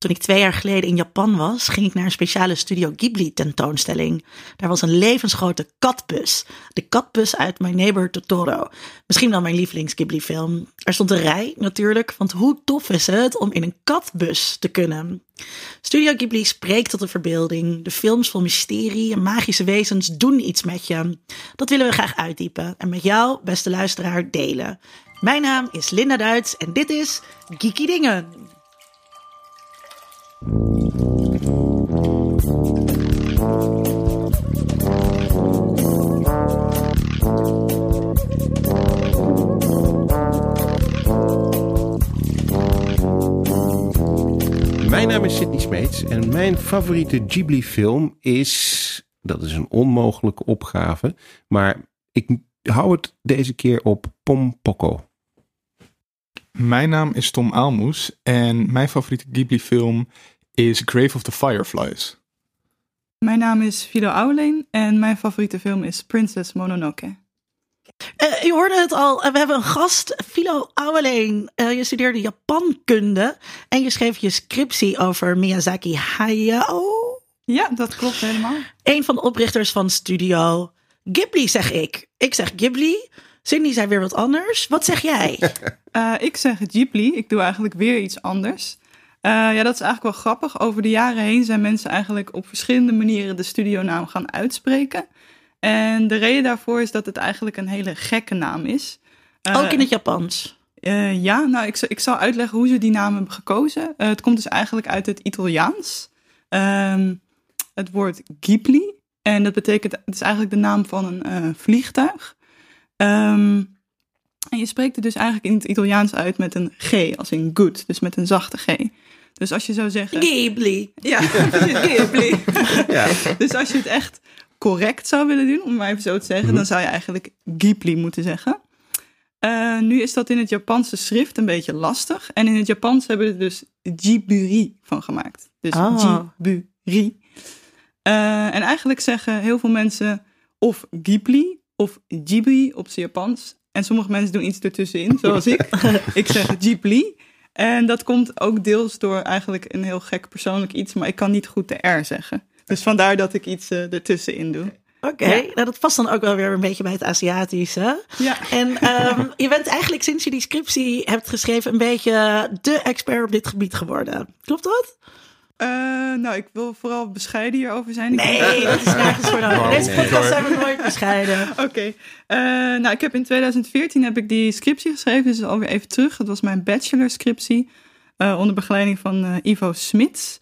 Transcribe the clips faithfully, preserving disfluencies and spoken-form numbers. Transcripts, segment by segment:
Toen ik twee jaar geleden in Japan was, ging ik naar een speciale Studio Ghibli tentoonstelling. Daar was een levensgrote katbus. De katbus uit My Neighbor Totoro. Misschien wel mijn lievelings Ghibli film. Er stond een rij natuurlijk, want hoe tof is het om in een katbus te kunnen? Studio Ghibli spreekt tot de verbeelding. De films vol mysterie en magische wezens doen iets met je. Dat willen we graag uitdiepen en met jou, beste luisteraar, delen. Mijn naam is Linda Duits en dit is Geeky Dingen. Mijn naam is Sydney Smeets en mijn favoriete Ghibli-film is... Dat is een onmogelijke opgave, maar ik hou het deze keer op Pom Poko. Mijn naam is Tom Aalmoes en mijn favoriete Ghibli-film is Grave of the Fireflies. Mijn naam is Philo Auwleen en mijn favoriete film is Princess Mononoke. Uh, je hoorde het al, uh, we hebben een gast, Philo Auwleen. Uh, je studeerde Japankunde en je schreef je scriptie over Miyazaki Hayao. Ja, dat klopt helemaal. Een van de oprichters van Studio Ghibli, zeg ik. Ik zeg Ghibli. Sydney zei weer wat anders. Wat zeg jij? uh, ik zeg Ghibli. Ik doe eigenlijk weer iets anders. Uh, ja, dat is eigenlijk wel grappig. Over de jaren heen zijn mensen eigenlijk op verschillende manieren de studionaam gaan uitspreken. En de reden daarvoor is dat het eigenlijk een hele gekke naam is. Uh, Ook in het Japans? Uh, ja, nou, ik, ik zal uitleggen hoe ze die naam hebben gekozen. Uh, het komt dus eigenlijk uit het Italiaans. Um, het woord Ghibli. En dat betekent, het is eigenlijk de naam van een uh, vliegtuig. Um, en je spreekt het dus eigenlijk in het Italiaans uit met een G, als in good, dus met een zachte G. Dus als je zou zeggen... Ghibli. Ja, Ghibli. Ja. Dus als je het echt correct zou willen doen, om maar even zo te zeggen, mm-hmm. dan zou je eigenlijk Ghibli moeten zeggen. Uh, nu is dat in het Japanse schrift een beetje lastig. En in het Japans hebben we er dus Jiburi van gemaakt. Dus oh. Jiburi. Uh, en eigenlijk zeggen heel veel mensen of Ghibli of Ghibli op zijn Japans. En sommige mensen doen iets ertussenin, zoals ik. Ik zeg Ghibli. En dat komt ook deels door eigenlijk een heel gek persoonlijk iets, maar ik kan niet goed de R zeggen. Dus vandaar dat ik iets uh, ertussenin doe. Oké, okay. ja. Nou, dat past dan ook wel weer een beetje bij het Aziatische. Ja. En um, je bent eigenlijk sinds je die scriptie hebt geschreven een beetje de expert op dit gebied geworden. Klopt dat? Uh, nou, ik wil vooral bescheiden hierover zijn. Nee, dat is nergens voor nodig. Deze podcast zijn we nooit bescheiden. Oké. Okay. Uh, nou, ik heb in twintig veertien heb ik die scriptie geschreven. Dus alweer even terug. Het was mijn bachelor scriptie. Uh, onder begeleiding van uh, Ivo Smits.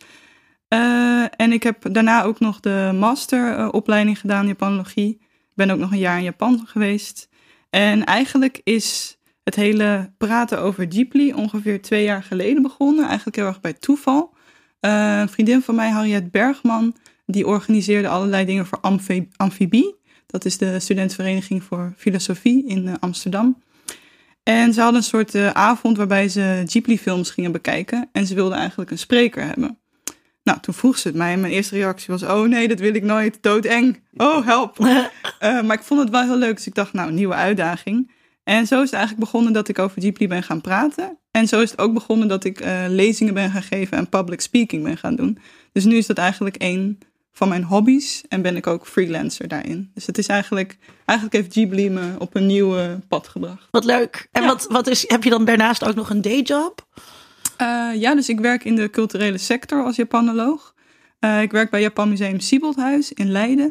Uh, en ik heb daarna ook nog de masteropleiding uh, gedaan in Japanologie. Ik ben ook nog een jaar in Japan geweest. En eigenlijk is het hele praten over Ghibli ongeveer twee jaar geleden begonnen. Eigenlijk heel erg bij toeval. Uh, een vriendin van mij, Harriet Bergman, die organiseerde allerlei dingen voor Amfi- Amfibie. Dat is de studentenvereniging voor filosofie in uh, Amsterdam. En ze hadden een soort uh, avond waarbij ze Ghibli-films gingen bekijken. En ze wilden eigenlijk een spreker hebben. Nou, toen vroeg ze het mij en mijn eerste reactie was... oh nee, dat wil ik nooit, doodeng. Oh, help. uh, maar ik vond het wel heel leuk, dus ik dacht, nou, nieuwe uitdaging. En zo is het eigenlijk begonnen dat ik over Ghibli ben gaan praten. En zo is het ook begonnen dat ik uh, lezingen ben gaan geven en public speaking ben gaan doen. Dus nu is dat eigenlijk een van mijn hobby's en ben ik ook freelancer daarin. Dus het is eigenlijk, eigenlijk heeft Ghibli me op een nieuw uh, pad gebracht. Wat leuk. En ja. wat, wat is, heb je dan daarnaast ook nog een dayjob? Uh, ja, dus ik werk in de culturele sector als Japanoloog. Uh, ik werk bij Japan Museum Sieboldhuis in Leiden.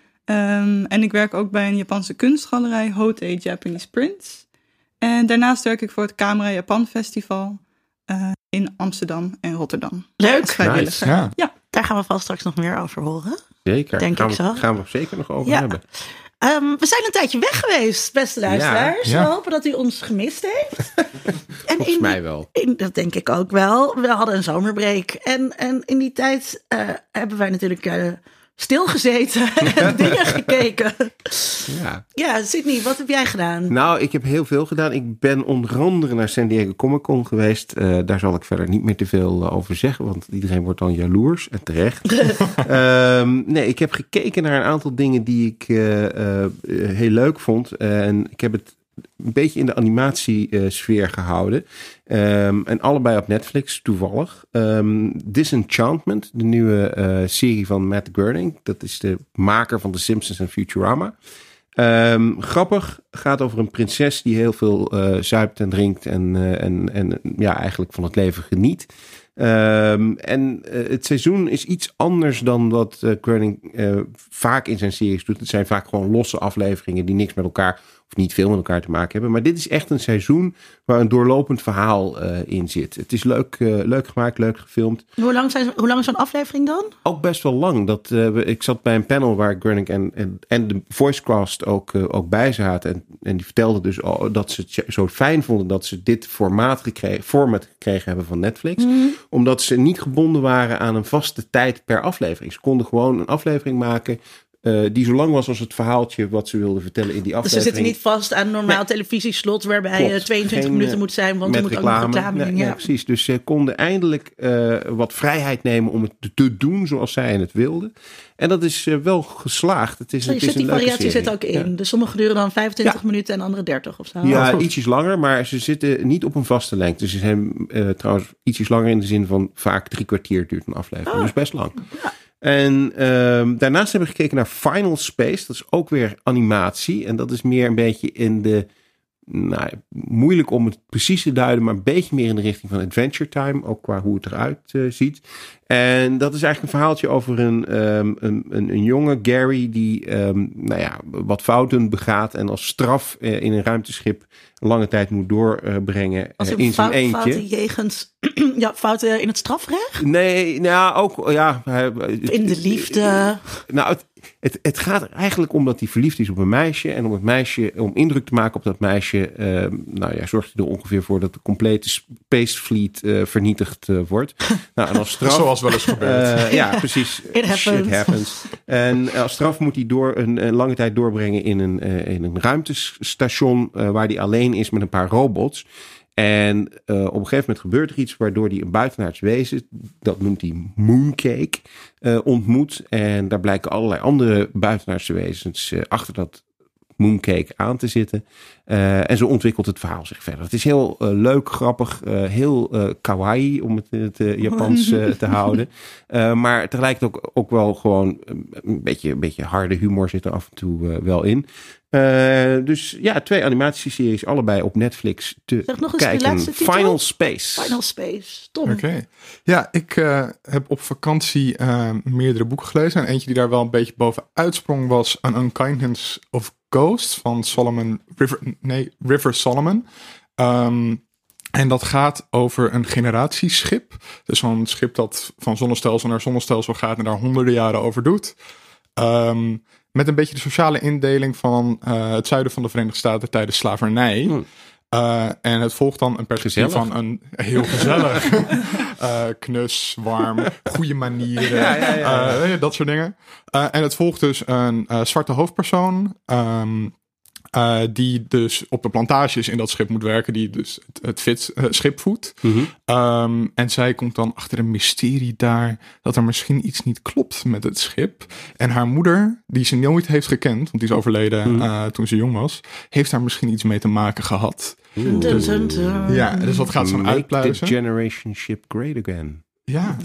Um, en ik werk ook bij een Japanse kunstgalerij, Hote Japanese Prints. En daarnaast werk ik voor het Camera Japan Festival uh, in Amsterdam en Rotterdam. Leuk. Nice. Ja. ja. Daar gaan we vast straks nog meer over horen. Zeker. Denk gaan ik we, zo. Gaan we zeker nog over ja. hebben. Um, we zijn een tijdje weg geweest, beste luisteraars. Ja, ja. We hopen dat u ons gemist heeft. En Volgens in, mij wel. In, dat denk ik ook wel. We hadden een zomerbreak. En, en in die tijd uh, hebben wij natuurlijk uh, stilgezeten en dingen gekeken. Ja. Ja, Sydney, wat heb jij gedaan? Nou, ik heb heel veel gedaan. Ik ben onder andere naar San Diego Comic Con geweest. Uh, daar zal ik verder niet meer te veel uh, over zeggen, want iedereen wordt dan jaloers en terecht. um, nee, ik heb gekeken naar een aantal dingen die ik uh, uh, heel leuk vond. Uh, en ik heb het een beetje in de animatiesfeer gehouden. Um, en allebei op Netflix, toevallig. Um, Disenchantment, de nieuwe uh, serie van Matt Groening. Dat is de maker van The Simpsons en Futurama. Um, grappig, gaat over een prinses die heel veel uh, zuipt en drinkt en, uh, en, en ja, eigenlijk van het leven geniet. Um, en uh, het seizoen is iets anders dan wat uh, Groening uh, vaak in zijn series doet. Het zijn vaak gewoon losse afleveringen die niks met elkaar, of niet veel met elkaar te maken hebben. Maar dit is echt een seizoen waar een doorlopend verhaal uh, in zit. Het is leuk, uh, leuk gemaakt, leuk gefilmd. Hoe lang, zijn, hoe lang is zo'n aflevering dan? Ook best wel lang. Dat, uh, ik zat bij een panel waar Groening en, en, en de voicecast ook, uh, ook bij zaten. En, en die vertelden dus al dat ze het zo fijn vonden dat ze dit formaat gekregen, format gekregen hebben van Netflix. Mm. Omdat ze niet gebonden waren aan een vaste tijd per aflevering. Ze konden gewoon een aflevering maken Uh, die zo lang was als het verhaaltje wat ze wilden vertellen in die aflevering. Dus ze zitten niet vast aan een normaal nee. televisieslot waarbij je tweeëntwintig Geen, minuten moet zijn, want er moet reclame. ook nog reclame in. Nee, ja. ja, precies. Dus ze konden eindelijk uh, wat vrijheid nemen om het te doen zoals zij het wilden. En dat is uh, wel geslaagd. Het is, zo, je het zit is een die variatie serie. zit ook in. Ja. Dus sommige duren dan vijfentwintig ja. minuten en andere dertig of zo. Ja, oh, ietsjes langer, maar ze zitten niet op een vaste lengte. Ze zijn uh, trouwens ietsjes langer in de zin van vaak drie kwartier duurt een aflevering. Oh. Dus best lang. Ja. En uh, daarnaast hebben we gekeken naar Final Space. Dat is ook weer animatie. En dat is meer een beetje in de... Nou, moeilijk om het precies te duiden, maar een beetje meer in de richting van Adventure Time. Ook qua hoe het eruit uh, ziet. En dat is eigenlijk een verhaaltje over een, um, een, een, een jonge Gary die um, nou ja, wat fouten begaat. En als straf uh, in een ruimteschip lange tijd moet doorbrengen uh, in zijn eentje. Fouten jegens... ja, fouten in het strafrecht? Nee, nou ook... Ja, in de liefde. Nou, het, het, het gaat er eigenlijk om dat hij verliefd is op een meisje. En om het meisje, om indruk te maken op dat meisje... Uh, nou ja, zorgt hij er ongeveer voor dat de complete Space Fleet uh, vernietigd uh, wordt. Nou, en als straf... Zoals wel eens gebeurt. Uh, ja, precies. It happens. Shit happens. En als straf moet hij door een, een lange tijd doorbrengen in een, uh, in een ruimtestation... Uh, waar hij alleen is met een paar robots... En uh, op een gegeven moment gebeurt er iets waardoor hij een buitenaards wezen, dat noemt hij Mooncake, uh, ontmoet. En daar blijken allerlei andere buitenaardse wezens uh, achter dat Mooncake aan te zitten. Uh, en zo ontwikkelt het verhaal zich verder. Het is heel uh, leuk, grappig, uh, heel uh, kawaii om het in het uh, Japans uh, te houden. Uh, maar tegelijkertijd ook, ook wel gewoon een beetje, een beetje harde humor zit er af en toe uh, wel in. Uh, dus ja, twee animatieseries, allebei op Netflix te zeg nog eens kijken. De laatste titel? Final Space. Final Space, Tom. Oké. Okay. Ja, ik uh, heb op vakantie uh, meerdere boeken gelezen. En eentje die daar wel een beetje bovenuit sprong was An Unkindness of Ghosts van Solomon River, nee, River Solomon. Um, en dat gaat over een generatieschip. Dus zo'n schip dat van zonnestelsel naar zonnestelsel gaat en daar honderden jaren over doet. Um, met een beetje de sociale indeling van uh, het zuiden van de Verenigde Staten tijdens slavernij. Hmm. Uh, en het volgt dan een perspectief gezellig. van een heel gezellig, uh, knus, warm, goede manieren, ja, ja, ja. Uh, dat soort dingen. Uh, en het volgt dus een uh, zwarte hoofdpersoon, um, uh, die dus op de plantages in dat schip moet werken, die dus het, het fit, uh, schip voedt. Mm-hmm. Um, en zij komt dan achter een mysterie daar, dat er misschien iets niet klopt met het schip. En haar moeder, die ze nooit heeft gekend, want die is overleden mm-hmm. uh, toen ze jong was, heeft daar misschien iets mee te maken gehad. Dun, dun, dun, dun. Ja, dus wat gaat ze dan uitpluizen? The generation ship great again. Ja.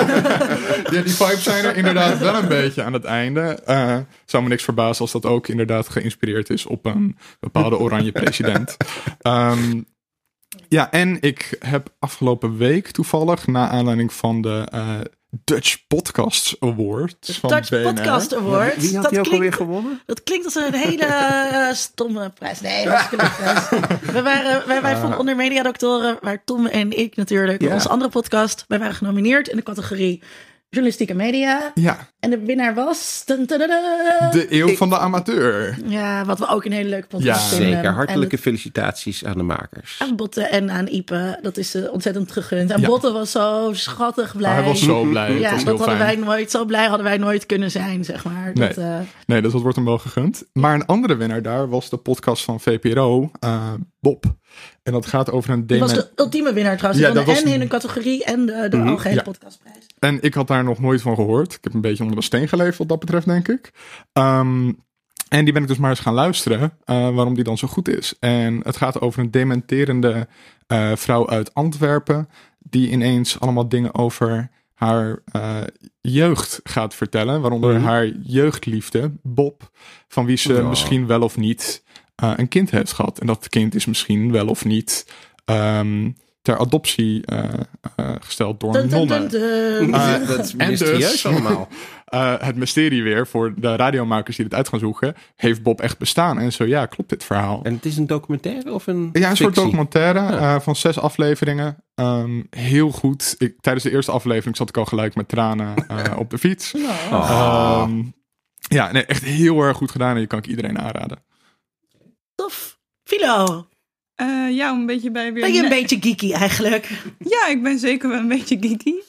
ja, die vibes zijn er inderdaad wel een beetje aan het einde. Uh, zou me niks verbazen als dat ook inderdaad geïnspireerd is op een bepaalde oranje president. Um, ja, en ik heb afgelopen week toevallig, na aanleiding van de uh, Dutch Podcast Awards de van Dutch B N R. Podcast Awards. Wie had dat die ook klinkt, alweer gewonnen? Dat klinkt als een hele uh, stomme prijs. Nee, dat was een prijs. We waren, wij, wij vonden onder mediadoktoren, waar Tom en ik natuurlijk, ja. onze andere podcast, wij waren genomineerd in de categorie journalistieke media. Ja. En de winnaar was... Dun, dun, dun, dun. De eeuw ik, van de amateur. Ja, wat we ook een hele leuke podcast ja, vinden. Zeker. Hartelijke het, felicitaties aan de makers. Aan Botte en aan Ipe. Dat is uh, ontzettend gegund. En ja. Botte was zo schattig blij. Oh, hij was zo blij. Ja, was dat hadden fijn. wij nooit... Zo blij hadden wij nooit kunnen zijn, zeg maar. Nee, dat, uh, nee dus dat wordt hem wel gegund. Maar een andere winnaar daar was de podcast van V P R O, uh, Bob. En dat gaat over een... Dat was de ultieme winnaar trouwens. Ja, Die dat en was... in een categorie en de, de mm-hmm. algehele ja. podcastprijs. En ik had daar nog nooit van gehoord. Ik heb een beetje onder de steen geleefd wat dat betreft, denk ik. Um, En die ben ik dus maar eens gaan luisteren, uh, waarom die dan zo goed is. En het gaat over een dementerende uh, vrouw uit Antwerpen, die ineens allemaal dingen over haar uh, jeugd gaat vertellen. Waaronder mm. haar jeugdliefde, Bob, van wie ze oh. misschien wel of niet uh, een kind heeft gehad. En dat kind is misschien wel of niet um, ter adoptie uh, uh, gesteld door een nonne. Uh, dat is mysterieus dus, allemaal. Uh, het mysterie weer voor de radiomakers die dit uit gaan zoeken. Heeft Bob echt bestaan? En zo, ja, klopt dit verhaal. En het is een documentaire of een Ja, een fictie? soort documentaire ja. uh, van zes afleveringen. Um, heel goed. Ik, tijdens de eerste aflevering zat ik al gelijk met tranen uh, op de fiets. Oh. Um, ja, nee, echt heel erg goed gedaan. En die kan ik iedereen aanraden. Tof. Philo. Uh, ja, om een beetje bij weer... Ben je een beetje geeky eigenlijk? Ja, ik ben zeker wel een beetje geeky. Uh,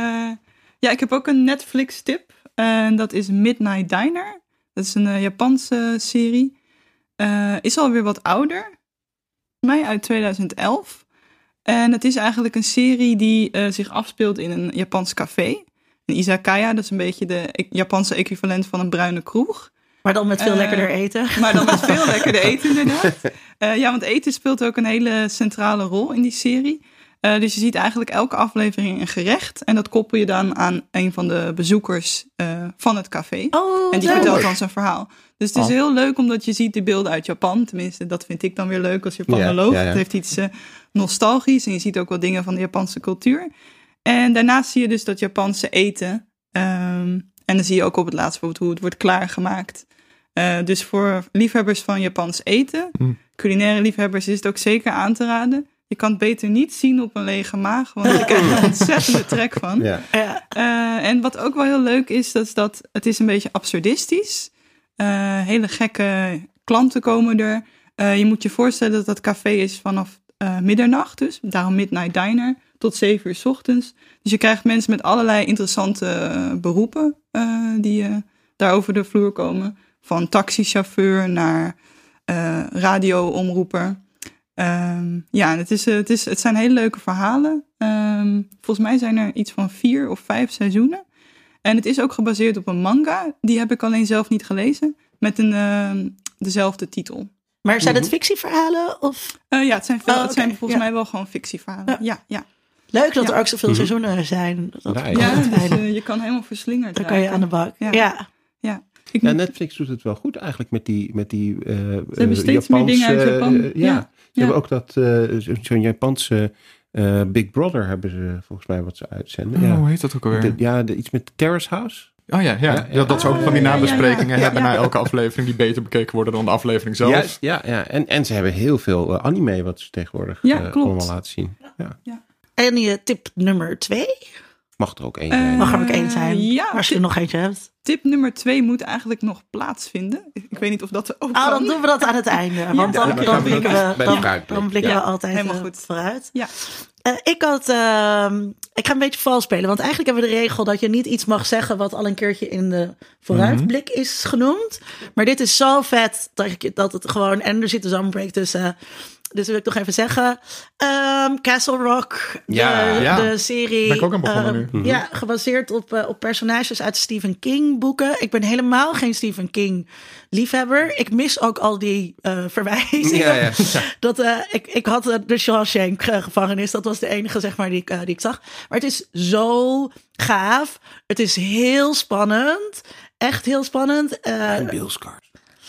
ja, ik heb ook een Netflix tip. En uh, dat is Midnight Diner. Dat is een uh, Japanse serie. Uh, is alweer wat ouder. Volgens mij uit tweeduizend elf. En het is eigenlijk een serie die uh, zich afspeelt in een Japans café. Een izakaya, dat is een beetje de Japanse equivalent van een bruine kroeg. Maar dan met veel uh, lekkerder eten. Maar dan met veel lekkerder eten, inderdaad. Uh, ja, want eten speelt ook een hele centrale rol in die serie. Uh, dus je ziet eigenlijk elke aflevering een gerecht. En dat koppel je dan aan een van de bezoekers uh, van het café. Oh, en die leuk. vertelt dan zijn verhaal. Dus het is oh. heel leuk omdat je ziet de beelden uit Japan. Tenminste, dat vind ik dan weer leuk als Japanoloog. Ja, ja, ja. Het heeft iets uh, nostalgisch. En je ziet ook wel dingen van de Japanse cultuur. En daarnaast zie je dus dat Japanse eten. Um, en dan zie je ook op het laatst bijvoorbeeld hoe het wordt klaargemaakt. Uh, dus voor liefhebbers van Japans eten, mm. culinaire liefhebbers, is het ook zeker aan te raden. Je kan het beter niet zien op een lege maag, want ik krijg er een ontzettende trek van. Ja. Uh, en wat ook wel heel leuk is, dat is dat het is een beetje absurdistisch. Uh, hele gekke klanten komen er. Uh, je moet je voorstellen dat dat café is vanaf uh, middernacht, dus daarom Midnight Diner, tot zeven uur 's ochtends. Dus je krijgt mensen met allerlei interessante uh, beroepen uh, die uh, daar over de vloer komen. Van taxichauffeur naar uh, radioomroeper. Um, ja, het, is, het, is, het zijn hele leuke verhalen. Um, volgens mij zijn er iets van vier of vijf seizoenen. En het is ook gebaseerd op een manga. Die heb ik alleen zelf niet gelezen. Met een, uh, dezelfde titel. Maar zijn het fictieverhalen? Of? Uh, ja, het zijn, veel, oh, okay. het zijn volgens ja. mij wel gewoon fictieverhalen. Ja, ja. ja. Leuk dat ja. er ook zoveel mm-hmm. seizoenen zijn. Dat ja, ja dus, uh, je kan helemaal verslingerd Dan kan je aan de bak. Ja. ja. ja. Ik ja, Netflix doet het wel goed eigenlijk met die, met die uh, Ze hebben steeds Japanse, meer dingen uit Japan. Uh, ja, ja, ze ja. hebben ook dat uh, zo'n Japanse uh, Big Brother hebben ze volgens mij wat ze uitzenden. Oh, ja. Hoe heet dat ook alweer? De, ja, de, iets met Terrace House. Oh ja, ja. ja, ja. dat ze ook van die nabesprekingen ja, ja, ja. hebben na elke aflevering die beter bekeken worden dan de aflevering zelf. Juist, ja, ja. En, en ze hebben heel veel uh, anime wat ze tegenwoordig ja, uh, allemaal laten zien. Ja. Ja. En je tip nummer twee? Mag er ook één uh, zijn. Mag er ook één zijn, ja, als je er nog eentje hebt. Tip nummer twee moet eigenlijk nog plaatsvinden. Ik weet niet of dat ook Oh, kan. dan doen we dat aan het einde. Want dan, ja, dan blikken we, we, dan, dan blikken ja. we altijd Helemaal uh, goed. vooruit. Ja. Uh, ik had, uh, ik ga een beetje vals spelen. Want eigenlijk hebben we de regel dat je niet iets mag zeggen wat al een keertje in de vooruitblik mm-hmm. is genoemd. Maar dit is zo vet dat, ik, dat het gewoon... En er zit een zomerbreak tussen... Dus wil ik nog even zeggen. Um, Castle Rock, ja, de, ja. de serie. Ben ik ook aan begonnen uh, nu. Mm-hmm. Ja, gebaseerd op, uh, op personages uit Stephen King boeken. Ik ben helemaal geen Stephen King liefhebber. Ik mis ook al die uh, verwijzingen. Ja, ja. Dat, uh, ik, ik had uh, de Shawshank uh, gevangenis. Dat was de enige, zeg maar, die ik, uh, die ik zag. Maar het is zo gaaf. Het is heel spannend. Echt heel spannend. Uh, en Bill Skarsgård.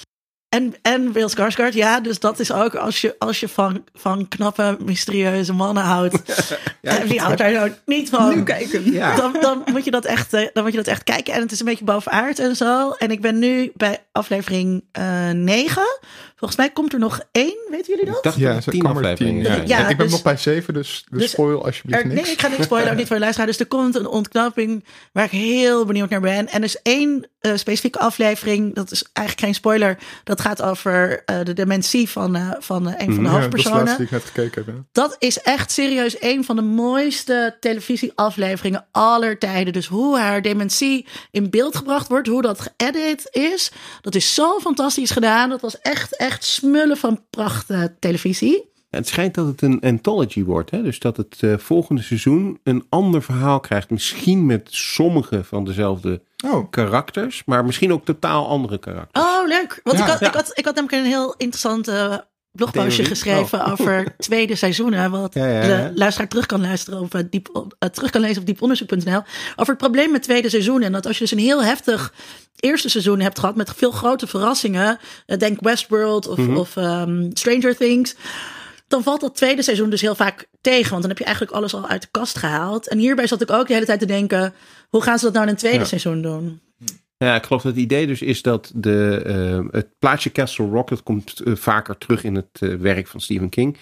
En, en Bill Skarsgård, ja. Dus dat is ook als je, als je van, van knappe, mysterieuze mannen houdt. ja, en die houdt daar nou niet van. Nu kijken. Ja. Dan, dan, moet je dat echt, dan moet je dat echt kijken. En het is een beetje boven aard en zo. En ik ben nu bij aflevering uh, negen. Volgens mij komt er nog één. Weten jullie dat? Ik dacht ja, dat tien afleveringen. Ja, ja, ja, ik ben dus, nog bij zeven, dus, dus, dus spoil alsjeblieft er, niks. Nee, ik ga niks spoilen, ook niet voor je luisteraar. Dus er komt een ontknoping waar ik heel benieuwd naar ben. En er is één uh, specifieke aflevering, dat is eigenlijk geen spoiler. Dat gaat over uh, de dementie van, uh, van uh, een van de ja, hoofdpersonen. Dat is die ik net gekeken heb. Ja. Dat is echt serieus een van de mooiste televisieafleveringen aller tijden. Dus hoe haar dementie in beeld gebracht wordt, hoe dat geëdit is. Dat is zo fantastisch gedaan. Dat was echt, echt smullen van pracht uh, televisie. Ja, het schijnt dat het een anthology wordt. Hè? Dus dat het uh, volgende seizoen een ander verhaal krijgt. Misschien met sommige van dezelfde oh. karakters. Maar misschien ook totaal andere karakters. Oh, Oh, leuk. Want Ja, ik, had, ja. ik, had, ik had namelijk een heel interessant uh, blogpostje Theorie? geschreven Oh. over tweede seizoenen. Wat Ja, ja, ja. de luisteraar terug kan luisteren of uh, diep, uh, terug kan lezen op dieponderzoek punt n l. Over het probleem met tweede seizoenen. En dat als je dus een heel heftig eerste seizoen hebt gehad met veel grote verrassingen. Uh, denk Westworld of, Mm-hmm. of um, Stranger Things. Dan valt dat tweede seizoen dus heel vaak tegen. Want dan heb je eigenlijk alles al uit de kast gehaald. En hierbij zat ik ook de hele tijd te denken, hoe gaan ze dat nou in een tweede Ja. seizoen doen? Ja, ik geloof dat het idee dus is dat de, uh, het plaatsje Castle Rock, dat komt uh, vaker terug in het uh, werk van Stephen King.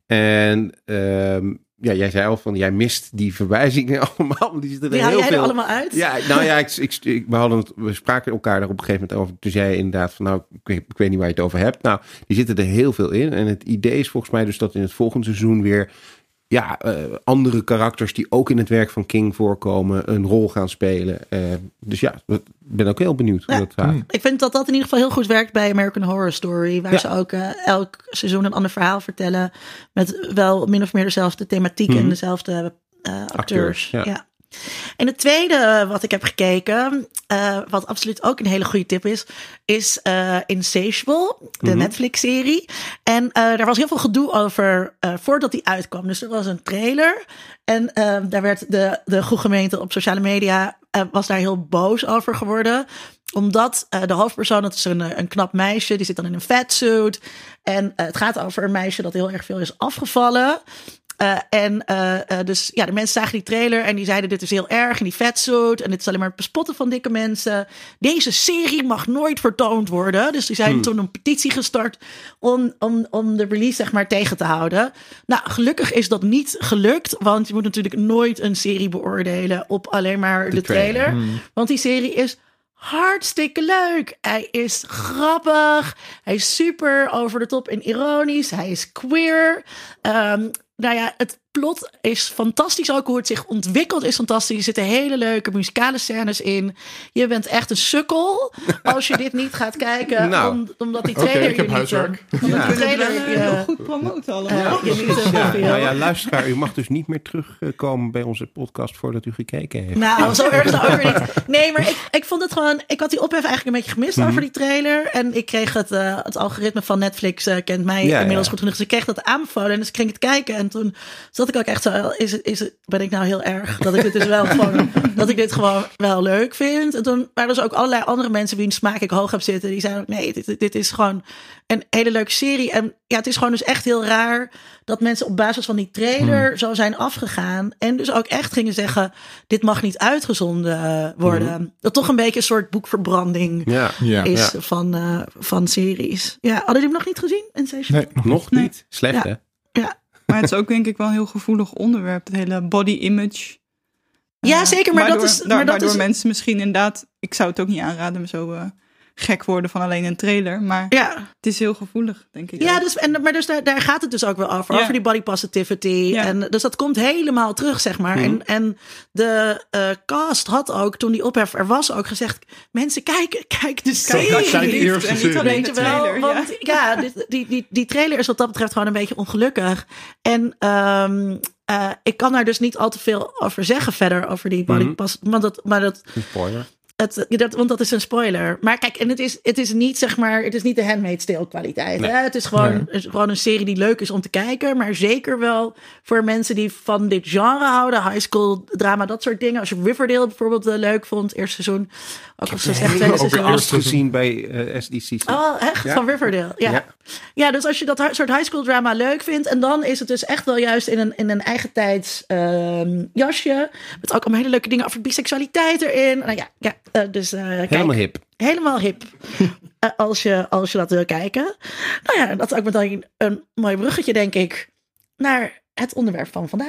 En uh, ja, jij zei al van, jij mist die verwijzingen allemaal. Die zitten er Die haal heel jij veel. er allemaal uit? Ja, nou ja, ik, ik, ik, we, hadden het, we spraken elkaar daar op een gegeven moment over. Toen zei je inderdaad van, nou, ik weet, ik weet niet waar je het over hebt. Nou, die zitten er heel veel in. En het idee is volgens mij dus dat in het volgende seizoen weer ja, uh, andere karakters die ook in het werk van King voorkomen een rol gaan spelen. Uh, dus ja, ik ben ook heel benieuwd hoe Ja. dat gaat. Mm. Ik vind dat dat in ieder geval heel goed werkt bij American Horror Story. Waar Ja. ze ook uh, elk seizoen een ander verhaal vertellen. Met wel min of meer dezelfde thematiek Mhm. en dezelfde uh, acteurs. Acteurs, ja. ja. En het tweede wat ik heb gekeken, uh, wat absoluut ook een hele goede tip is, is uh, Insatiable, de Mhm. Netflix-serie. En uh, daar was heel veel gedoe over uh, voordat die uitkwam. Dus er was een trailer en uh, daar werd de, de goede gemeente op sociale media uh, was daar heel boos over geworden. Omdat uh, de hoofdpersoon, dat is een, een knap meisje, die zit dan in een fatsuit. En uh, het gaat over een meisje dat heel erg veel is afgevallen. Uh, en uh, uh, dus ja, de mensen zagen die trailer en die zeiden dit is heel erg en die fatsuit en dit is alleen maar het bespotten van dikke mensen. Deze serie mag nooit vertoond worden. Dus die zijn Hmm. toen een petitie gestart om, om, om de release zeg maar tegen te houden. Nou, gelukkig is dat niet gelukt, want je moet natuurlijk nooit een serie beoordelen op alleen maar de, De trailer. trailer. Want die serie is hartstikke leuk. Hij is grappig. Hij is super over de top en ironisch. Hij is queer. Um, nou ja, het plot is fantastisch. Ook hoe het zich ontwikkelt is fantastisch. Er zitten hele leuke muzikale scènes in. Je bent echt een sukkel als je dit niet gaat kijken. Nou. Om, omdat die Oké, trailer ik heb je niet, huiswerk. uh, omdat Ja. die We kunnen trailer het wel, uh, heel je, goed promoten allemaal. uh, je niet te Ja, veel. nou ja, luisteraar, u mag dus niet meer terugkomen bij onze podcast voordat u gekeken heeft. Nou, zo erg is het ook weer niet. Nee, maar ik, ik vond het gewoon... Ik had die ophef eigenlijk een beetje gemist Mhm. over die trailer. En ik kreeg het... Uh, het algoritme van Netflix uh, kent mij Ja, inmiddels ja. goed genoeg. Dus ik kreeg dat aanbevolen. En dus ik ging het kijken. En toen zat ik ook echt zo... Is het, is het, ben ik nou heel erg dat ik dit dus wel gewoon... dat ik dit gewoon wel leuk vind. En toen waren er dus ook allerlei andere mensen... wiens smaak ik hoog heb zitten. Die zeiden ook... Nee, dit, dit is gewoon een hele leuke serie. En ja, het is gewoon dus echt heel raar... dat mensen op basis van die trailer Hmm. zo zijn afgegaan. En dus ook echt gingen zeggen... dit mag niet uitgezonden worden. Dat toch een beetje een soort boekverbranding Ja, Ja. is ja. van, uh, van series. Ja, hadden jullie hem nog niet gezien? Insatiable? Nee, nog nog Nee. niet. Slecht, Ja. hè? Ja. Maar het is ook denk ik wel een heel gevoelig onderwerp. Het hele body image. Ja, Uh, zeker, maar dat waardoor, is- daar- maar dat waardoor is- mensen misschien inderdaad... Ik zou het ook niet aanraden om zo uh, gek worden van alleen een trailer. Maar Ja, het is heel gevoelig, denk ik. ja ook. dus, en, maar dus daar, daar gaat het dus ook wel over. Ja. Over die body positivity. Ja. En, dus dat komt helemaal terug, zeg maar. Mhm. En, en de uh, cast had ook, toen die ophef er was, ook gezegd... mensen, kijk, kijk de serie. Kijk, kijk de eerste en niet serie. alleen Weet de je wel, trailer. want ja, dit- die, die, die trailer is wat dat betreft gewoon een beetje ongelukkig. En um, uh, ik kan daar dus niet al te veel over zeggen verder, over die body Mhm. pas. Maar dat, maar dat, Een spoiler. het, dat, want dat is een spoiler. Maar kijk, en het is, het is niet, zeg maar, het is niet de Handmaid's Tale kwaliteit. Nee. Hè? Het is gewoon, Nee. het is gewoon een serie die leuk is om te kijken. Maar zeker wel voor mensen die van dit genre houden. High school drama, dat soort dingen. Als je Riverdale bijvoorbeeld uh, leuk vond, het eerste seizoen. Ook al zo slecht tweede ook seizoen. weer Alles gezien bij uh, S D C C. Oh, echt? Ja. Van Riverdale. Ja. Ja. ja. dus als je dat soort high school drama leuk vindt. En dan is het dus echt wel juist in een, in een eigen tijds um, jasje. Met ook allemaal hele leuke dingen over biseksualiteit erin. Nou ja, ja uh, dus uh, kijk, Helemaal hip. helemaal hip. uh, als, je, als je dat wil kijken. Nou ja, dat is ook meteen een mooi bruggetje, denk ik. Naar het onderwerp van vandaag.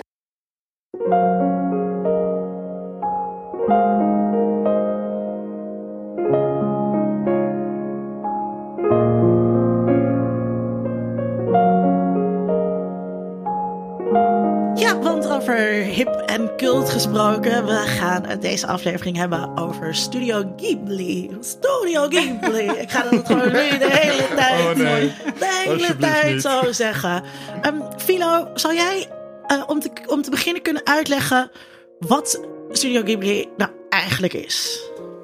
Ja, want over hip en cult gesproken. We gaan deze aflevering hebben over Studio Ghibli. Studio Ghibli. Ik ga dat gewoon nu de hele tijd, Oh, nee. de hele Alsjeblieft tijd niet. zo zeggen. Um, Philo, zou jij uh, om, te, om te beginnen kunnen uitleggen wat Studio Ghibli nou eigenlijk is?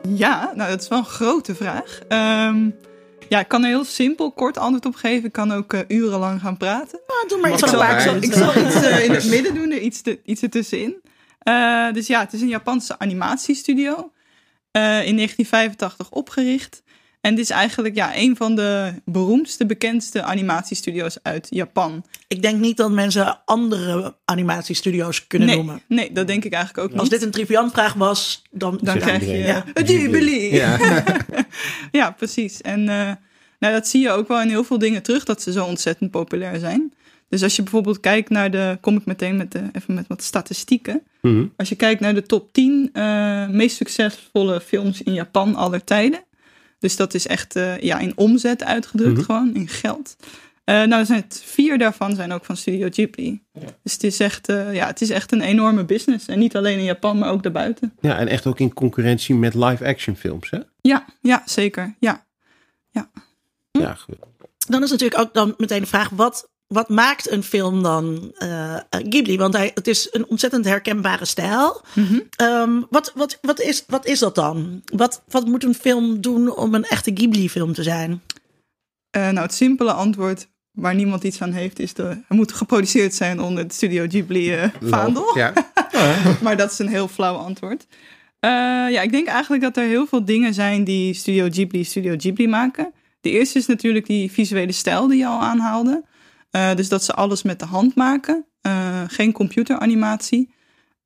Ja, nou dat is wel een grote vraag. Um, ja, ik kan er heel simpel, kort antwoord op geven. Ik kan ook uh, urenlang gaan praten. Ah, doe maar ik iets zal, aan ik zal, ik zal iets uh, in het midden doen, er iets, te, iets ertussenin. Uh, dus ja, het is een Japanse animatiestudio. Uh, in negentien vijfentachtig opgericht. En dit is eigenlijk ja, een van de beroemdste, bekendste animatiestudio's uit Japan. Ik denk niet dat mensen andere animatiestudio's kunnen nee, noemen. Nee, dat denk ik eigenlijk ook niet. Als dit een triviantvraag was, dan, dan krijg je ja. een jubilee. Ja. Ja, precies. En uh, nou, dat zie je ook wel in heel veel dingen terug, dat ze zo ontzettend populair zijn. Dus als je bijvoorbeeld kijkt naar de, kom ik meteen met de, even met wat statistieken. Mm-hmm. Als je kijkt naar de top tien uh, meest succesvolle films in Japan aller tijden. Dus dat is echt uh, ja, in omzet uitgedrukt, mm-hmm. gewoon in geld. Uh, nou, zijn het vier daarvan zijn ook van Studio Ghibli. Ja. Dus het is, echt, uh, ja, het is echt een enorme business. En niet alleen in Japan, maar ook daarbuiten. Ja, en echt ook in concurrentie met live-action films, hè? Ja, ja, zeker. Ja. Ja. Ja, goed. Dan is natuurlijk ook dan meteen de vraag, wat, wat maakt een film dan uh, Ghibli? Want hij, het is een ontzettend herkenbare stijl. Mm-hmm. Um, wat, wat, wat, is, wat is dat dan? Wat, wat moet een film doen om een echte Ghibli-film te zijn? Uh, nou, het simpele antwoord waar niemand iets aan heeft is... De, hij moet geproduceerd zijn onder het Studio Ghibli-vaandel. Uh, ja. Maar dat is een heel flauw antwoord. Uh, ja, ik denk eigenlijk dat er heel veel dingen zijn die Studio Ghibli Studio Ghibli maken. De eerste is natuurlijk die visuele stijl die je al aanhaalde. Uh, dus dat ze alles met de hand maken. Uh, geen computeranimatie.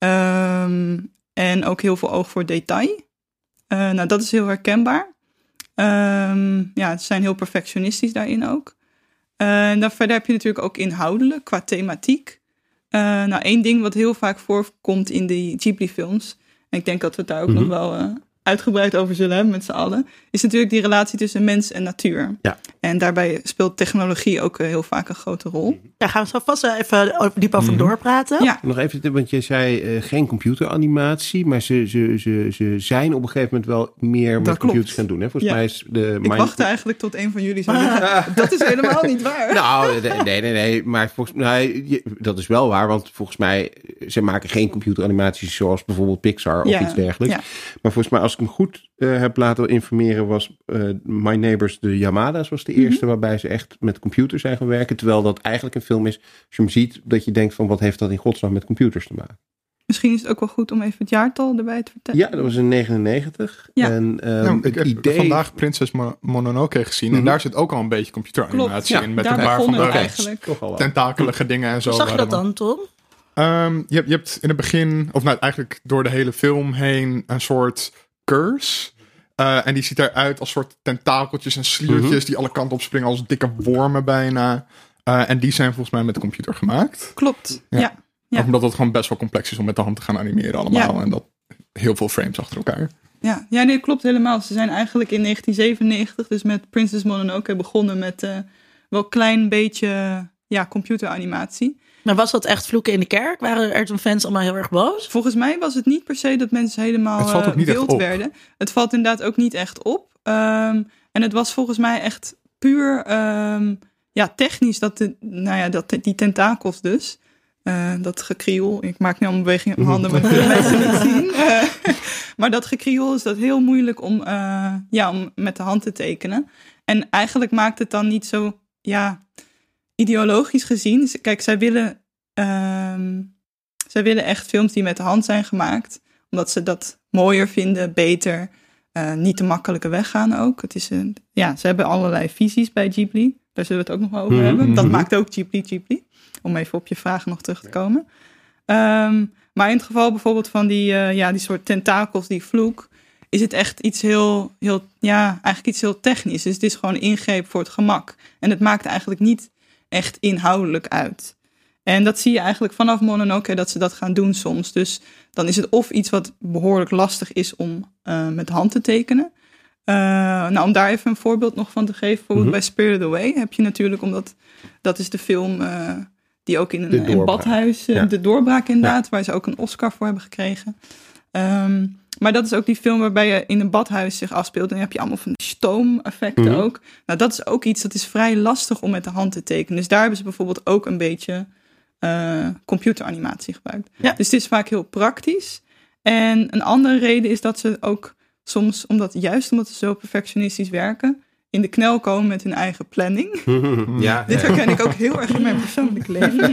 Um, en ook heel veel oog voor detail. Uh, nou, dat is heel herkenbaar. Um, ja, ze zijn heel perfectionistisch daarin ook. Uh, en dan verder heb je natuurlijk ook inhoudelijk, qua thematiek. Uh, nou, één ding wat heel vaak voorkomt in die Ghibli-films... en ik denk dat we het daar ook mm-hmm. nog wel... Uh, uitgebreid over zullen hebben met z'n allen... is natuurlijk die relatie tussen mens en natuur. Ja. En daarbij speelt technologie ook heel vaak een grote rol. Daar gaan we zo vast even diep over mm-hmm. doorpraten. Ja. Nog even, want je zei uh, geen computeranimatie... maar ze, ze, ze, ze zijn op een gegeven moment wel meer dat met klopt. computers gaan doen. Hè? Volgens ja. mij is de... Ik mind... wachtte eigenlijk tot een van jullie zou zeggen... dat is helemaal niet waar. Nou, nee, nee, nee. Maar volgens mij, dat is wel waar. Want volgens mij, ze maken geen computeranimaties... zoals bijvoorbeeld Pixar of ja. iets dergelijks. Ja. Maar volgens mij, als ik hem goed uh, heb laten informeren... was uh, My Neighbors, de Yamada's, was de eerste... Mm-hmm. waarbij ze echt met computers zijn gaan werken. Terwijl dat eigenlijk een film is, als je hem ziet... dat je denkt van, wat heeft dat in godsnaam met computers te maken? Misschien is het ook wel goed om even het jaartal erbij te vertellen. Ja, dat was in negenennegentig. Ja. En, um, nou, ik heb idee... vandaag Prinses Mononoke gezien. Mm-hmm. En daar zit ook al een beetje computeranimatie ja, in. Met daar een paar van de eigenlijk. tentakelige dingen en zo. Hoe zag je dat dan, Tom? Um, je, hebt, je hebt in het begin, of nou eigenlijk door de hele film heen... een soort curse... Uh, en die ziet eruit als soort tentakeltjes en sliertjes... Mm-hmm. die alle kanten op springen als dikke wormen bijna. Uh, en die zijn volgens mij met de computer gemaakt. Klopt, ja. ja. ja. Ook omdat het gewoon best wel complex is om met de hand te gaan animeren allemaal. Ja. En dat heel veel frames achter elkaar. Ja, ja nee, klopt helemaal. Ze zijn eigenlijk in negentien zevenennegentig... dus met Princess Mononoke begonnen met uh, wel een klein beetje ja, computeranimatie... Maar was dat echt vloeken in de kerk? Waren er toen fans allemaal heel erg boos? Volgens mij was het niet per se dat mensen helemaal uh, wild werden. Het valt inderdaad ook niet echt op. Um, en het was volgens mij echt puur um, ja, technisch. Dat, de, nou ja, dat die tentakels dus. Uh, dat gekrioel. Ik maak nu al een beweging met mijn handen, maar dat kunnen mensen niet zien. Uh, maar dat gekrioel is dat heel moeilijk om, uh, ja, om met de hand te tekenen. En eigenlijk maakt het dan niet zo... ja. Ideologisch gezien, kijk, zij willen, um, zij willen echt films die met de hand zijn gemaakt. Omdat ze dat mooier vinden, beter, uh, niet de makkelijke weg gaan ook. Het is een, ja, ze hebben allerlei visies bij Ghibli. Daar zullen we het ook nog over mm-hmm. hebben. Dat maakt ook Ghibli Ghibli. Om even op je vraag nog terug te komen. Um, maar in het geval bijvoorbeeld van die, uh, ja, die soort tentakels, die vloek... is het echt iets heel, heel, ja, eigenlijk iets heel technisch. Dus het is gewoon ingreep voor het gemak. En het maakt eigenlijk niet... echt inhoudelijk uit. En dat zie je eigenlijk vanaf Mononoke dat ze dat gaan doen soms. Dus dan is het of iets wat behoorlijk lastig is om uh, met de hand te tekenen. Uh, nou, om daar even een voorbeeld nog van te geven. Bijvoorbeeld mm-hmm. bij Spirited Away heb je natuurlijk, omdat dat is de film uh, die ook in een, een badhuis, uh, ja. de doorbraak inderdaad, ja. waar ze ook een Oscar voor hebben gekregen. Um, Maar dat is ook die film waarbij je in een badhuis zich afspeelt. En dan heb je allemaal van stoomeffecten mm-hmm. ook. Nou, dat is ook iets dat is vrij lastig om met de hand te tekenen. Dus daar hebben ze bijvoorbeeld ook een beetje uh, computeranimatie gebruikt. Ja. Dus het is vaak heel praktisch. En een andere reden is dat ze ook soms, omdat juist omdat ze zo perfectionistisch werken, in de knel komen met hun eigen planning. Ja, Dit ja. herken ik ook heel erg in mijn persoonlijke leven.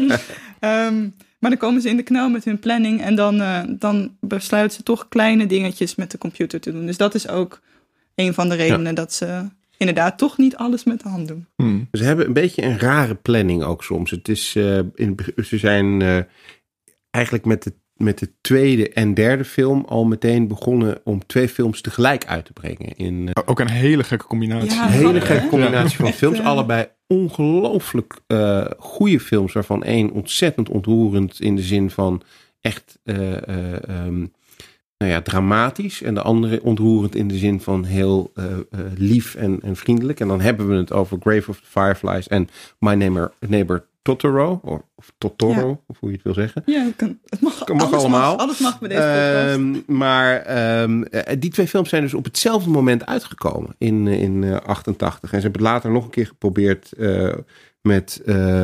um, maar dan komen ze in de knel met hun planning en dan, uh, dan besluiten ze toch kleine dingetjes met de computer te doen. Dus dat is ook een van de redenen ja. dat ze inderdaad toch niet alles met de hand doen. Hmm. Ze hebben een beetje een rare planning ook soms. Het is, uh, in, ze zijn uh, eigenlijk met de, met de tweede en derde film al meteen begonnen om twee films tegelijk uit te brengen. In, uh, ook een hele gekke combinatie. Ja, een hele grappig, gekke hè? combinatie van Echt, films. uh, Allebei ongelooflijk uh, goede films, waarvan één ontzettend ontroerend in de zin van echt uh, uh, um, nou ja, dramatisch. En de andere ontroerend in de zin van heel uh, uh, lief en, en vriendelijk. En dan hebben we het over Grave of the Fireflies en My Neighbor, Neighbor Totoro. Of, of Totoro, Ja. of hoe je het wil zeggen. Ja, het, kan, het mag, Het mag alles allemaal. Mag, alles mag bij deze podcast. Um, maar um, die twee films zijn dus op hetzelfde moment uitgekomen in, in uh, achtentachtig. En ze hebben het later nog een keer geprobeerd uh, met,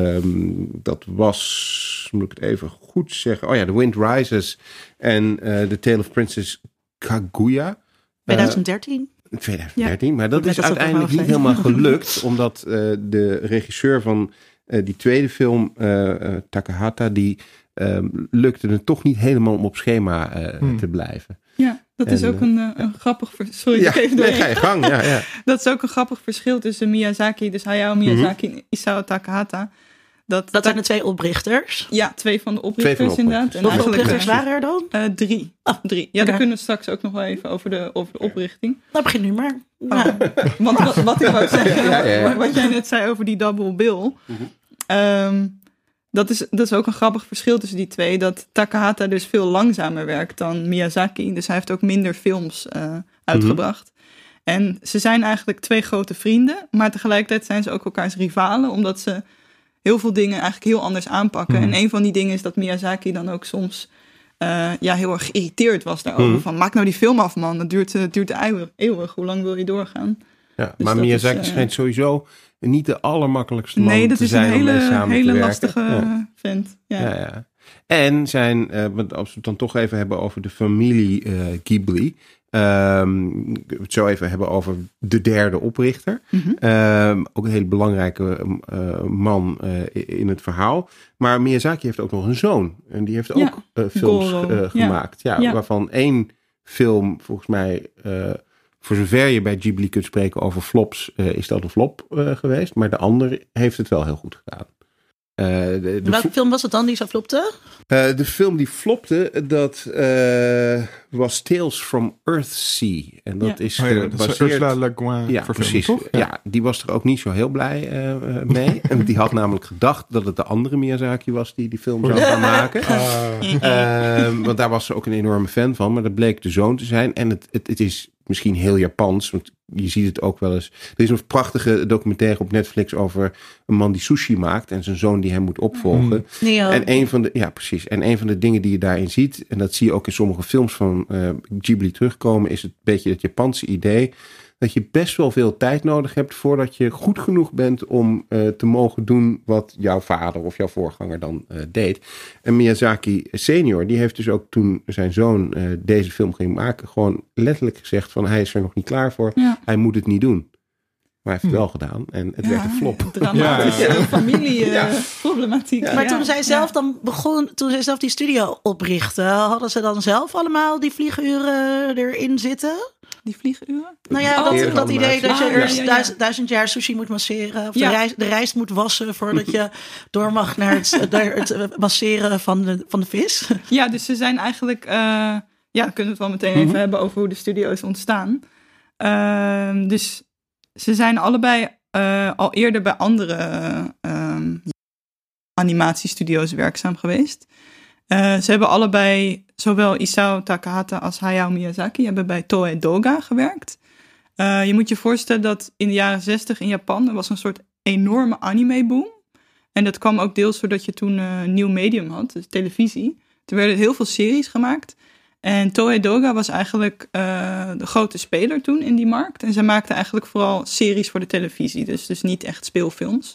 um, dat was, moet ik het even goed zeggen. Oh ja, The Wind Rises en uh, The Tale of Princess Kaguya. twintig dertien. Uh, twintig dertien, ja. Maar dat Net is als dat uiteindelijk we niet wel helemaal gelukt. Omdat uh, de regisseur van uh, die tweede film, uh, uh, Takahata, die um, lukte het toch niet helemaal om op schema uh, hmm. te blijven. Ja, dat en, is ook een, uh, een grappig... Vers- Sorry, ja, ik even nee, ga je gang. Ja, ja. Dat is ook een grappig verschil tussen Miyazaki, dus Hayao Miyazaki mm-hmm. en Isao Takahata. Dat, dat zijn de twee oprichters? Ja, twee van de oprichters, twee van de inderdaad. En hoeveel oprichters uh, waren er dan? Uh, drie. Oh, drie. Ja, okay. Daar kunnen we straks ook nog wel even over de, over de oprichting. Nou, begin nu maar. Oh. Want wat, wat ik wou zeggen, ja, ja, ja. wat jij net zei over die double bill. Mm-hmm. Um, dat, is, dat is ook een grappig verschil tussen die twee. Dat Takahata dus veel langzamer werkt dan Miyazaki. Dus hij heeft ook minder films uh, uitgebracht. Mm-hmm. En ze zijn eigenlijk twee grote vrienden. Maar tegelijkertijd zijn ze ook elkaars rivalen. Omdat ze heel veel dingen eigenlijk heel anders aanpakken. Mm-hmm. En een van die dingen is dat Miyazaki dan ook soms uh, ja, heel erg geïrriteerd was daarover. Mm-hmm. Van maak nou die film af, man. Dat duurt, uh, duurt eeuwig, eeuwig. Hoe lang wil je doorgaan? Ja, dus maar Miyazaki is, uh, schijnt sowieso niet de allermakkelijkste man nee, dat te is zijn een hele, om mee samen hele te lastige ja. vent. Ja. Ja, ja. En zijn, uh, als we het dan toch even hebben over de familie uh, Ghibli. Um, we het zo even hebben over de derde oprichter. Mm-hmm. Um, ook een hele belangrijke uh, man uh, in het verhaal. Maar Miyazaki heeft ook nog een zoon. En die heeft ook ja. uh, films uh, gemaakt. Ja. Ja, waarvan één film volgens mij... Uh, voor zover je bij Ghibli kunt spreken over flops, uh, is dat een flop uh, geweest. Maar de andere heeft het wel heel goed gedaan. Uh, de, de Welke fl- film was het dan die zo flopte? Uh, de film die flopte, dat uh, was Tales from Earthsea. En dat ja. is oh ja, gebaseerd... Dat is Ursula Le Guin. Ja, precies. Ja. ja, die was er ook niet zo heel blij uh, mee. En die had namelijk gedacht dat het de andere Miyazaki was die die film zou gaan maken. Uh. Uh, want daar was ze ook een enorme fan van. Maar dat bleek de zoon te zijn. En het, het, het is misschien heel Japans, want je ziet het ook wel eens. Er is een prachtige documentaire op Netflix over een man die sushi maakt en zijn zoon die hem moet opvolgen. Mm. Nee, en een van de, ja, precies. En een van de dingen die je daarin ziet, en dat zie je ook in sommige films van uh, Ghibli terugkomen, is het beetje het Japanse idee dat je best wel veel tijd nodig hebt voordat je goed genoeg bent om uh, te mogen doen wat jouw vader of jouw voorganger dan uh, deed. En Miyazaki senior, die heeft dus ook toen zijn zoon uh, deze film ging maken, gewoon letterlijk gezegd van hij is er nog niet klaar voor. Ja. Hij moet het niet doen. Maar hij heeft het wel gedaan en het ja, werd een flop. Dramatische ja. familieproblematiek. Uh, ja. Maar toen zij zelf ja. dan begon, toen zij zelf die studio oprichtte, hadden ze dan zelf allemaal die vlieguren erin zitten? Die vlieguren? Nou ja, dat, oh, dat idee dat je ah, eerst ja, ja, ja. Duizend, duizend jaar sushi moet masseren. Of ja. de, rijst, de rijst moet wassen voordat je door mag naar het, naar het masseren van de, van de vis. Ja, dus ze zijn eigenlijk... Uh, ja, kunnen we het wel meteen mm-hmm. even hebben over hoe de studio is ontstaan. Uh, dus ze zijn allebei uh, al eerder bij andere uh, animatiestudio's werkzaam geweest. Uh, ze hebben allebei, zowel Isao Takahata als Hayao Miyazaki, hebben bij Toei Doga gewerkt. Uh, je moet je voorstellen dat in de jaren zestig in Japan er was een soort enorme anime-boom. En dat kwam ook deels doordat je toen uh, een nieuw medium had, dus televisie. Er werden heel veel series gemaakt. En Toei Doga was eigenlijk uh, de grote speler toen in die markt. En zij maakten eigenlijk vooral series voor de televisie, dus, dus niet echt speelfilms.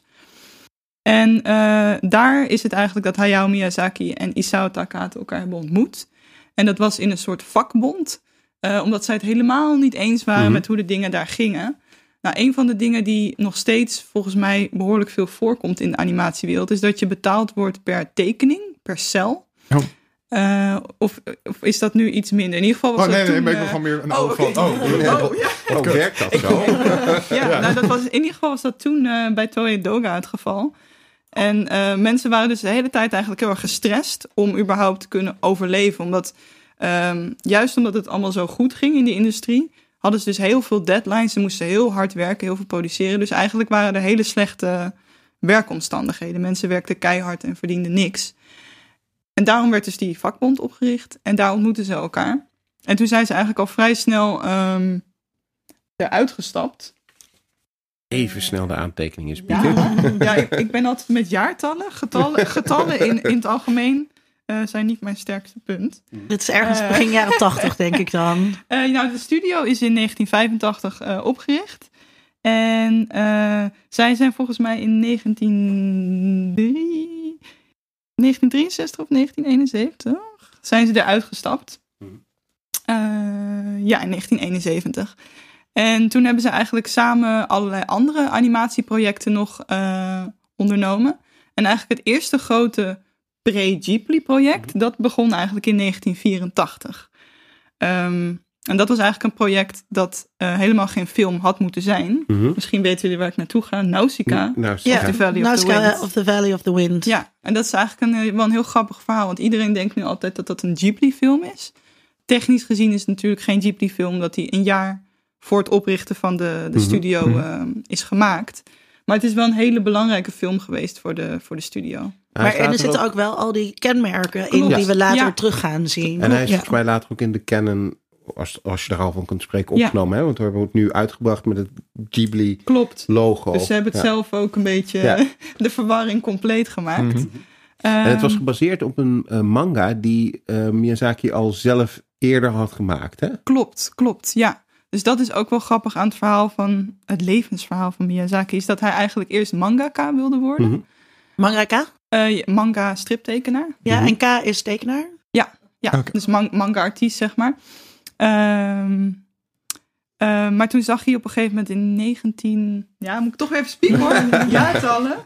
En uh, daar is het eigenlijk dat Hayao Miyazaki en Isao Takahata elkaar hebben ontmoet. En dat was in een soort vakbond. Uh, omdat zij het helemaal niet eens waren Mm-hmm. met hoe de dingen daar gingen. Nou, een van de dingen die nog steeds volgens mij behoorlijk veel voorkomt in de animatiewereld, is dat je betaald wordt per tekening, per cel. Oh. Uh, of, of is dat nu iets minder? In ieder geval was Oh nee, dat nee, toen... maar ik uh, wil gewoon meer een oh, oude van. okay. Oh, Ja, oh, dat- ja. Oh, werkt dat zo? Ja, Ja. Nou, dat was, in ieder geval was dat toen uh, bij Toei Doga het geval. En uh, mensen waren dus de hele tijd eigenlijk heel erg gestrest om überhaupt te kunnen overleven. Omdat, um, juist omdat het allemaal zo goed ging in de industrie, hadden ze dus heel veel deadlines. Ze moesten heel hard werken, heel veel produceren. Dus eigenlijk waren er hele slechte werkomstandigheden. Mensen werkten keihard en verdienden niks. En daarom werd dus die vakbond opgericht. En daar ontmoetten ze elkaar. En toen zijn ze eigenlijk al vrij snel um, eruit gestapt. Even snel de aantekeningen Ja, spieken. ja ik, ik ben altijd met jaartallen. Getallen, getallen in, in het algemeen uh, zijn niet mijn sterkste punt. Dit is ergens Uh, begin jaren tachtig, denk ik dan. Uh, nou, de studio is in negentien vijfentachtig uh, opgericht. En uh, zij zijn volgens mij in negentien drieënzestig of negentien eenenzeventig zijn ze eruit gestapt. Uh, ja, in negentien eenenzeventig. En toen hebben ze eigenlijk samen allerlei andere animatieprojecten nog uh, ondernomen. En eigenlijk het eerste grote pre-Ghibli-project, dat begon eigenlijk in negentien vierentachtig. Um, en dat was eigenlijk een project dat uh, helemaal geen film had moeten zijn. Mm-hmm. Misschien weten jullie waar ik naartoe ga. Nausicaa. Nou, Ja, Of the Valley of the Nausicaa Wind. of the Valley of the Wind. Ja, en dat is eigenlijk een, wel een heel grappig verhaal. Want iedereen denkt nu altijd dat dat een Ghibli-film is. Technisch gezien is het natuurlijk geen Ghibli-film, omdat die een jaar voor het oprichten van de, de studio uh, is gemaakt. Maar het is wel een hele belangrijke film geweest voor de, voor de studio. Maar en er zitten ook wel al die kenmerken in die we later Ja. terug gaan zien. En hij is Ja. volgens mij later ook in de canon, als, als je er al van kunt spreken, opgenomen. Ja. Hè? Want we hebben het nu uitgebracht met het Ghibli Klopt. logo. Dus ze hebben het ja. zelf ook een beetje Ja. de verwarring compleet gemaakt. Mm-hmm. Uh, En het was gebaseerd op een uh, manga die uh, Miyazaki al zelf eerder had gemaakt. Hè? Klopt, klopt, ja. Dus dat is ook wel grappig aan het verhaal van het levensverhaal van Miyazaki, is dat hij eigenlijk eerst mangaka wilde worden. Mm-hmm. Mangaka? Uh, manga striptekenaar. Ja, Mm-hmm. en K is tekenaar? Ja, ja. Okay. Dus man- manga-artiest, zeg maar. Um, uh, maar toen zag hij op een gegeven moment in negentien... Ja, moet ik toch weer even spieken hoor. Jaartallen.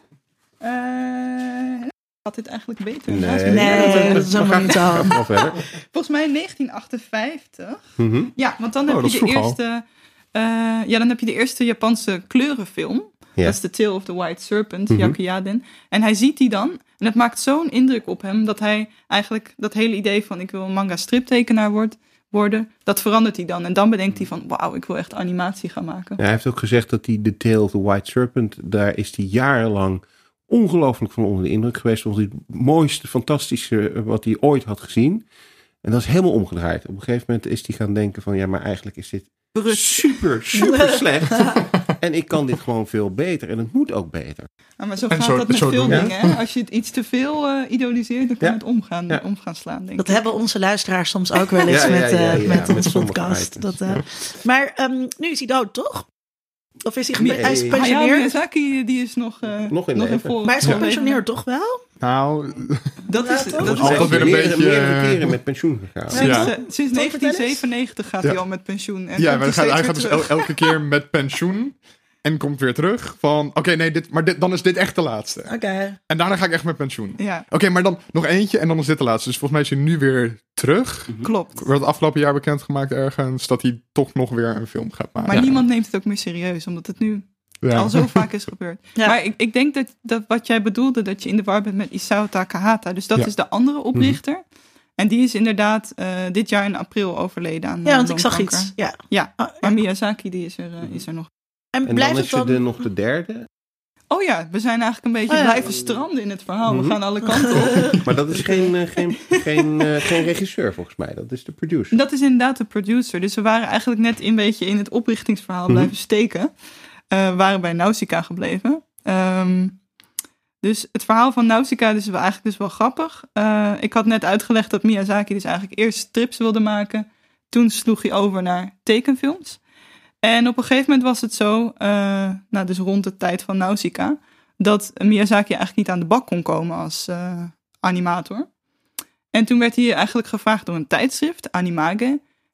Uh, had dit eigenlijk beter? Nee, naast me? Nee, dat is Maar helemaal niet ga- zo. ga maar verder. Volgens mij in negentien achtenvijftig. Mm-hmm. Ja, want dan Oh, heb dat je is de vroeg al. eerste... Uh, ja, dan heb je de eerste Japanse kleurenfilm. Ja. Dat is The Tale of the White Serpent, Mhm. Yakuyaden. En hij ziet die dan. En dat maakt zo'n indruk op hem dat hij eigenlijk dat hele idee van ik wil een manga striptekenaar word, worden, dat verandert hij dan. En dan bedenkt hij van wauw, ik wil echt animatie gaan maken. Ja, hij heeft ook gezegd dat hij The Tale of the White Serpent, daar is hij jarenlang ongelooflijk van onder de indruk geweest. Dat was het mooiste, fantastische wat hij ooit had gezien. En dat is helemaal omgedraaid. Op een gegeven moment is hij gaan denken van ja, maar eigenlijk is dit super, super slecht. En ik kan dit gewoon veel beter. En het moet ook beter. Ja, maar zo En gaat zo- dat met zo veel doen, ja. dingen. Hè? Als je het iets te veel uh, idoliseert, dan kan Ja. het omgaan, Ja. om gaan slaan, denk Dat ik. hebben onze luisteraars soms ook wel eens Ja, ja, met, ja, uh, ja, met met onze sommige podcast. items, Dat, uh, ja. Maar um, nu is hij dood, toch? Of is hij, gebe- Nee. hij is Hayao Hayao gepensioneerd? Miyazaki, die is nog, uh, Nog in leven. volle- Maar hij is Ja. gepensioneerd, toch wel? Nou, Dat is, Ja, dat toch? is Altijd weer een meerdere, beetje, meerdere eh, keren met pensioen gegaan. sinds, Ja. uh, sinds negentien zevenennegentig gaat Ja. hij al met pensioen. En ja, komt maar hij gaat, steeds hij weer gaat dus terug. el- elke keer met pensioen en komt weer terug van, oké, okay, nee, dit, maar dit, dan is dit echt de laatste. Oké. Okay. En daarna ga ik echt met pensioen. Oké, Ja, okay, maar dan nog eentje en dan is dit de laatste. Dus volgens mij is hij nu weer terug. klopt. Er werd afgelopen jaar bekendgemaakt ergens dat hij toch nog weer een film gaat maken. Maar Ja. niemand neemt het ook meer serieus, omdat het nu Ja. al zo vaak is gebeurd. Ja. Maar ik, ik denk dat, dat wat jij bedoelde, dat je in de war bent met Isao Takahata. Dus dat Ja. is de andere oprichter. En die is inderdaad uh, dit jaar in april overleden aan Ja, uh, want ik zag longkanker. iets. Ja. Ja, Oh, maar Miyazaki die is, er, uh, is er nog. En, En blijft dan het is er dan... de, nog de derde. Oh ja, we zijn eigenlijk een beetje Oh ja. blijven stranden in het verhaal. Mhm. We gaan alle kanten op. Maar dat is geen, uh, geen, geen, uh, geen regisseur volgens mij. Dat is de producer. Dat is inderdaad de producer. Dus we waren eigenlijk net een beetje in het oprichtingsverhaal Mhm. blijven steken. Uh, we waren bij Nausicaa gebleven. Um, dus het verhaal van Nausicaa is wel eigenlijk dus wel grappig. Uh, ik had net uitgelegd dat Miyazaki dus eigenlijk eerst strips wilde maken. Toen sloeg hij over naar tekenfilms. En op een gegeven moment was het zo, uh, nou dus rond de tijd van Nausicaa, dat Miyazaki eigenlijk niet aan de bak kon komen als uh, animator. En toen werd hij eigenlijk gevraagd door een tijdschrift, Animage.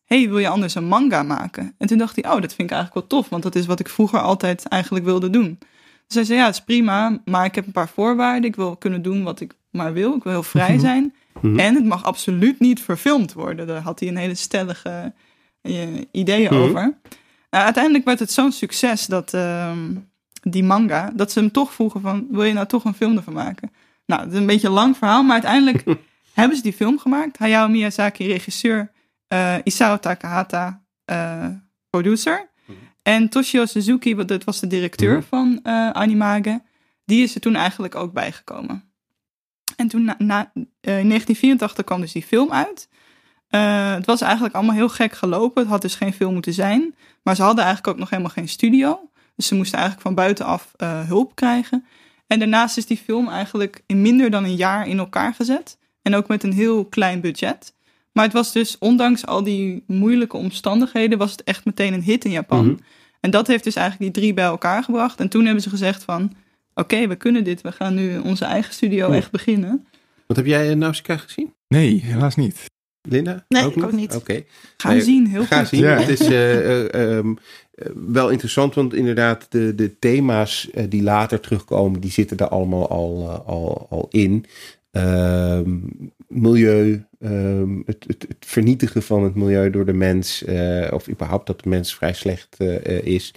hey, wil je anders een manga maken? En toen dacht hij, oh, dat vind ik eigenlijk wel tof, want dat is wat ik vroeger altijd eigenlijk wilde doen. Dus hij zei, ja, het is prima, maar ik heb een paar voorwaarden. Ik wil kunnen doen wat ik maar wil. Ik wil heel vrij zijn. Mm-hmm. En het mag absoluut niet verfilmd worden. Daar had hij een hele stellige uh, ideeën mm-hmm. over. Uh, uiteindelijk werd het zo'n succes dat uh, die manga, dat ze hem toch vroegen van, wil je nou toch een film ervan maken? Nou, het is een beetje een lang verhaal, maar uiteindelijk hebben ze die film gemaakt. Hayao Miyazaki, regisseur, uh, Isao Takahata, uh, producer. En Toshio Suzuki, dat was de directeur mm-hmm. van uh, Animage, die is er toen eigenlijk ook bijgekomen. En toen na, na, uh, in negentien vierentachtig kwam dus die film uit. Uh, het was eigenlijk allemaal heel gek gelopen. Het had dus geen film moeten zijn. Maar ze hadden eigenlijk ook nog helemaal geen studio. Dus ze moesten eigenlijk van buitenaf uh, hulp krijgen. En daarnaast is die film eigenlijk in minder dan een jaar in elkaar gezet. En ook met een heel klein budget. Maar het was dus, ondanks al die moeilijke omstandigheden, was het echt meteen een hit in Japan. Mm-hmm. En dat heeft dus eigenlijk die drie bij elkaar gebracht. En toen hebben ze gezegd van, oké, okay, we kunnen dit. We gaan nu onze eigen studio ja. echt beginnen. Wat heb jij Nausicaa gezien? Nee, helaas niet. Linda? Nee, ook ik ook niet. Oké. Okay. Ga uh, zien, heel ga goed. Zien. Ja. Het is uh, uh, um, uh, wel interessant, want inderdaad de, de thema's uh, die later terugkomen, die zitten daar allemaal al, uh, al, al in. Uh, milieu, uh, het, het, het vernietigen van het milieu door de mens, uh, of überhaupt dat de mens vrij slecht uh, is.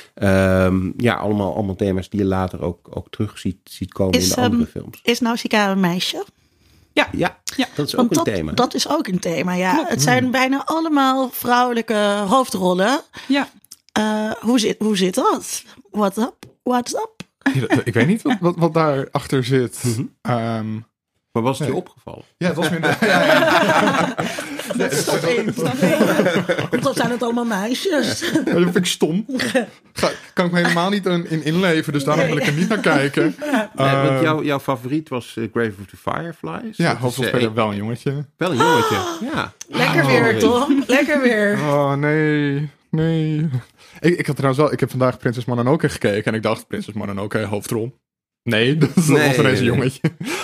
Um, ja, allemaal, allemaal thema's die je later ook, ook terug ziet, ziet komen is, in de andere um, films. Is Nausicaa een meisje? Ja, ja, ja, dat is Want ook een dat, thema. Dat is ook een thema, ja. Klopt. Het zijn bijna allemaal vrouwelijke hoofdrollen. Ja. Uh, hoe, zit, hoe zit dat? What's up? What's up? Ja, ik weet niet wat, wat, wat daarachter zit. Mm-hmm. Um, maar was het nee. je opgevallen? Ja, het was me... ja, ja, ja. Dat is stap één. Want of zijn het allemaal meisjes? Ja, dat vind ik stom. Ga, kan ik me helemaal niet in, in inleven, dus daarom wil ik er niet naar kijken. Ja. Uh, nee, want jou, jouw favoriet was uh, Grave of the Fireflies. Ja, hoofdrolspeler uh, wel een jongetje. Wel een jongetje, ja. Lekker oh, weer, Tom. Lekker weer. Oh, nee. Nee. Ik, ik had trouwens wel... Ik heb vandaag Prinses Mononoke gekeken en ik dacht, Prinses Mononoke, hoofdrol. Nee, dat was nee, ineens een jongetje.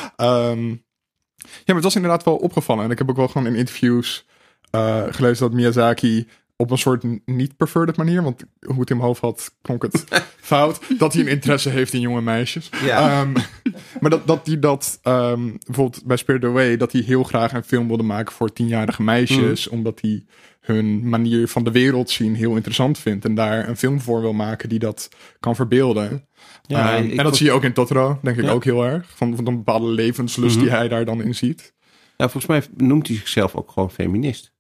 Um, ja, maar het was inderdaad wel opgevallen. En ik heb ook wel gewoon in interviews uh, gelezen dat Miyazaki op een soort niet-perverted manier, want hoe het in mijn hoofd had, klonk het fout, dat hij een interesse heeft in jonge meisjes. Ja. Um, maar dat, dat hij dat, um, bijvoorbeeld bij Spirited Away, dat hij heel graag een film wilde maken voor tienjarige meisjes, mm. omdat hij hun manier van de wereld zien heel interessant vindt en daar een film voor wil maken die dat kan verbeelden. Ja, um, en dat vond... zie je ook in Totoro, denk ik ja. ook heel erg, van, van een bepaalde levenslust mm-hmm. die hij daar dan in ziet. Ja, volgens mij noemt hij zichzelf ook gewoon feminist.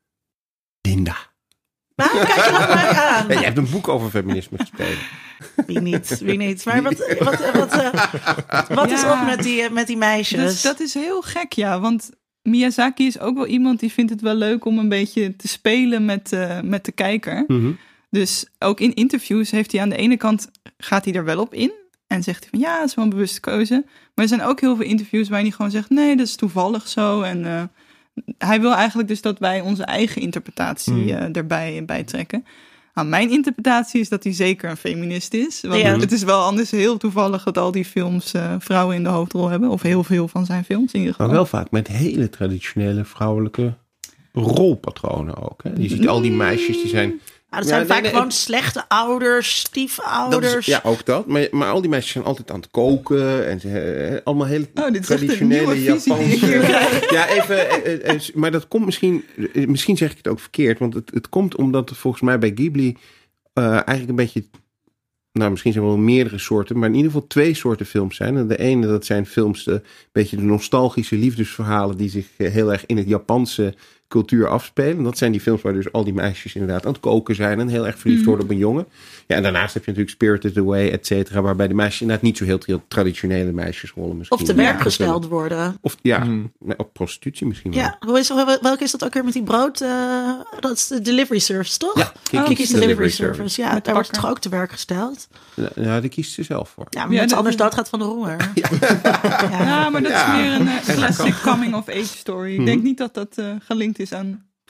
Linda. Nou, kijk je nog maar aan. Ja, je hebt een boek over feminisme geschreven. Wie niet, wie niet. Maar wat, wat, wat, uh, wat ja. is op met die, met die meisjes? Dus dat is heel gek, ja. Want Miyazaki is ook wel iemand die vindt het wel leuk om een beetje te spelen met, uh, met de kijker. Mm-hmm. Dus ook in interviews heeft hij aan de ene kant, gaat hij er wel op in. En zegt hij van ja, dat is wel een bewuste keuze. Maar er zijn ook heel veel interviews waarin hij gewoon zegt, nee, dat is toevallig zo. En uh, hij wil eigenlijk dus dat wij onze eigen interpretatie mm. uh, erbij bij trekken. Nou, mijn interpretatie is dat hij zeker een feminist is. Want ja. het is wel anders heel toevallig dat al die films uh, vrouwen in de hoofdrol hebben. Of heel veel van zijn films in ieder geval. Maar wel vaak met hele traditionele vrouwelijke rolpatronen ook. Hè? Je ziet al die meisjes die zijn... Ja, dat zijn ja, vaak nee, gewoon nee, slechte ouders, stiefouders. Is, ja, ook dat. Maar, maar al die meisjes zijn altijd aan het koken. En ze uh, allemaal hele oh, dit traditionele Japanse... Ja, even... Uh, uh, uh, maar dat komt misschien... Uh, misschien zeg ik het ook verkeerd. Want het, het komt omdat het volgens mij bij Ghibli... Uh, eigenlijk een beetje... Nou, misschien zijn er wel meerdere soorten. Maar in ieder geval twee soorten films zijn. En de ene, dat zijn films... Een uh, beetje de nostalgische liefdesverhalen... die zich uh, heel erg in het Japanse... cultuur afspelen. Dat zijn die films waar dus al die meisjes inderdaad aan het koken zijn en heel erg verliefd worden op een jongen. Ja, en daarnaast heb je natuurlijk Spirited Away, et cetera, waarbij de meisjes inderdaad niet zo heel, heel traditionele meisjesrollen misschien. Of te werk ja, gesteld worden. Of ja, mm. op prostitutie misschien wel. Ja, hoe is, welke is dat ook weer met die brood? Uh, dat is de delivery service, toch? Ja, Kiki's, oh, Kiki's delivery, delivery service. service. Ja, met daar wordt het toch ook te werk gesteld? Ja, ja, daar kiest ze zelf voor. Ja, maar ja, dat anders doodgaat van de honger. Ja, ja. ja maar dat ja. is meer een uh, classic coming of age story. Ik hmm. denk niet dat dat uh, gelinkt is aan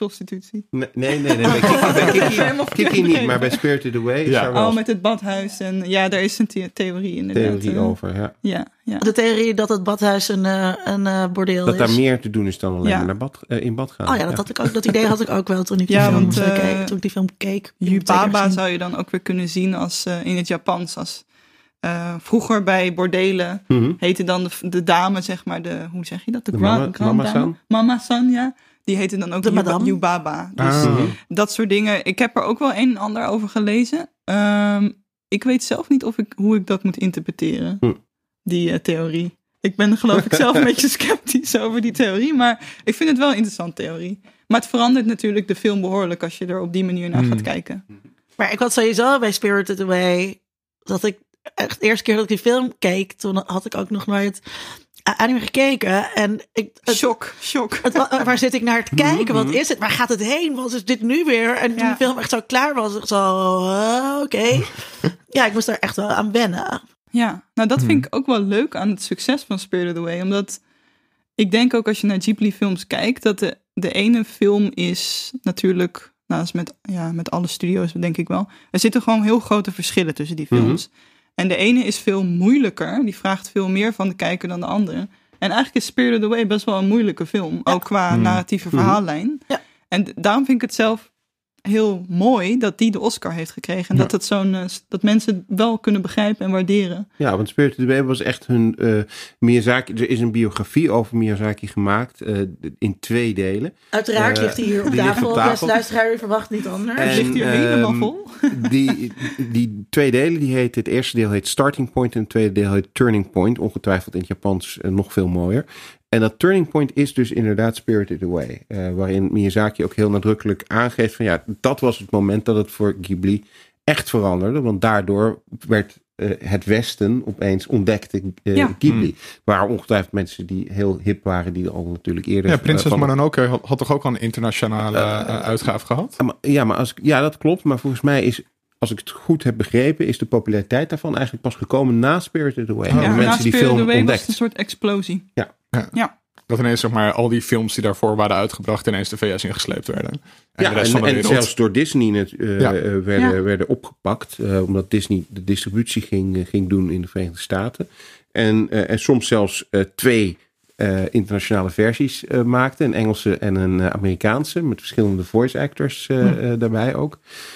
prostitutie. Nee, nee, nee. nee. Bij Kiki, bij Kiki, Helemaal Kiki verkeerd niet, maar bij Spirited Away is Ja. daar wel Oh, met het badhuis. En ja, daar is een the- theorie inderdaad. theorie eh. over. Ja. Ja, ja. De theorie dat het badhuis een, uh, een uh, bordeel Dat is. daar meer te doen is dan alleen Ja. maar naar bad, uh, in bad gaan. Oh ja, dat, had ik ook, dat idee had ik ook wel toen ik die, Ja, film, want, uh, uh, keek, toen ik die film keek. Yubaba zou je dan ook weer kunnen zien als uh, in het Japans. Als, uh, vroeger bij bordelen Mm-hmm. heette dan de, de dame, zeg maar, de, hoe zeg je dat? De, De grand, mama- grand mama-san? dame? Mama-san, ja. Die heette dan ook De Yuba- madame? Yubaba. Dus Ah. dat soort dingen. Ik heb er ook wel een en ander over gelezen. Um, ik weet zelf niet of ik, hoe ik dat moet interpreteren. Hm. Die uh, theorie. Ik ben geloof ik zelf een beetje sceptisch over die theorie. Maar ik vind het wel een interessante theorie. Maar het verandert natuurlijk de film behoorlijk als je er op die manier naar gaat Hmm. kijken. Maar ik had sowieso bij Spirited Away, dat ik echt de eerste keer dat ik die film keek, toen had ik ook nog nooit anime gekeken. En ik, het, Shock, shock. het, wa- waar zit ik naar te kijken? Wat is het? Waar gaat het heen? Wat is dit nu weer? En toen Ja. de film echt zo klaar was, ik zo, uh, oké. Okay. Ja, ik moest er echt wel aan wennen. Ja, nou dat vind ik ook wel leuk aan het succes van Spirited Away. Omdat ik denk ook als je naar Ghibli films kijkt, dat de, de ene film is natuurlijk, nou dat is met, ja, met alle studio's denk ik wel. Er zitten gewoon heel grote verschillen tussen die films. Mm-hmm. En de ene is veel moeilijker, die vraagt veel meer van de kijker dan de andere. En eigenlijk is Spirited Away best wel een moeilijke film, ja. ook qua mm. narratieve verhaallijn. Ja. En daarom vind ik het zelf heel mooi dat die de Oscar heeft gekregen. En ja. dat, het zo'n, uh, dat mensen het wel kunnen begrijpen en waarderen. Ja, want Spirited Away was echt hun uh, Miyazaki. Er is een biografie over Miyazaki gemaakt uh, in twee delen. Uiteraard uh, ligt hij hier op tafel. Op tafel. Luisteraar, u verwacht niet anders. En, ligt hier uh, helemaal vol. Die, die twee delen, die heet, het eerste deel heet Starting Point en het tweede deel heet Turning Point. Ongetwijfeld in het Japans uh, nog veel mooier. En dat turning point is dus inderdaad Spirited Away. Uh, waarin Miyazaki ook heel nadrukkelijk aangeeft van ja, dat was het moment dat het voor Ghibli echt veranderde. Want daardoor werd uh, het Westen opeens ontdekte uh, ja. Ghibli. Hmm. Er waren ongetwijfeld mensen die heel hip waren, die al natuurlijk eerder... Ja, Prinses uh, Mononoke had, had toch ook al een internationale uh, uh, uitgave gehad? Uh, ja, maar als, ja, dat klopt. Maar volgens mij is... Als ik het goed heb begrepen, is de populariteit daarvan eigenlijk pas gekomen na Spirited Away. Ja, de mensen na die Spirited film Away ontdekt. was het een soort explosie. Ja. Ja. ja. Dat ineens zeg maar al die films die daarvoor waren uitgebracht ineens de V S ingesleept werden. En ja, de rest en, van de en wereld. zelfs door Disney het, uh, ja. uh, werden, ja. werden opgepakt. Uh, omdat Disney de distributie ging, uh, ging doen in de Verenigde Staten. En, uh, en soms zelfs uh, twee uh, internationale versies uh, maakte. Een Engelse en een uh, Amerikaanse. Met verschillende voice actors uh, hm. uh, daarbij ook.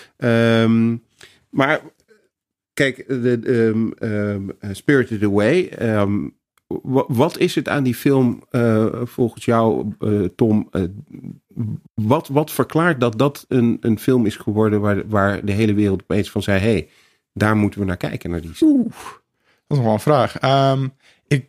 Um, maar... Kijk, de, um, um, Spirited Away. Um, w- wat is het aan die film uh, volgens jou, uh, Tom? Uh, wat, wat verklaart dat dat een, een film is geworden waar, waar de hele wereld opeens van zei: hé, hey, daar moeten we naar kijken. Naar die... Oeh, dat is nog wel een vraag. Um, ik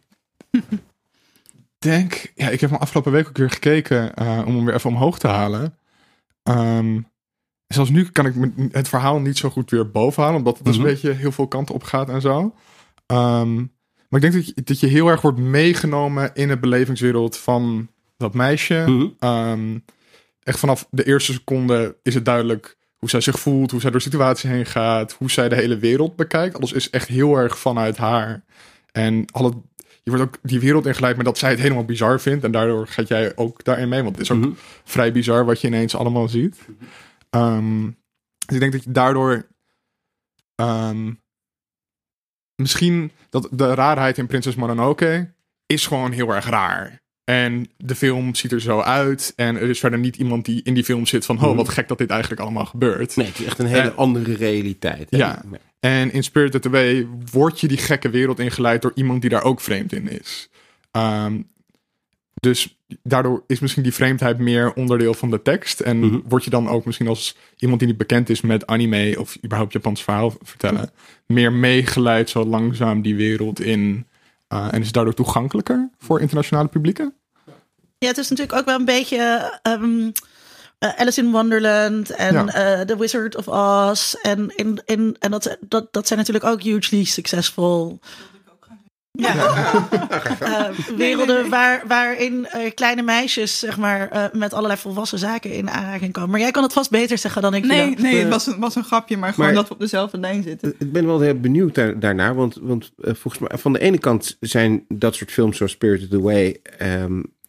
denk, ja, ik heb hem afgelopen week ook weer gekeken uh, om hem weer even omhoog te halen. Um, Zelfs nu kan ik het verhaal niet zo goed weer bovenhalen, omdat het dus mm-hmm. een beetje heel veel kanten op gaat en zo. Um, maar ik denk dat je, dat je heel erg wordt meegenomen in de belevingswereld van dat meisje. Mm-hmm. Um, echt vanaf de eerste seconde is het duidelijk hoe zij zich voelt, hoe zij door de situatie heen gaat, hoe zij de hele wereld bekijkt. Alles is echt heel erg vanuit haar. En alle, je wordt ook die wereld ingeleid, maar dat zij het helemaal bizar vindt. En daardoor gaat jij ook daarin mee, want het is ook mm-hmm. vrij bizar wat je ineens allemaal ziet. Um, dus ik denk dat je daardoor um, misschien dat de raarheid in Prinses Mononoke is gewoon heel erg raar. En de film ziet er zo uit. En er is verder niet iemand die in die film zit van... oh, wat gek dat dit eigenlijk allemaal gebeurt. Nee, het is echt een hele en, andere realiteit. Hè? Ja, nee. En in Spirited Away word je die gekke wereld ingeleid... door iemand die daar ook vreemd in is. Um, dus daardoor is misschien die vreemdheid meer onderdeel van de tekst. En mm-hmm. word je dan ook misschien als iemand die niet bekend is met anime... of überhaupt Japans verhaal vertellen... Mm-hmm. meer meegeleid zo langzaam die wereld in... Uh, en is het daardoor toegankelijker voor internationale publieken? Ja, het is natuurlijk ook wel een beetje um, uh, Alice in Wonderland en ja. uh, The Wizard of Oz. En, in, in, en dat, dat, dat zijn natuurlijk ook hugely succesvol. Ja. Ja. uh, werelden waar, waarin uh, kleine meisjes zeg maar, uh, met allerlei volwassen zaken in aanraking komen. Maar jij kan het vast beter zeggen dan ik. Nee, vind. nee uh, het was een, was een grapje, maar gewoon maar, dat we op dezelfde lijn zitten. Ik ben wel heel benieuwd daar, daarnaar, want, want uh, volgens mij van de ene kant zijn dat soort films zoals Spirited Away... Um,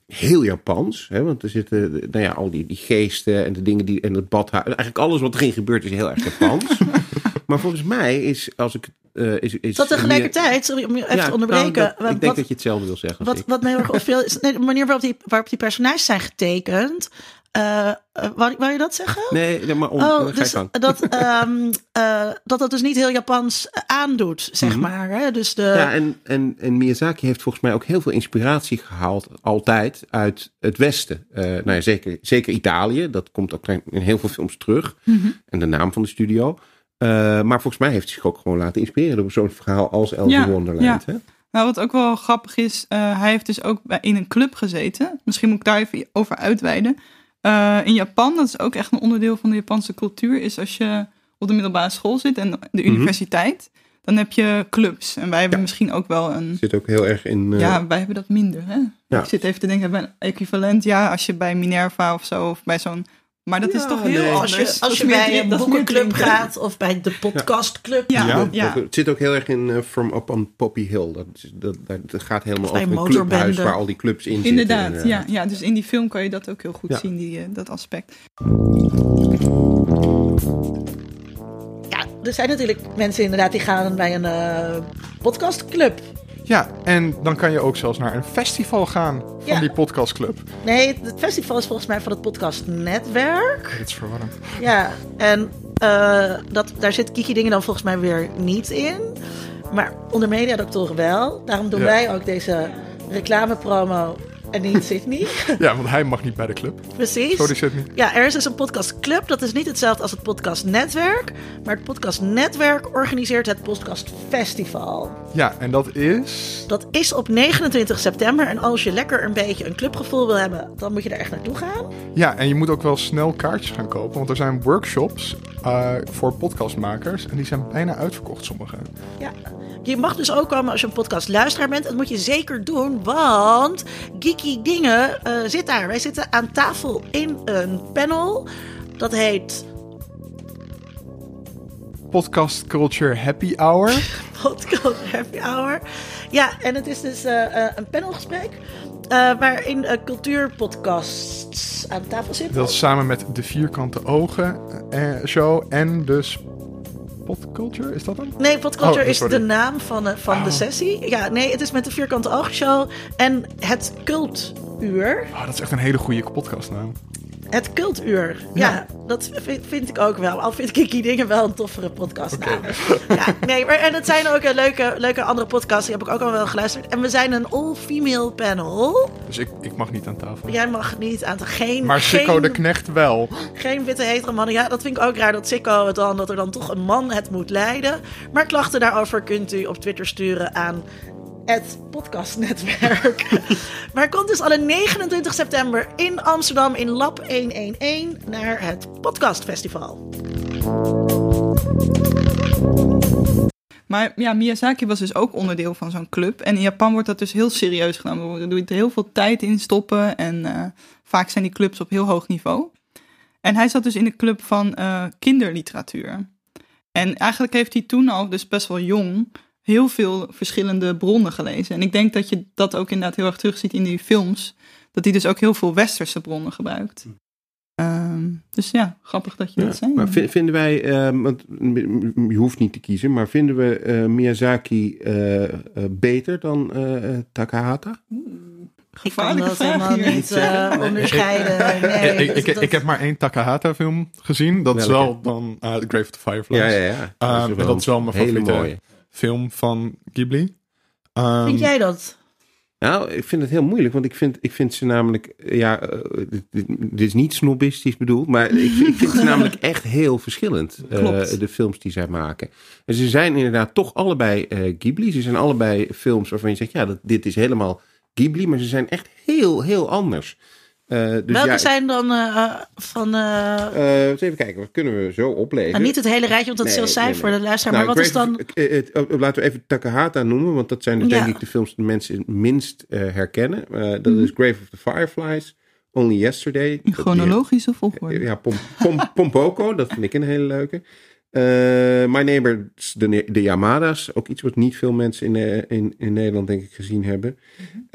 heel Japans. Hè, want er zitten nou ja, al die, die geesten en de dingen die en het badhuis. Eigenlijk alles wat erin gebeurt is heel erg Japans. Maar volgens mij is als ik uh, is, is dat tegelijkertijd, sorry om je even ja, te onderbreken. Nou, dat, wat, ik denk dat je hetzelfde wil zeggen. Wat, wat mij heel erg opviel is nee, de manier waarop die, waarop die personages zijn getekend. Uh, uh, wou, wou je dat zeggen? Nee, maar om, oh, ga dus je gang. dat, um, uh, dat dat dus niet heel Japans aandoet, zeg mm-hmm. maar. Hè? Dus de... Ja, en, en, en Miyazaki heeft volgens mij ook heel veel inspiratie gehaald, altijd, uit het Westen. Uh, nou ja, zeker, zeker Italië, dat komt ook in heel veel films terug. Mm-hmm. En de naam van de studio. Uh, maar volgens mij heeft hij zich ook gewoon laten inspireren door zo'n verhaal als Alice ja, in Wonderland. Ja. Hè? Nou, wat ook wel grappig is, uh, hij heeft dus ook bij, in een club gezeten. Misschien moet ik daar even over uitweiden. Uh, in Japan, dat is ook echt een onderdeel van de Japanse cultuur, is als je op de middelbare school zit en de universiteit, mm-hmm. dan heb je clubs. En wij hebben ja. misschien ook wel een... Zit ook heel erg in... Uh... Ja, wij hebben dat minder. Hè? Ja. Ik zit even te denken, bij een equivalent, ja, als je bij Minerva of zo, of bij zo'n... Maar dat ja, is toch heel nee. anders. Als je, als je bij een boekenclub gaat of bij de podcastclub. Ja, ja, ja. Het zit ook heel erg in uh, From Up on Poppy Hill. Dat, dat, dat, dat gaat helemaal over een clubhuis waar al die clubs in zitten. Inderdaad, en, uh, ja, ja. Dus in die film kan je dat ook heel goed ja. zien, die, uh, dat aspect. Ja, er zijn natuurlijk mensen inderdaad die gaan bij een uh, podcastclub. Ja, en dan kan je ook zelfs naar een festival gaan van ja. die podcastclub. Nee, het festival is volgens mij van het podcastnetwerk. Dat is verwarrend. Ja, en uh, dat, daar zit Kiki Dingen dan volgens mij weer niet in. Maar onder mediadoktoren wel. Daarom doen ja. wij ook deze reclamepromo en niet Sydney. Ja, want hij mag niet bij de club. Precies. Sorry, Sydney. Ja, er is dus een podcastclub. Dat is niet hetzelfde als het podcastnetwerk. Maar het podcastnetwerk organiseert het podcastfestival. Ja, en dat is... Dat is op negenentwintig september. En als je lekker een beetje een clubgevoel wil hebben, dan moet je er echt naartoe gaan. Ja, en je moet ook wel snel kaartjes gaan kopen. Want er zijn workshops uh, voor podcastmakers. En die zijn bijna uitverkocht, sommige. Ja. Je mag dus ook komen als je een podcastluisteraar bent. Dat moet je zeker doen, want Geeky Dingen uh, zit daar. Wij zitten aan tafel in een panel. Dat heet... Podcast Culture Happy Hour. Podcast Happy Hour. Ja, en het is dus uh, uh, een panelgesprek. Uh, waarin uh, cultuurpodcasts aan tafel zitten. Dat is samen met de Vierkante Ogen uh, show en dus... Podculture, is dat hem? Nee, Podculture oh, is de naam van, uh, van oh. de sessie. Ja, nee, het is met de Vierkante Ogen show en het Cultuur. Oh, dat is echt een hele goede podcastnaam. Het Cultuur. Ja, ja dat vind, vind ik ook wel. Al vind ik Kiki Dingen wel een toffere podcastnaam. Okay. Ja, nee, maar en het zijn ook een leuke, leuke andere podcasts. Die heb ik ook al wel geluisterd. En we zijn een all-female panel. Dus ik, ik mag niet aan tafel. Jij mag niet aan tafel. Geen, maar Sikko geen, de Knecht wel. Geen witte hetero mannen. Ja, dat vind ik ook raar dat Sikko het dan, dat er dan toch een man het moet leiden. Maar klachten daarover kunt u op Twitter sturen aan het podcastnetwerk. Maar komt dus alle negenentwintig september in Amsterdam in Lab honderdelf naar het podcastfestival. Maar ja, Miyazaki was dus ook onderdeel van zo'n club. En in Japan wordt dat dus heel serieus genomen. Er doet heel veel tijd in stoppen. En uh, vaak zijn die clubs op heel hoog niveau. En hij zat dus in de club van uh, kinderliteratuur. En eigenlijk heeft hij toen al, dus best wel jong, heel veel verschillende bronnen gelezen. En ik denk dat je dat ook inderdaad heel erg terugziet in die films. Dat hij dus ook heel veel westerse bronnen gebruikt. Um, dus ja, grappig dat je ja, dat zei. Maar vinden wij, uh, want je hoeft niet te kiezen, maar vinden we uh, Miyazaki uh, uh, beter dan uh, Takahata? Ik kan dat helemaal niet uh, onderscheiden. Nee, ik, ik, ik, ik heb maar één Takahata-film gezien. Dat is wel dan uh, The Grave of the Fireflies. Ja, ja, ja. Dat is, uh, dat is wel mijn favoriete mooie film van Ghibli. Um, Vind jij dat? Nou, ik vind het heel moeilijk, want ik vind, ik vind ze namelijk, ja, uh, dit, dit is niet snobistisch bedoeld, maar ik, ik vind ze namelijk echt heel verschillend, uh, de films die zij maken. En ze zijn inderdaad toch allebei uh, Ghibli. Ze zijn allebei films waarvan je zegt, ja, dat, dit is helemaal Ghibli, maar ze zijn echt heel, heel anders. Uh, dus Welke ja, zijn dan uh, van... Uh... Uh, eens even kijken, wat kunnen we zo oplezen? Nou, niet het hele rijtje, want dat nee, is heel saai nee, nee. voor de luisteraar. Nou, maar wat is dan... Uh, uh, uh, laten we even Takahata noemen, want dat zijn dus ja. denk ik de films die mensen het minst uh, herkennen. Uh, dat mm-hmm. is Grave of the Fireflies, Only Yesterday. In chronologische volgorde. Uh, ja, Pom, Pom, Pompoko, dat vind ik een hele leuke. Uh, My Neighbors, de, de Yamada's. Ook iets wat niet veel mensen in, uh, in, in Nederland denk ik gezien hebben. Mm-hmm.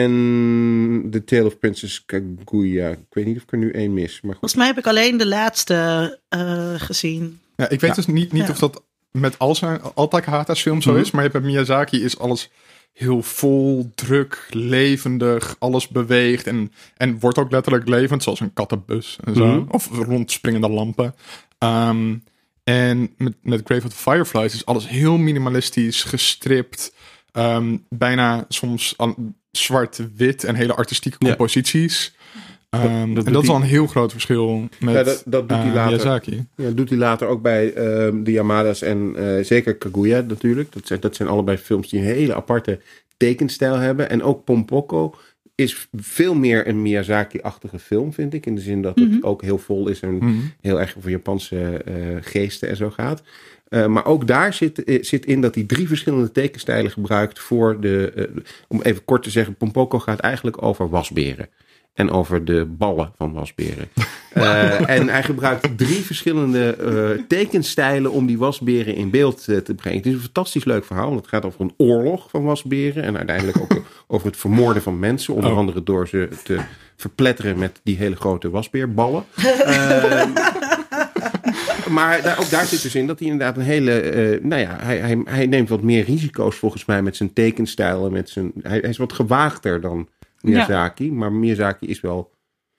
En The Tale of Princess Kaguya. Ik weet niet of ik er nu één mis. Maar goed. Volgens mij heb ik alleen de laatste uh, gezien. Ja, ik weet ja. dus niet, niet ja. of dat met al zijn al Takahata's films zo mm-hmm. is. Maar je hebt bij Miyazaki is alles heel vol, druk, levendig. Alles beweegt en, en wordt ook letterlijk levend. Zoals een kattenbus en zo. Mm-hmm. Of rondspringende lampen. Um, En met, met Grave of the Fireflies is alles heel minimalistisch, gestript. Um, bijna soms zwart-wit en hele artistieke composities. Ja. Um, dat, dat en dat is al een heel groot verschil met ja, dat, dat doet uh, hij later, Miyazaki. Ja, dat doet hij later ook bij uh, de Yamada's en uh, zeker Kaguya natuurlijk. Dat zijn, dat zijn allebei films die een hele aparte tekenstijl hebben. En ook Pompoko is veel meer een Miyazaki-achtige film, vind ik. In de zin dat het mm-hmm. ook heel vol is en mm-hmm. heel erg over Japanse uh, geesten en zo gaat. Uh, maar ook daar zit, zit in dat hij drie verschillende tekenstijlen gebruikt voor de... Uh, om even kort te zeggen, Pompoko gaat eigenlijk over wasberen. En over de ballen van wasberen. uh, en hij gebruikt drie verschillende uh, tekenstijlen om die wasberen in beeld uh, te brengen. Het is een fantastisch leuk verhaal. Het gaat over een oorlog van wasberen. En uiteindelijk ook over het vermoorden van mensen. Onder oh. andere door ze te verpletteren met die hele grote wasbeerballen. Uh, maar daar, ook daar zit dus in dat hij inderdaad een hele... Uh, nou ja, hij, hij, hij neemt wat meer risico's volgens mij met zijn tekenstijl. En met zijn, hij, hij is wat gewaagder dan Miyazaki, ja. Maar Miyazaki is wel...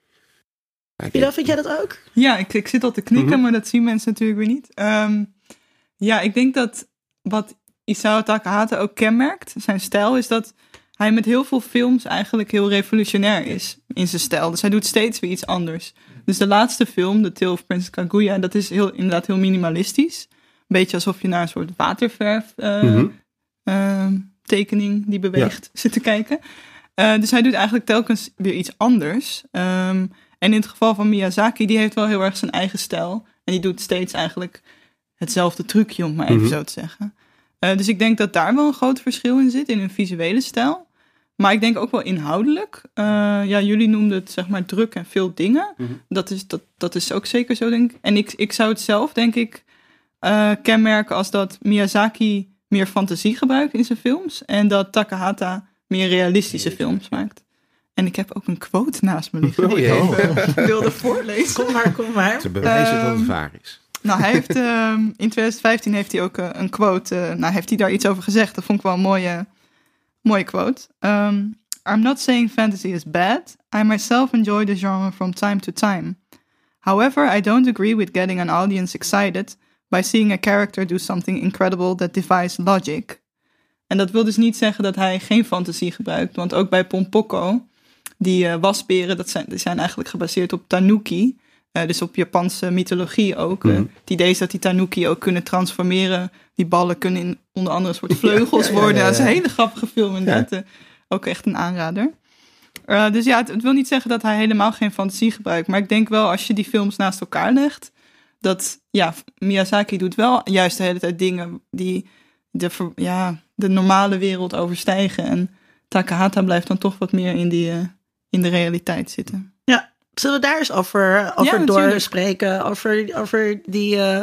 Ja, vind jij dat ook? Ja, ik, ik zit al te knikken, mm-hmm. maar dat zien mensen natuurlijk weer niet. Um, ja, ik denk dat wat Isao Takahata ook kenmerkt, zijn stijl, is dat hij met heel veel films eigenlijk heel revolutionair is in zijn stijl. Dus hij doet steeds weer iets anders. Dus de laatste film, The Tale of Princess Kaguya, dat is heel, inderdaad heel minimalistisch. Een beetje alsof je naar een soort waterverf uh, mm-hmm. uh, tekening die beweegt ja. zit te kijken. Uh, dus hij doet eigenlijk telkens weer iets anders. Um, en in het geval van Miyazaki, die heeft wel heel erg zijn eigen stijl. En die doet steeds eigenlijk hetzelfde trucje, om maar even mm-hmm. zo te zeggen. Uh, dus ik denk dat daar wel een groot verschil in zit, in hun visuele stijl. Maar ik denk ook wel inhoudelijk. Uh, ja, jullie noemden het zeg maar druk en veel dingen. Mm-hmm. Dat is, dat, dat is ook zeker zo, denk ik. En ik, ik zou het zelf, denk ik, uh, kenmerken als dat Miyazaki meer fantasie gebruikt in zijn films. En dat Takahata meer realistische films maakt. En ik heb ook een quote naast me liggen. Die oh, ik even wilde voorlezen. Kom maar, kom maar. Te bewijzen um, dat het waar is. Nou, hij heeft, um, in twintig vijftien heeft hij ook uh, een quote. Uh, nou, heeft hij daar iets over gezegd. Dat vond ik wel een mooie, mooie quote. Um, I'm not saying fantasy is bad. I myself enjoy the genre from time to time. However, I don't agree with getting an audience excited by seeing a character do something incredible that defies logic. En dat wil dus niet zeggen dat hij geen fantasie gebruikt. Want ook bij Pompoko, die uh, wasberen, dat zijn, die zijn eigenlijk gebaseerd op tanuki. Uh, dus op Japanse mythologie ook. Mm-hmm. Uh, het idee is dat die tanuki ook kunnen transformeren. Die ballen kunnen in onder andere een soort vleugels ja, ja, worden. Ja, ja, ja. Dat is een hele grappige film inderdaad. Ja. Uh, ook echt een aanrader. Uh, dus ja, het, het wil niet zeggen dat hij helemaal geen fantasie gebruikt. Maar ik denk wel, als je die films naast elkaar legt, dat ja, Miyazaki doet wel juist de hele tijd dingen die de, ja, de normale wereld overstijgen. En Takahata blijft dan toch wat meer in, die, uh, in de realiteit zitten. Ja, zullen we daar eens over, over ja, doorspreken? Over, over die, uh,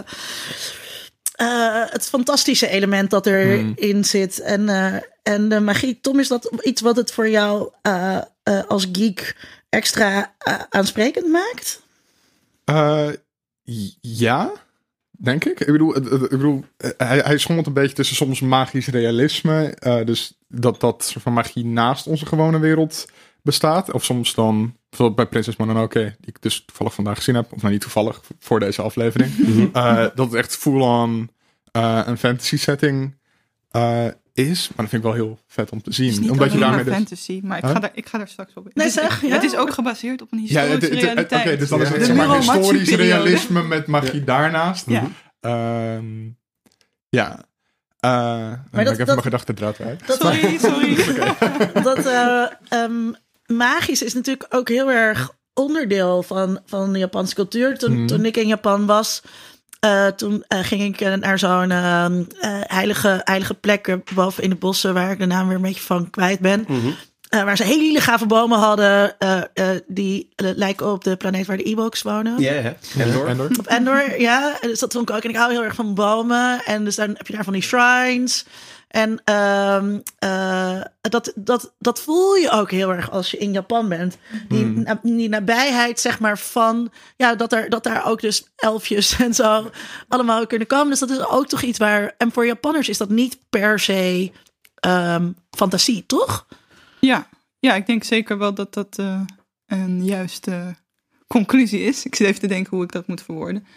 uh, het fantastische element dat erin hmm. zit. En, uh, en de magie. Tom, is dat iets wat het voor jou uh, uh, als geek extra uh, aansprekend maakt? Uh, ja, denk ik. Ik bedoel, ik bedoel hij, hij schommelt een beetje tussen soms magisch realisme. Uh, dus dat dat soort van magie naast onze gewone wereld bestaat. Of soms dan, bijvoorbeeld bij Prinses Mononoke, die ik dus toevallig vandaag gezien heb. Of nou niet toevallig, voor deze aflevering. Mm-hmm. uh, dat het echt full-on uh, een fantasy setting uh, is. Maar dat vind ik wel heel vet om te zien. Het is niet omdat je daarmee dus... fantasy, maar ik, huh? ga daar, ik ga daar straks op in. Nee, zeg, het, ja. het is ook gebaseerd op een historische ja, realiteit. Oké, okay, dus dan is het ja. zeg maar historisch realisme met magie ja. daarnaast. Ja. Um, ja. Uh, maar dan dat, ik even dat, mijn gedachten eruit uit. Sorry, sorry. okay. Dat uh, um, magisch is natuurlijk ook heel erg onderdeel van, van de Japanse cultuur. Toen, mm. toen ik in Japan was, uh, toen uh, ging ik naar zo'n uh, uh, heilige, heilige plek boven in de bossen, waar ik de naam weer een beetje van kwijt ben. Mm-hmm. Uh, waar ze hele gave bomen hadden. Uh, uh, die uh, lijken op de planeet waar de Ewoks wonen. Ja, yeah, Endor. Endor. Op Endor, ja. En dus dat vond ik ook. En ik hou heel erg van bomen. En dus dan heb je daar van die shrines. En uh, uh, dat, dat, dat voel je ook heel erg als je in Japan bent. Die, Hmm. na, die nabijheid, zeg maar, van... Ja, dat, er, dat daar ook dus elfjes en zo allemaal kunnen komen. Dus dat is ook toch iets waar... En voor Japanners is dat niet per se um, fantasie, toch? Ja. ja, ik denk zeker wel dat dat uh, een juiste conclusie is. Ik zit even te denken hoe ik dat moet verwoorden.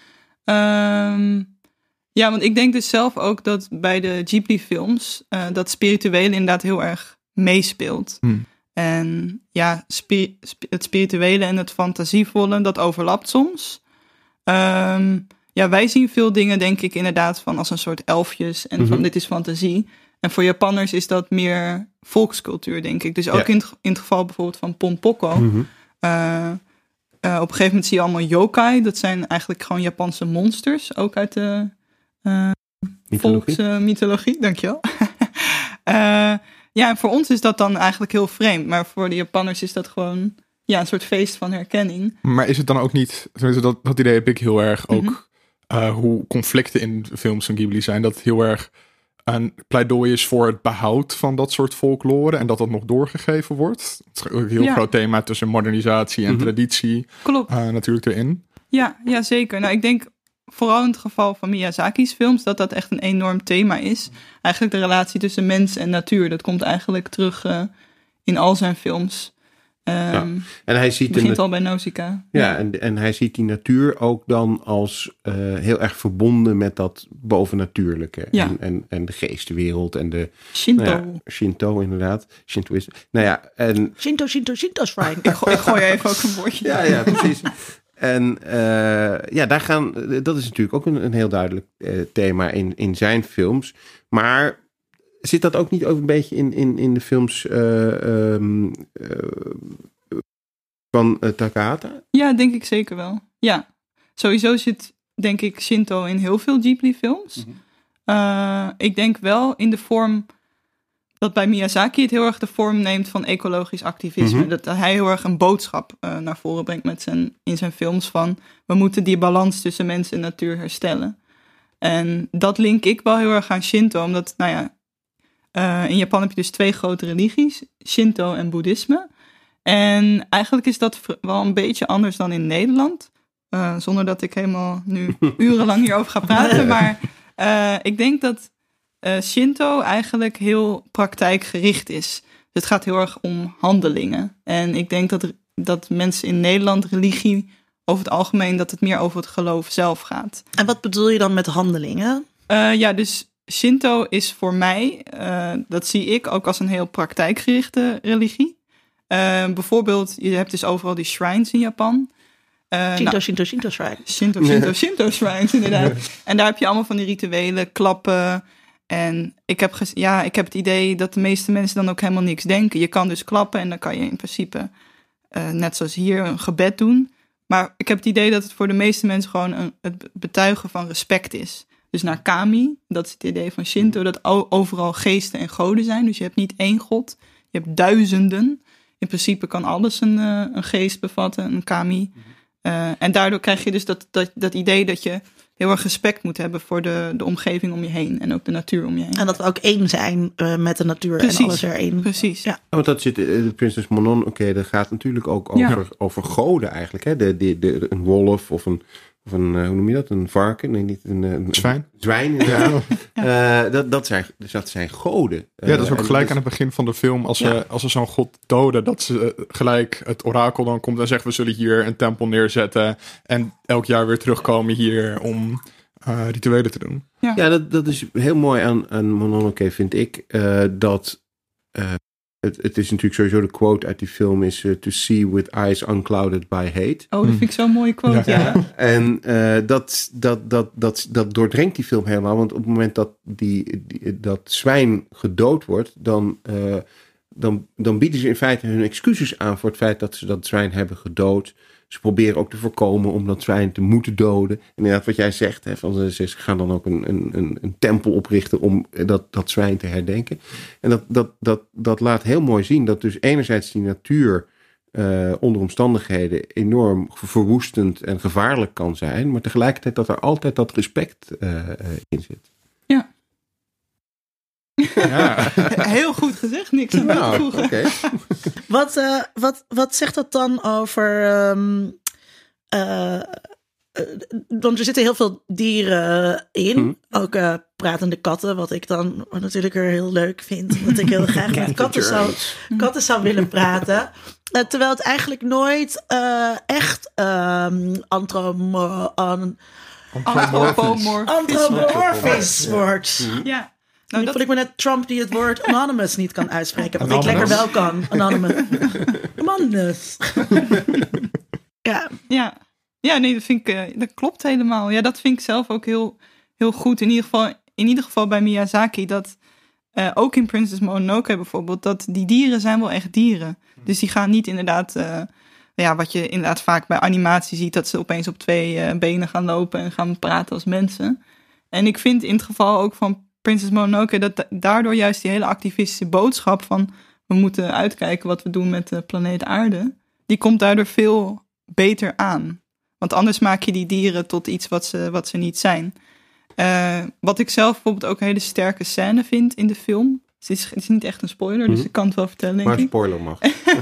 Um, Ja, want ik denk dus zelf ook dat bij de Ghibli-films uh, dat spirituele inderdaad heel erg meespeelt. Hmm. En ja, spi- sp- het spirituele en het fantasievolle, dat overlapt soms. Um, ja, wij zien veel dingen, denk ik, inderdaad van als een soort elfjes en mm-hmm. van dit is fantasie. En voor Japanners is dat meer volkscultuur, denk ik. Dus ook ja. in, het, in het geval bijvoorbeeld van Ponpoko. Mm-hmm. Uh, uh, op een gegeven moment zie je allemaal yokai. Dat zijn eigenlijk gewoon Japanse monsters, ook uit de... Uh, volksmythologie, uh, dankjewel. uh, ja, en voor ons is dat dan eigenlijk heel vreemd. Maar voor de Japanners is dat gewoon ja, een soort feest van herkenning. Maar is het dan ook niet... Dat, dat idee heb ik heel erg ook... Mm-hmm. Uh, hoe conflicten in films van Ghibli zijn. Dat het heel erg een pleidooi is voor het behoud van dat soort folklore. En dat dat nog doorgegeven wordt. Het is ook een heel ja. groot thema tussen modernisatie en mm-hmm. traditie. Klopt. Uh, natuurlijk erin. Ja, ja, zeker. Nou, ik denk... Vooral in het geval van Miyazaki's films, dat dat echt een enorm thema is. Eigenlijk de relatie tussen mens en natuur. Dat komt eigenlijk terug uh, in al zijn films. Um, ja. En hij ziet begint nat- al bij Nausicaa. Ja, ja. En, en hij ziet die natuur ook dan als uh, heel erg verbonden met dat bovennatuurlijke. Ja. En, en, en de geestenwereld en de... Shinto. Nou ja, Shinto inderdaad. Shintoïsme. Nou ja, en... Shinto, Shinto, Shinto shrine. ik, gooi, ik gooi even ook een woordje. Ja, ja, precies. En uh, ja, daar gaan, dat is natuurlijk ook een, een heel duidelijk uh, thema in, in zijn films. Maar zit dat ook niet ook een beetje in, in, in de films uh, um, uh, van uh, Takahata? Ja, denk ik zeker wel. Ja, sowieso zit denk ik Shinto in heel veel Ghibli-films. Mm-hmm. Uh, ik denk wel in de vorm... dat bij Miyazaki het heel erg de vorm neemt van ecologisch activisme. Mm-hmm. Dat hij heel erg een boodschap uh, naar voren brengt met zijn, in zijn films van... we moeten die balans tussen mens en natuur herstellen. En dat link ik wel heel erg aan Shinto. Omdat, nou ja, uh, in Japan heb je dus twee grote religies. Shinto en Boeddhisme. En eigenlijk is dat wel een beetje anders dan in Nederland. Uh, zonder dat ik helemaal nu urenlang hierover ga praten. Maar uh, ik denk dat... Uh, Shinto eigenlijk heel praktijkgericht is. Dus het gaat heel erg om handelingen. En ik denk dat, dat mensen in Nederland religie over het algemeen... dat het meer over het geloof zelf gaat. En wat bedoel je dan met handelingen? Uh, ja, dus Shinto is voor mij... Uh, dat zie ik ook als een heel praktijkgerichte religie. Uh, bijvoorbeeld, je hebt dus overal die shrines in Japan... Uh, Shinto, nou, Shinto, Shinto shrine. Shinto, Shinto, Shinto shrines, inderdaad. En daar heb je allemaal van die rituelen, klappen... En ik heb, ges- ja, ik heb het idee dat de meeste mensen dan ook helemaal niks denken. Je kan dus klappen en dan kan je in principe, uh, net zoals hier, een gebed doen. Maar ik heb het idee dat het voor de meeste mensen gewoon een, het betuigen van respect is. Dus naar Kami, dat is het idee van Shinto, dat o- overal geesten en goden zijn. Dus je hebt niet één god, je hebt duizenden. In principe kan alles een, uh, een geest bevatten, een Kami. Uh, en daardoor krijg je dus dat, dat, dat idee dat je... heel erg respect moet hebben voor de, de omgeving om je heen. En ook de natuur om je heen. En dat we ook één zijn uh, met de natuur. Precies, en alles erin. Precies. Ja. Ja, want dat zit, de Prinses Mononoke, okay, dat gaat natuurlijk ook over, ja. over goden eigenlijk. Hè? De, de, de, een wolf of een, of een, hoe noem je dat? Een varken? Nee, niet een, een zwijn. Een zwijn, ja. ja. Uh, dat, dat, zijn, dus dat zijn goden. Ja, dat is ook uh, gelijk dus, aan het begin van de film. Als, ja. ze, als ze zo'n god doden, dat ze uh, gelijk het orakel dan komt en zegt... we zullen hier een tempel neerzetten. En elk jaar weer terugkomen hier om... Uh, rituelen te doen. Ja, ja dat, dat is heel mooi aan, aan Mononoke, vind ik. Uh, dat uh, het, het is natuurlijk sowieso de quote uit die film is... Uh, to see with eyes unclouded by hate. Oh, dat vind ik zo'n mooie quote, ja. ja. ja. En uh, dat, dat, dat, dat, dat doordrenkt die film helemaal. Want op het moment dat die, die, dat zwijn gedood wordt... dan, uh, dan, dan bieden ze in feite hun excuses aan... voor het feit dat ze dat zwijn hebben gedood... ze proberen ook te voorkomen om dat zwijn te moeten doden. En inderdaad wat jij zegt, hè, van, ze gaan dan ook een, een, een tempel oprichten om dat, dat zwijn te herdenken. En dat, dat, dat, dat laat heel mooi zien dat dus enerzijds die natuur uh, onder omstandigheden enorm verwoestend en gevaarlijk kan zijn, maar tegelijkertijd dat er altijd dat respect uh, uh, in zit. Ja. Ja. Heel goed gezegd, niks aan Nou, toe te voegen. okay. Wat, uh, wat, wat zegt dat dan over... Um, uh, uh, want er zitten heel veel dieren in. Hmm. Ook uh, pratende katten, wat ik dan natuurlijk er heel leuk vind. Want ik heel graag met katten zou, katten zou willen praten. Uh, terwijl het eigenlijk nooit uh, echt um, antromo- an, antropomorfisch, antropomorfisch wordt. Ja. Nou, dat vond ik me net Trump die het woord anonymous niet kan uitspreken. Wat ik lekker wel kan. Anonymous. Anonymous. Ja. Ja. Ja, nee, dat vind ik, uh, dat klopt helemaal. Ja, dat vind ik zelf ook heel, heel goed. In ieder geval, in ieder geval bij Miyazaki, dat uh, ook in Princess Mononoke bijvoorbeeld, dat die dieren zijn wel echt dieren. Dus die gaan niet inderdaad, uh, ja, wat je inderdaad vaak bij animatie ziet, dat ze opeens op twee uh, benen gaan lopen en gaan praten als mensen. En ik vind in het geval ook van Princess Mononoke dat daardoor juist die hele activistische boodschap van we moeten uitkijken wat we doen met de planeet Aarde, die komt daardoor veel beter aan. Want anders maak je die dieren tot iets wat ze, wat ze niet zijn. Uh, wat ik zelf bijvoorbeeld ook een hele sterke scène vind in de film. Het is, het is niet echt een spoiler, mm-hmm. dus ik kan het wel vertellen, denk maar ik. spoiler mag.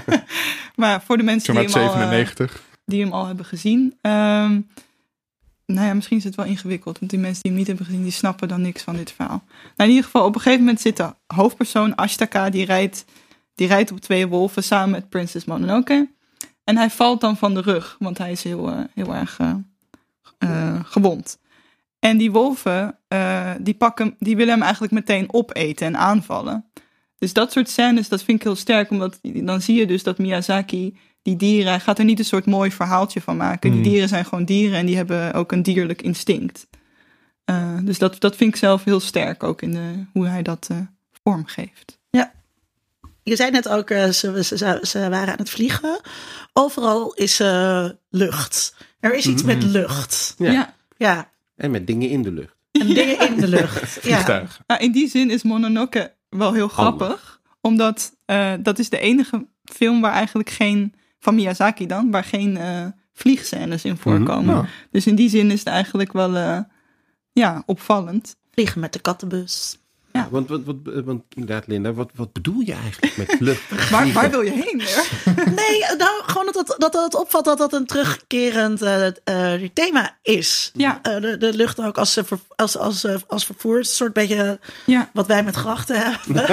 Maar voor de mensen die hem, zevenennegentig. Al, uh, die hem al hebben gezien. Um, nou ja, misschien is het wel ingewikkeld. Want die mensen die hem niet hebben gezien, die snappen dan niks van dit verhaal. Nou, in ieder geval, op een gegeven moment zit de hoofdpersoon Ashitaka, die rijdt, die rijdt op twee wolven samen met Princess Mononoke. En hij valt dan van de rug, want hij is heel, uh, heel erg uh, uh, gewond. En die wolven, uh, die, pakken, die willen hem eigenlijk meteen opeten en aanvallen. Dus dat soort scènes, dat vind ik heel sterk. Omdat dan zie je dus dat Miyazaki, die dieren, hij gaat er niet een soort mooi verhaaltje van maken. Mm. Die dieren zijn gewoon dieren en die hebben ook een dierlijk instinct. Uh, dus dat, dat vind ik zelf heel sterk ook in de, hoe hij dat uh, vormgeeft. Ja. Je zei net ook, uh, ze, ze, ze waren aan het vliegen. Overal is uh, lucht. Er is iets mm-hmm. met lucht. Ja. ja. ja. En met dingen in de lucht. En dingen in de lucht. Ja. Nou, in die zin is Mononoke wel heel grappig. Handig. Omdat uh, dat is de enige film waar eigenlijk geen, van Miyazaki dan, waar geen uh, vliegscènes in voorkomen. Mm-hmm. Ja. Dus in die zin is het eigenlijk wel uh, ja, opvallend. Vliegen met de kattenbus. Ja, ja, want, want, want, want inderdaad, Linda, wat, wat bedoel je eigenlijk met lucht? waar, waar wil je heen? Nee, nou, gewoon dat, dat, dat het opvalt dat dat een terugkerend uh, uh, thema is. Ja. Uh, de, de lucht ook als, als, als, als vervoer, een soort beetje ja. wat wij met grachten hebben.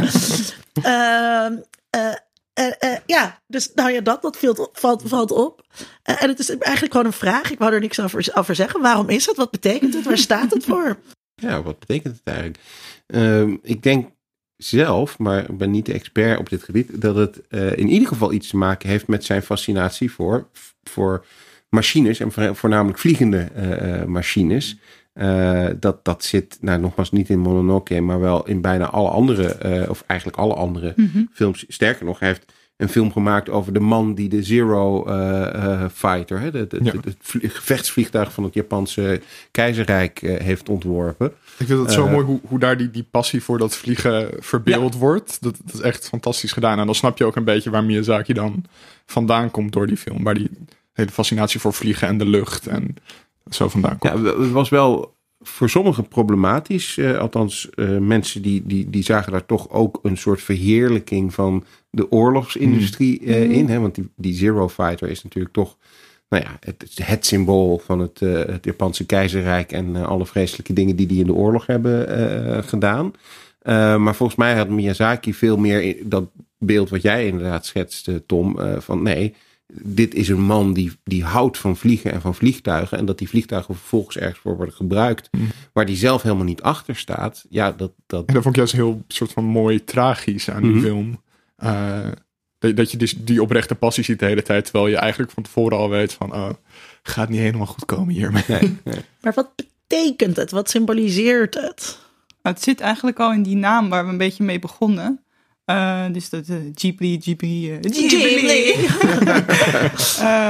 uh, uh, uh, uh, ja, dus nou ja, dat, dat valt, valt, valt op. Uh, en het is eigenlijk gewoon een vraag. Ik wou er niks over, over zeggen. Waarom is het? Wat betekent het? Waar staat het voor? Ja, wat betekent het eigenlijk? Uh, ik denk zelf, maar ik ben niet de expert op dit gebied, dat het uh, in ieder geval iets te maken heeft met zijn fascinatie voor, voor machines en voornamelijk vliegende uh, machines. Uh, dat, dat zit, nou nogmaals niet in Mononoke, maar wel in bijna alle andere, uh, of eigenlijk alle andere mm-hmm. films. Sterker nog, hij heeft een film gemaakt over de man die de Zero uh, uh, Fighter, hè, de, de, ja. de, het vlie- gevechtsvliegtuig van het Japanse keizerrijk uh, heeft ontworpen. Ik vind het uh, zo mooi hoe, hoe daar die, die passie voor dat vliegen verbeeld ja. wordt. Dat, dat is echt fantastisch gedaan. En dan snap je ook een beetje waar Miyazaki dan vandaan komt door die film. Waar die hele fascinatie voor vliegen en de lucht en zo vandaan komt. Ja, het was wel voor sommigen problematisch. Uh, althans, uh, mensen die, die, die zagen daar toch ook een soort verheerlijking van de oorlogsindustrie uh, mm. in. Hè? Want die, die Zero Fighter is natuurlijk toch nou ja, het, het symbool van het, uh, het Japanse keizerrijk en uh, alle vreselijke dingen die die in de oorlog hebben uh, gedaan. Uh, maar volgens mij had Miyazaki veel meer in dat beeld wat jij inderdaad schetste, Tom, uh, van nee, dit is een man die, die houdt van vliegen en van vliegtuigen. En dat die vliegtuigen vervolgens ergens voor worden gebruikt. Mm. Waar die zelf helemaal niet achter staat. Ja, dat, dat... En dat vond ik juist heel soort van mooi tragisch aan die mm-hmm. film. Uh, dat, dat je dus die oprechte passie ziet de hele tijd. Terwijl je eigenlijk van tevoren al weet van... Oh, gaat niet helemaal goed komen hiermee. Nee, nee. Maar wat betekent het? Wat symboliseert het? Nou, het zit eigenlijk al in die naam waar we een beetje mee begonnen. Uh, dus dat uh, Ghibli, Ghibli, uh, Ghibli. Ghibli. uh,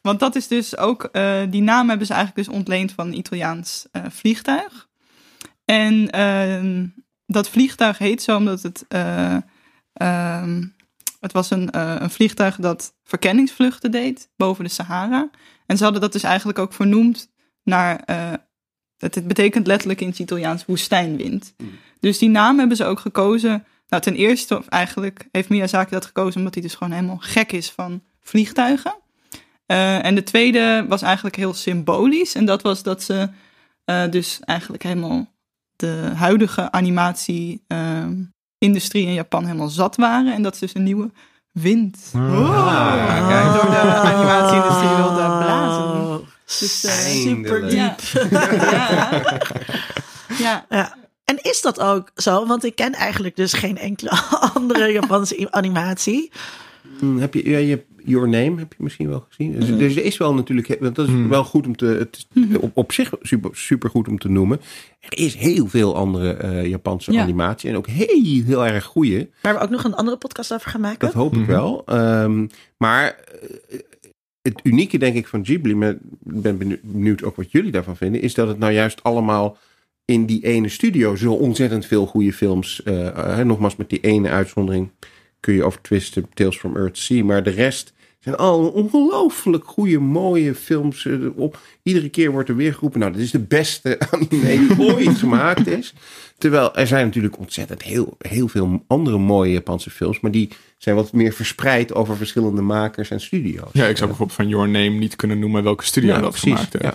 Want dat is dus ook, uh, die naam hebben ze eigenlijk dus ontleend van een Italiaans uh, vliegtuig. En uh, dat vliegtuig heet zo omdat het, uh, um, het was een, uh, een vliegtuig dat verkenningsvluchten deed boven de Sahara. En ze hadden dat dus eigenlijk ook vernoemd naar, uh, het, het betekent letterlijk in het Italiaans woestijnwind. Mm. Dus die naam hebben ze ook gekozen. Nou, ten eerste, of eigenlijk heeft Miyazaki dat gekozen omdat hij dus gewoon helemaal gek is van vliegtuigen. Uh, en de tweede was eigenlijk heel symbolisch. En dat was dat ze uh, dus eigenlijk helemaal de huidige animatie-industrie uh, in Japan helemaal zat waren. En dat ze dus een nieuwe wind oh. ah, kijk, door de animatie-industrie wilden blazen. Dus, uh, super diep. Ja. ja. ja. ja. En is dat ook zo? Want ik ken eigenlijk dus geen enkele andere Japanse animatie. Hmm, heb je, ja, je hebt Your Name heb je misschien wel gezien. Dus, mm. dus er is wel natuurlijk, want dat is mm. wel goed om te, het, op, op zich super, super goed om te noemen. Er is heel veel andere uh, Japanse ja. animatie en ook heel, heel erg goede. Waar we ook nog een andere podcast over gaan maken. Dat hoop mm-hmm. ik wel. Um, maar uh, het unieke denk ik van Ghibli, maar ik ben benieuwd ook wat jullie daarvan vinden, is dat het nou juist allemaal in die ene studio zo ontzettend veel goede films, uh, uh, nogmaals met die ene uitzondering, kun je over twisten, Tales from Earthsea. Maar de rest zijn al ongelooflijk goede, mooie films. Op. Iedere keer wordt er weer geroepen, nou, dit is de beste anime die ooit gemaakt is. Terwijl er zijn natuurlijk ontzettend heel, heel veel andere mooie Japanse films. Maar die zijn wat meer verspreid over verschillende makers en studio's. Ja, ik zou bijvoorbeeld van Your Name niet kunnen noemen welke studio ja, dat precies, gemaakt heeft. Ja.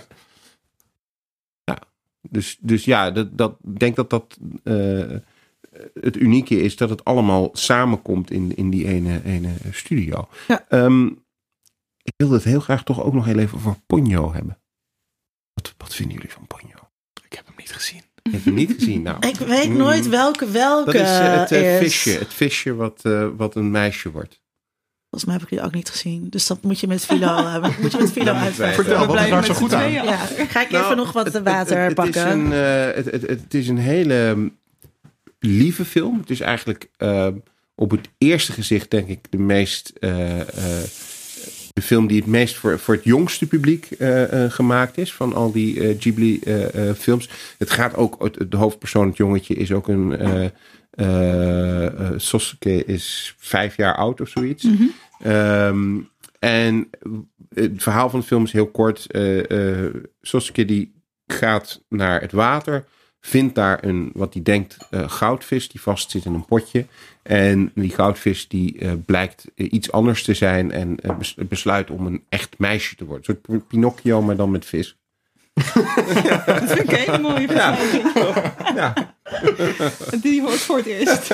ja. Dus, dus ja, dat, dat, ik denk dat dat... Uh, het unieke is dat het allemaal samenkomt in, in die ene, ene studio. Ja. Um, ik wilde het heel graag toch ook nog heel even over Ponyo hebben. Wat, wat vinden jullie van Ponyo? Ik heb hem niet gezien. Ik heb hem niet gezien. Nou, ik weet nooit welke welke dat is uh, het uh, is. visje. Het visje wat, uh, wat een meisje wordt. Volgens mij heb ik die ook niet gezien. Dus dat moet je met Philo hebben. Moet je met Philo uitwerken. Vertel, wat is daar zo goed aan? Ja, ga ik nou, even nog wat het, water het, het, pakken. Het is, een, uh, het, het, het is een hele lieve film. Het is eigenlijk uh, op het eerste gezicht denk ik de meest... Uh, uh, de film die het meest voor, voor het jongste publiek uh, uh, gemaakt is. Van al die uh, Ghibli uh, uh, films. Het gaat ook... Het, de hoofdpersoon, het jongetje, is ook een... Uh, uh, uh, Sosuke is vijf jaar oud of zoiets. Mm-hmm. Um, en het verhaal van de film is heel kort. Uh, uh, Sosuke die gaat naar het water, vindt daar een, wat hij denkt, uh, goudvis die vastzit in een potje. En die goudvis die uh, blijkt uh, iets anders te zijn en uh, besluit om een echt meisje te worden. Een soort Pinocchio, maar dan met vis. Ja, dat vind ik een hele mooie vergelijking. Ja. Ja. Die hoort voor het eerst.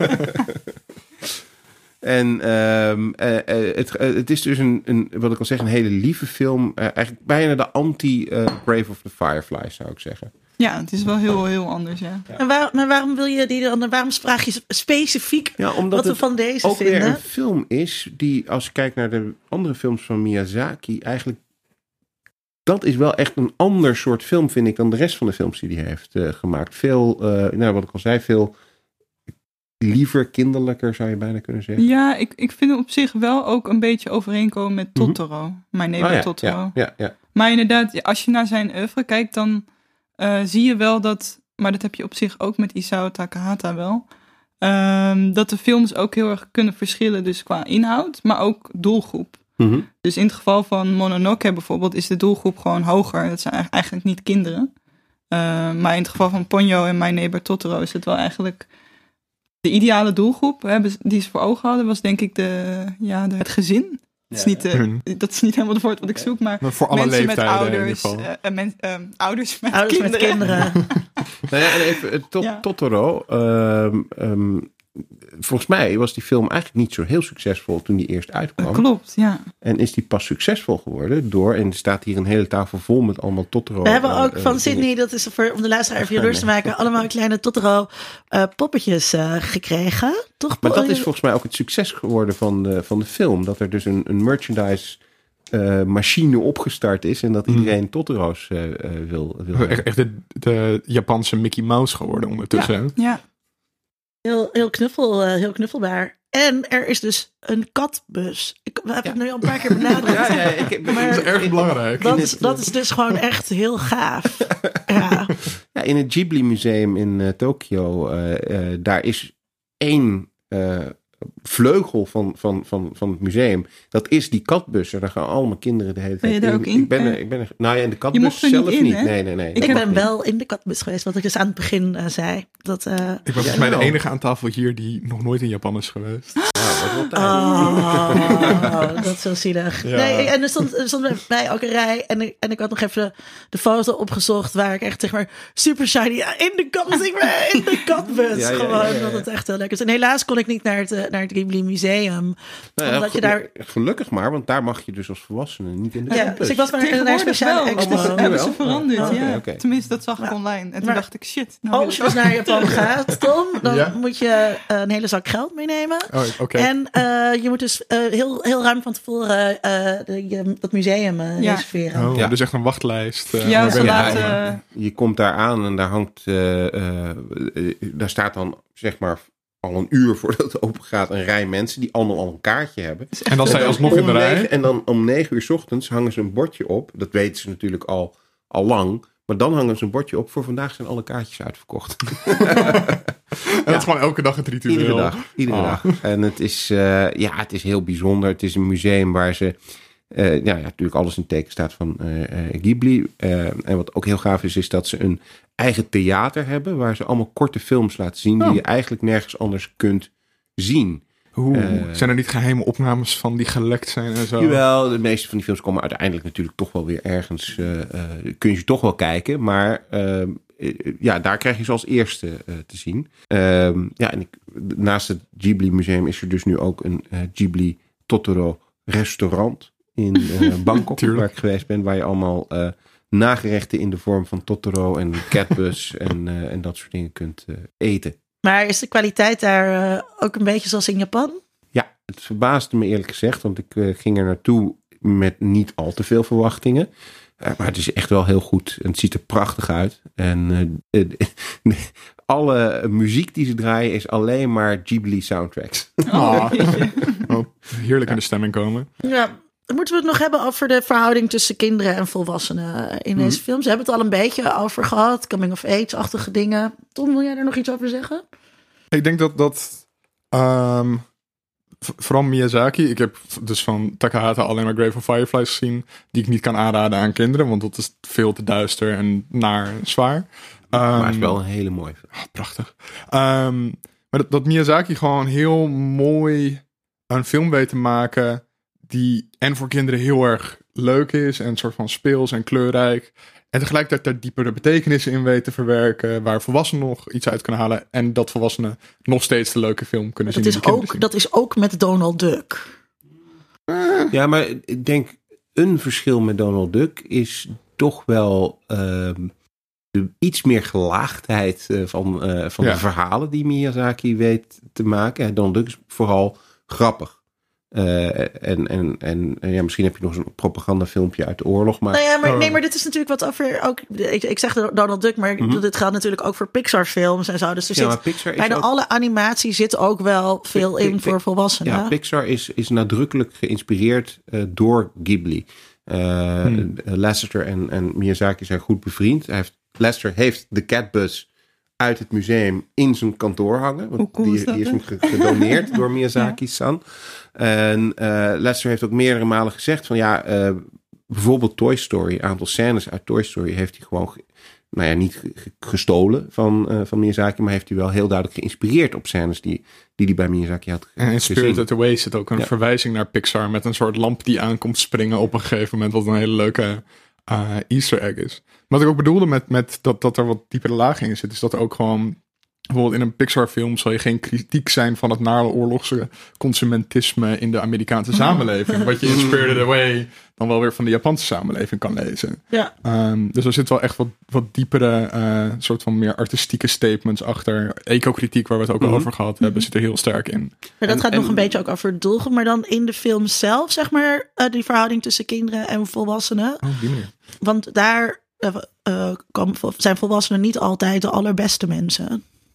En um, uh, uh, het, uh, het is dus een, een, wat ik al zeg, een hele lieve film. Uh, eigenlijk bijna de anti-Grave uh, of the Fireflies, zou ik zeggen. Ja, het is wel heel, heel anders, ja. ja. En waar, maar waarom wil je die dan? Waarom vraag je specifiek ja, omdat wat we van deze ook vinden? Weer een film is die, als je kijkt naar de andere films van Miyazaki, eigenlijk dat is wel echt een ander soort film, vind ik, dan de rest van de films die hij heeft uh, gemaakt. Veel, uh, nou, wat ik al zei, veel liever, kinderlijker, zou je bijna kunnen zeggen. Ja, ik, ik vind het op zich wel ook een beetje overeenkomen met Totoro. Mm-hmm. Mijn neef oh, ja, Totoro. Ja, ja, ja. Maar inderdaad, als je naar zijn oeuvre kijkt, dan uh, zie je wel dat, maar dat heb je op zich ook met Isao Takahata wel, um, dat de films ook heel erg kunnen verschillen, dus qua inhoud, maar ook doelgroep. Mm-hmm. Dus in het geval van Mononoke bijvoorbeeld is de doelgroep gewoon hoger. Dat zijn eigenlijk niet kinderen. Uh, maar in het geval van Ponyo en My Neighbor Totoro is het wel eigenlijk de ideale doelgroep, hè, die ze voor ogen hadden, was denk ik de, ja, de, het gezin. Dat is, niet de, dat is niet helemaal het woord wat ik zoek, maar, maar voor alle mensen leeftijden met ouders, uh, uh, men, uh, ouders met ouders kinderen. Met kinderen. Nou ja, en even tot, ja. Totoro. Um, um, volgens mij was die film eigenlijk niet zo heel succesvol toen die eerst uitkwam. Uh, klopt, ja. En is die pas succesvol geworden door, en er staat hier een hele tafel vol met allemaal Totoro. We hebben ook uh, van uh, Sydney, dat is voor, om de luisteraar even jaloers te maken, allemaal kleine Totoro uh, poppetjes uh, gekregen. Toch? Maar dat is volgens mij ook het succes geworden van de, van de film. Dat er dus een, een merchandise uh, machine opgestart is en dat iedereen mm. Totoro's uh, uh, wil, wil echt, echt de, de Japanse Mickey Mouse geworden ondertussen. Ja. ja. Heel, heel, knuffel, uh, heel knuffelbaar. En er is dus een katbus. Ik heb ja. het nu al een paar keer benadrukt. Ja, ja, ik, maar dat is erg belangrijk. Dat is, dat is dus gewoon echt heel gaaf. Ja, ja in het Ghibli Museum in uh, Tokio, uh, uh, daar is één uh, vleugel van, van, van, van het museum. Dat is die katbus. Daar gaan allemaal kinderen de hele tijd ben je daar ook in. Ik ben er, ik ben er, nou ja, in de katbus je mocht er zelf niet. In, niet. Hè? Nee, nee, nee. Ik ben wel in de katbus geweest, wat ik dus aan het begin uh, zei. Dat, uh, ik ben volgens ja, mij nou. de enige aan tafel hier die nog nooit in Japan is geweest. Nou, wat wel tijd. Oh, dat is zo zielig. Ja. Nee, en er stond, er stond bij mij ook een rij. En ik, en ik had nog even de, de foto opgezocht waar ik echt zeg maar super shiny ja, in de katbus. Ik ben in de katbus. Ja, ja, gewoon, ja, ja, ja. dat het echt heel leuk is. En helaas kon ik niet naar het, uh, naar het Ghibli Museum. Nou ja, omdat je daar... Gelukkig maar, want daar mag je dus als volwassene niet in de Ja, katbus. dus ik was maar naar een Tegenwoordig speciale wel. expo. Dat Oh, hebben ze wel? veranderd, Oh, ja. oké, oké. Tenminste, dat zag ik Ja. online. En toen Maar dacht ik, shit. Nou wil Als ik je dus naar Japan gaat, Tom, dan Ja. moet je uh, een hele zak geld meenemen. Oh, oké. Okay. En uh, je moet dus uh, heel, heel ruim van tevoren uh, de, je, dat museum uh, Ja. reserveren. Oh, Ja. dus echt een wachtlijst. Uh, Ja, waar ze ben je laten... bij? Je komt daar aan en daar hangt, uh, uh, uh, daar staat dan zeg maar al een uur voordat het open gaat een rij mensen die allemaal al een kaartje hebben. En dan sta je alsnog in de Om rij. negen- En dan om negen uur 's ochtends hangen ze een bordje op. Dat weten ze natuurlijk al, al lang. Maar dan hangen ze een bordje op. Voor vandaag zijn alle kaartjes uitverkocht. En dat is gewoon elke dag het ritueel. Iedere dag. Iedere Oh. dag. En het is, uh, ja, het is heel bijzonder. Het is een museum waar ze... Uh, ja, ja, natuurlijk alles in het teken staat van uh, uh, Ghibli. Uh, en wat ook heel gaaf is, is dat ze een eigen theater hebben. Waar ze allemaal korte films laten zien. Oh. Die je eigenlijk nergens anders kunt zien. Oeh, Uh, zijn er niet geheime opnames van die gelekt zijn en zo? Jawel, de meeste van die films komen uiteindelijk natuurlijk toch wel weer ergens. Uh, uh, kun je ze toch wel kijken. Maar uh, uh, ja, daar krijg je ze als eerste uh, te zien. Uh, ja, en ik, naast het Ghibli Museum is er dus nu ook een uh, Ghibli Totoro restaurant in uh, Bangkok, waar ik geweest ben. Waar je allemaal uh, nagerechten in de vorm van Totoro en catbus en, uh, en dat soort dingen kunt uh, eten. Maar is de kwaliteit daar uh, ook een beetje zoals in Japan? Ja, het verbaasde me eerlijk gezegd, want ik uh, ging er naartoe met niet al te veel verwachtingen. Uh, maar het is echt wel heel goed en het ziet er prachtig uit. En uh, uh, alle muziek die ze draaien is alleen maar Ghibli soundtracks. Oh, oh, heerlijk in de stemming komen. Ja. Moeten we het nog hebben over de verhouding tussen kinderen en volwassenen in deze film? Ze hebben het al een beetje over gehad. Coming of age-achtige dingen. Tom, wil jij er nog iets over zeggen? Ik denk dat dat... Um, vooral Miyazaki. Ik heb dus van Takahata alleen maar Grave of Fireflies gezien. Die ik niet kan aanraden aan kinderen. Want dat is veel te duister en naar en zwaar. Um, maar het is wel een hele mooie film. Oh, prachtig. Um, maar dat, dat Miyazaki gewoon heel mooi een film weet te maken... die en voor kinderen heel erg leuk is en een soort van speels en kleurrijk. En tegelijkertijd daar diepere betekenissen in weet te verwerken, waar volwassenen nog iets uit kunnen halen en dat volwassenen nog steeds de leuke film kunnen dat zien. Is die ook, zien. dat is ook met Donald Duck. Ja, maar ik denk een verschil met Donald Duck is toch wel uh, de iets meer gelaagdheid uh, van, uh, van ja. de verhalen die Miyazaki weet te maken. Donald Duck is vooral grappig. Uh, en en, en ja, misschien heb je nog zo'n propagandafilmpje uit de oorlog. Maar... Nou ja, maar, nee, maar dit is natuurlijk wat over... Ook, ik, ik zeg Donald Duck, maar mm-hmm. dit gaat natuurlijk ook voor Pixar films en zo. Dus er ja, zit, Pixar bijna ook... alle animatie zit ook wel veel P- in P- voor volwassenen. Ja, Pixar is, is nadrukkelijk geïnspireerd uh, door Ghibli. Uh, hmm. Lasseter en, en Miyazaki zijn goed bevriend. Hij heeft, Lasseter heeft de Catbus uit het museum in zijn kantoor hangen. Want cool die, is dat, die is hem gedoneerd door Miyazaki-san. Ja. En uh, Lasseter heeft ook meerdere malen gezegd van ja, uh, bijvoorbeeld Toy Story, een aantal scènes uit Toy Story heeft hij gewoon, nou ja, niet gestolen van, uh, van Miyazaki, maar heeft hij wel heel duidelijk geïnspireerd op scènes die die hij bij Miyazaki had gezien. En in Spirited Away zit ook een ja. verwijzing naar Pixar met een soort lamp die aankomt springen op een gegeven moment, wat een hele leuke uh, Easter egg is. Wat ik ook bedoelde met, met dat, dat er wat diepere lagen in zit, is dat er ook gewoon, bijvoorbeeld in een Pixar film zal je geen kritiek zijn van het naoorlogse consumentisme in de Amerikaanse oh. samenleving. Wat je in Spirited Away dan wel weer van de Japanse samenleving kan lezen. Ja. Um, dus er zit wel echt wat, wat diepere, uh, soort van meer artistieke statements achter. Eco-kritiek, waar we het ook mm-hmm. al over gehad hebben, zit er heel sterk in. Maar dat en, gaat en, nog een beetje ook over het doelgroep, maar dan in de film zelf, zeg maar, uh, die verhouding tussen kinderen en volwassenen. Oh, die manier. Want daar uh, uh, kan, zijn volwassenen niet altijd de allerbeste mensen.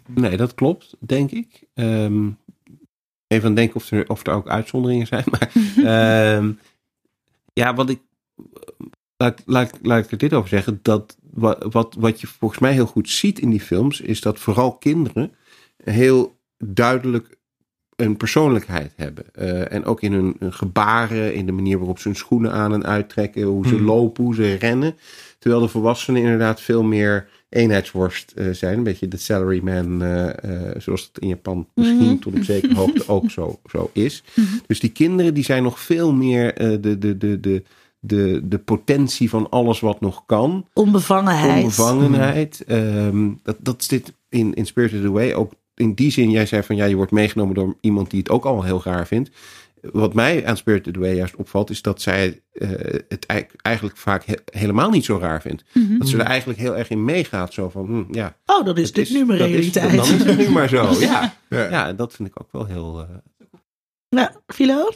Nee, dat klopt, denk ik. Um, even aan denken of er, of er ook uitzonderingen zijn. Maar um, ja, wat ik... Laat, laat, laat ik er dit over zeggen. Dat wat, wat, wat je volgens mij heel goed ziet in die films, is dat vooral kinderen heel duidelijk een persoonlijkheid hebben. Uh, en ook in hun, hun gebaren, in de manier waarop ze hun schoenen aan en uittrekken, hoe ze hmm. lopen, hoe ze rennen. Terwijl de volwassenen inderdaad veel meer eenheidsworst uh, zijn. Een beetje de salaryman, uh, uh, zoals het in Japan misschien mm-hmm. tot op zekere hoogte ook zo, zo is. Mm-hmm. Dus die kinderen die zijn nog veel meer uh, de, de, de, de, de, de potentie van alles wat nog kan. Onbevangenheid. Onbevangenheid. Mm. Um, dat, dat zit in, in Spirited Away ook. In die zin, jij zei van ja, je wordt meegenomen door iemand die het ook al heel raar vindt. Wat mij aan Spirited Away juist opvalt, is dat zij uh, het eigenlijk vaak he- helemaal niet zo raar vindt. Mm-hmm. Dat ze er eigenlijk heel erg in meegaat. Zo van, hm, ja. Oh, dan is dit is, nu mijn realiteit. Is, dan is het nu maar zo, ja. Ja, ja dat vind ik ook wel heel... Uh... Nou, Philo?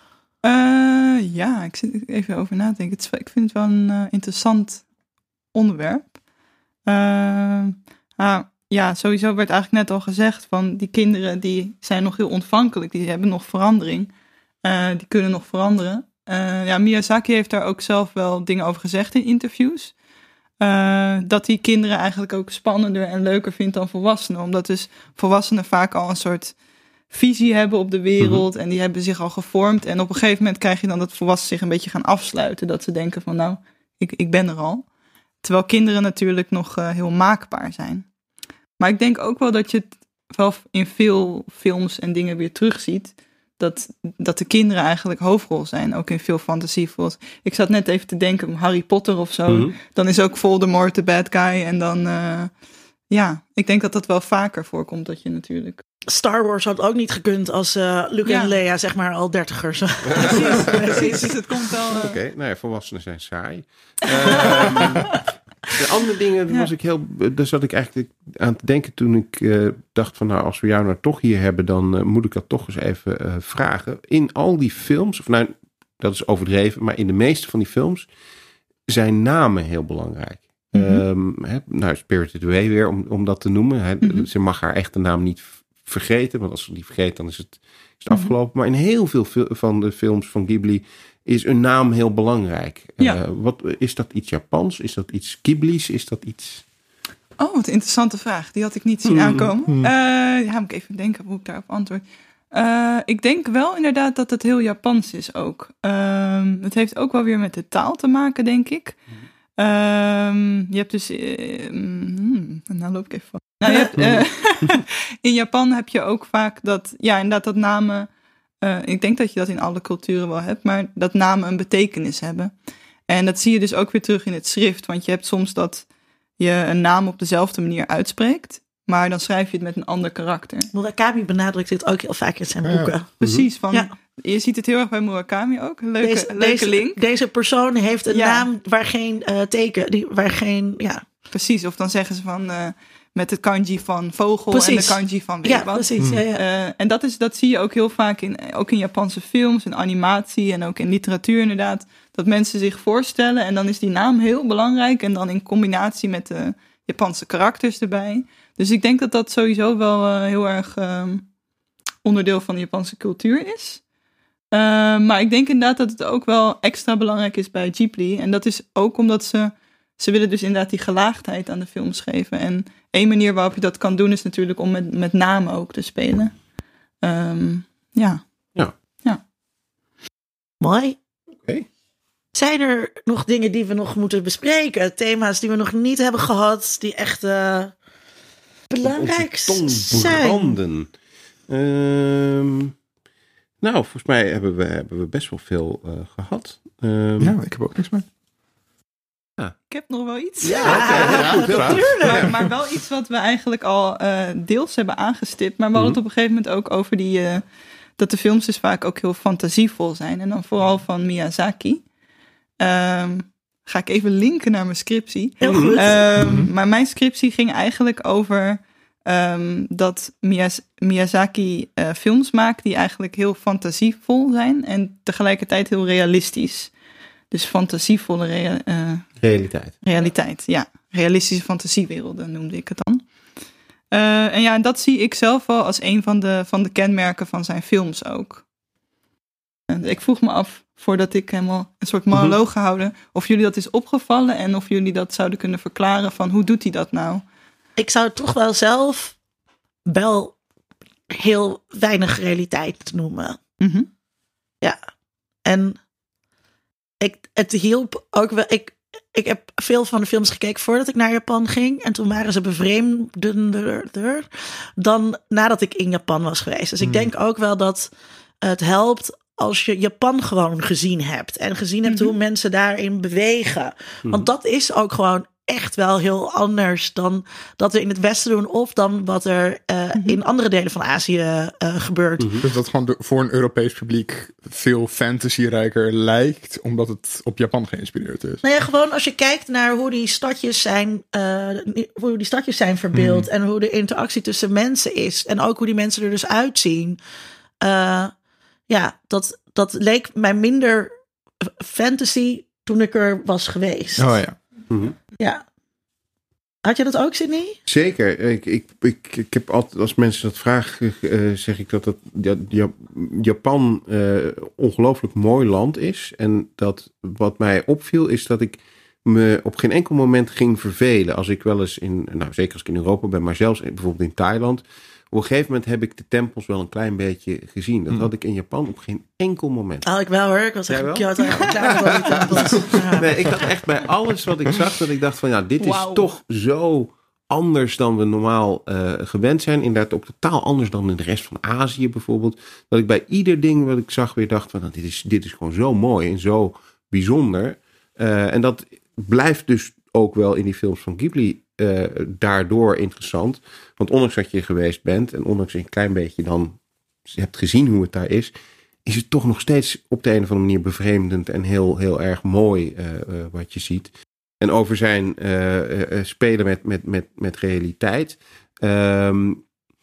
Uh, ja, ik zit even over na te denken. Het is, ik vind het wel een uh, interessant onderwerp. Uh, uh, ja, sowieso werd eigenlijk net al gezegd van die kinderen die zijn nog heel ontvankelijk. Die hebben nog verandering. Uh, die kunnen nog veranderen. Uh, ja, Miyazaki heeft daar ook zelf wel dingen over gezegd in interviews. Uh, dat die kinderen eigenlijk ook spannender en leuker vindt dan volwassenen. Omdat dus volwassenen vaak al een soort visie hebben op de wereld. Mm-hmm. En die hebben zich al gevormd. En op een gegeven moment krijg je dan dat volwassenen zich een beetje gaan afsluiten. Dat ze denken van nou, ik, ik ben er al. Terwijl kinderen natuurlijk nog uh, heel maakbaar zijn. Maar ik denk ook wel dat je het wel in veel films en dingen weer terugziet. Dat, dat de kinderen eigenlijk hoofdrol zijn. Ook in veel fantasiefilms. Ik zat net even te denken, Harry Potter of zo. Mm-hmm. Dan is ook Voldemort de bad guy. En dan, uh, ja, ik denk dat dat wel vaker voorkomt. Dat je natuurlijk... Star Wars had ook niet gekund als uh, Luke ja. en Leia, zeg maar, al dertigers. Precies, precies. Dus het komt wel... Uh... Oké, okay, nou ja, volwassenen zijn saai. um, de andere dingen, ja. was ik heel, daar zat ik eigenlijk aan te denken toen ik uh, dacht van nou, als we jou nou toch hier hebben, dan uh, moet ik dat toch eens even uh, vragen. In al die films, of nou, dat is overdreven, maar in de meeste van die films zijn namen heel belangrijk. Mm-hmm. Um, hè, nou, Spirited Away weer, om, om dat te noemen. Hè, mm-hmm. Ze mag haar echte naam niet vergeten, want als ze die vergeet, dan is het, is het mm-hmm. afgelopen. Maar in heel veel fil- van de films van Ghibli is een naam heel belangrijk. Ja. Uh, wat, is dat iets Japans? Is dat iets Ghibli's? Is dat iets... Oh, wat een interessante vraag. Die had ik niet zien mm. aankomen. Mm. Uh, ja, moet ik even denken hoe ik daarop antwoord. Uh, ik denk wel inderdaad dat het heel Japans is ook. Uh, het heeft ook wel weer met de taal te maken, denk ik. Uh, je hebt dus... Uh, mm, nou loop ik even van. Nou, je hebt, uh, in Japan heb je ook vaak dat... Ja, inderdaad dat namen... Uh, ik denk dat je dat in alle culturen wel hebt, maar dat namen een betekenis hebben. En dat zie je dus ook weer terug in het schrift, want je hebt soms dat je een naam op dezelfde manier uitspreekt, maar dan schrijf je het met een ander karakter. Murakami benadrukt dit ook heel vaak in zijn boeken. Ja. Precies, van, ja. Je ziet het heel erg bij Murakami ook, een leuke, deze, leuke deze, link. Deze persoon heeft een ja. naam waar geen uh, teken, die, waar geen, ja. Precies, of dan zeggen ze van... Uh, met het kanji van vogel precies. en de kanji van weet ja, wat. Precies, ja, ja. Uh, en dat, is, dat zie je ook heel vaak in, ook in Japanse films en animatie en ook in literatuur inderdaad. Dat mensen zich voorstellen en dan is die naam heel belangrijk. En dan in combinatie met de Japanse karakters erbij. Dus ik denk dat dat sowieso wel uh, heel erg uh, onderdeel van de Japanse cultuur is. Uh, maar ik denk inderdaad dat het ook wel extra belangrijk is bij Ghibli. En dat is ook omdat ze... Ze willen dus inderdaad die gelaagdheid aan de films geven. En één manier waarop je dat kan doen is natuurlijk om met, met namen ook te spelen. Um, ja. ja. Ja. Mooi. Oké. Okay. Zijn er nog dingen die we nog moeten bespreken? Thema's die we nog niet hebben gehad, die echt uh, belangrijk zijn? Um, nou, volgens mij hebben we, hebben we best wel veel uh, gehad. Um, ja, ik heb ook niks meer. Ja. Ik heb nog wel iets. Ja, ja, ja goed, natuurlijk. Maar, maar wel iets wat we eigenlijk al uh, deels hebben aangestipt. Maar we hadden mm-hmm. het op een gegeven moment ook over die... Uh, dat de films dus vaak ook heel fantasievol zijn. En dan vooral van Miyazaki. Um, ga ik even linken naar mijn scriptie. Heel goed. Um, mm-hmm. Maar mijn scriptie ging eigenlijk over... Um, dat Miyaz- Miyazaki uh, films maakt die eigenlijk heel fantasievol zijn. En tegelijkertijd heel realistisch. Dus fantasievolle rea- uh, realiteit. Realiteit, ja. Realistische fantasiewerelden noemde ik het dan. Uh, en ja, dat zie ik zelf wel als een van de, van de kenmerken van zijn films ook. En ik vroeg me af, voordat ik helemaal een soort monoloog mm-hmm. gehouden, of jullie dat is opgevallen en of jullie dat zouden kunnen verklaren van hoe doet hij dat nou? Ik zou toch wel zelf wel heel weinig realiteit noemen. Mm-hmm. Ja, en ik, het hielp ook wel. Ik, ik heb veel van de films gekeken voordat ik naar Japan ging. En toen waren ze bevreemdender dan nadat ik in Japan was geweest. Dus ik denk ook wel dat het helpt als je Japan gewoon gezien hebt. En gezien hebt mm-hmm. hoe mensen daarin bewegen. Mm-hmm. Want dat is ook gewoon echt wel heel anders dan dat we in het Westen doen, of dan wat er uh, mm-hmm. in andere delen van Azië uh, gebeurt. Mm-hmm. Dus dat gewoon de, voor een Europees publiek veel fantasyrijker lijkt, omdat het op Japan geïnspireerd is. Nou ja, gewoon als je kijkt naar hoe die stadjes zijn, uh, hoe die stadjes zijn verbeeld mm-hmm. en hoe de interactie tussen mensen is en ook hoe die mensen er dus uitzien. Uh, ja, dat, dat leek mij minder fantasy toen ik er was geweest. Oh ja. Mm-hmm. Ja. Had je dat ook, Sydney? Zeker. Ik, ik, ik, ik heb altijd, als mensen dat vragen, uh, zeg ik dat, dat ja, Japan uh, ongelooflijk mooi land is. En dat wat mij opviel is dat ik me op geen enkel moment ging vervelen. Als ik wel eens in, nou zeker als ik in Europa ben, maar zelfs bijvoorbeeld in Thailand. Op een gegeven moment heb ik de tempels wel een klein beetje gezien. Dat had ik in Japan op geen enkel moment. Oh, ik wel hoor. Ik was echt Kyoto klaar met die tempels. Ja. Nee, ik had echt bij alles wat ik zag, dat ik dacht van ja, dit wow. is toch zo anders dan we normaal uh, gewend zijn. Inderdaad ook totaal anders dan in de rest van Azië bijvoorbeeld. Dat ik bij ieder ding wat ik zag weer dacht van nou, dit is, dit is gewoon zo mooi en zo bijzonder. Uh, en dat blijft dus ook wel in die films van Ghibli Uh, daardoor interessant. Want ondanks dat je geweest bent en ondanks je een klein beetje dan hebt gezien hoe het daar is, is het toch nog steeds op de een of andere manier bevreemdend en heel, heel erg mooi uh, uh, wat je ziet. En over zijn uh, uh, spelen met, met, met, met realiteit. Um,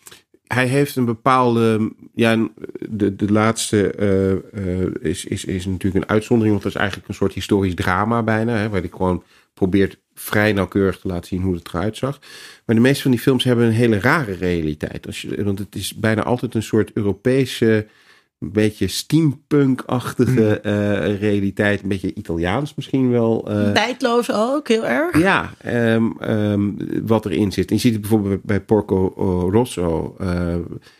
hij heeft een bepaalde, ja, de, de laatste uh, uh, is, is, is natuurlijk een uitzondering, want dat is eigenlijk een soort historisch drama bijna, hè, waar hij gewoon probeert vrij nauwkeurig te laten zien hoe het eruit zag. Maar de meeste van die films hebben een hele rare realiteit. Als je, want het is bijna altijd een soort Europese, een beetje steampunk-achtige uh, realiteit. Een beetje Italiaans misschien wel. Uh, Tijdloos ook, heel erg. Ja, um, um, wat erin zit. En je ziet het bijvoorbeeld bij Porco Rosso. Uh,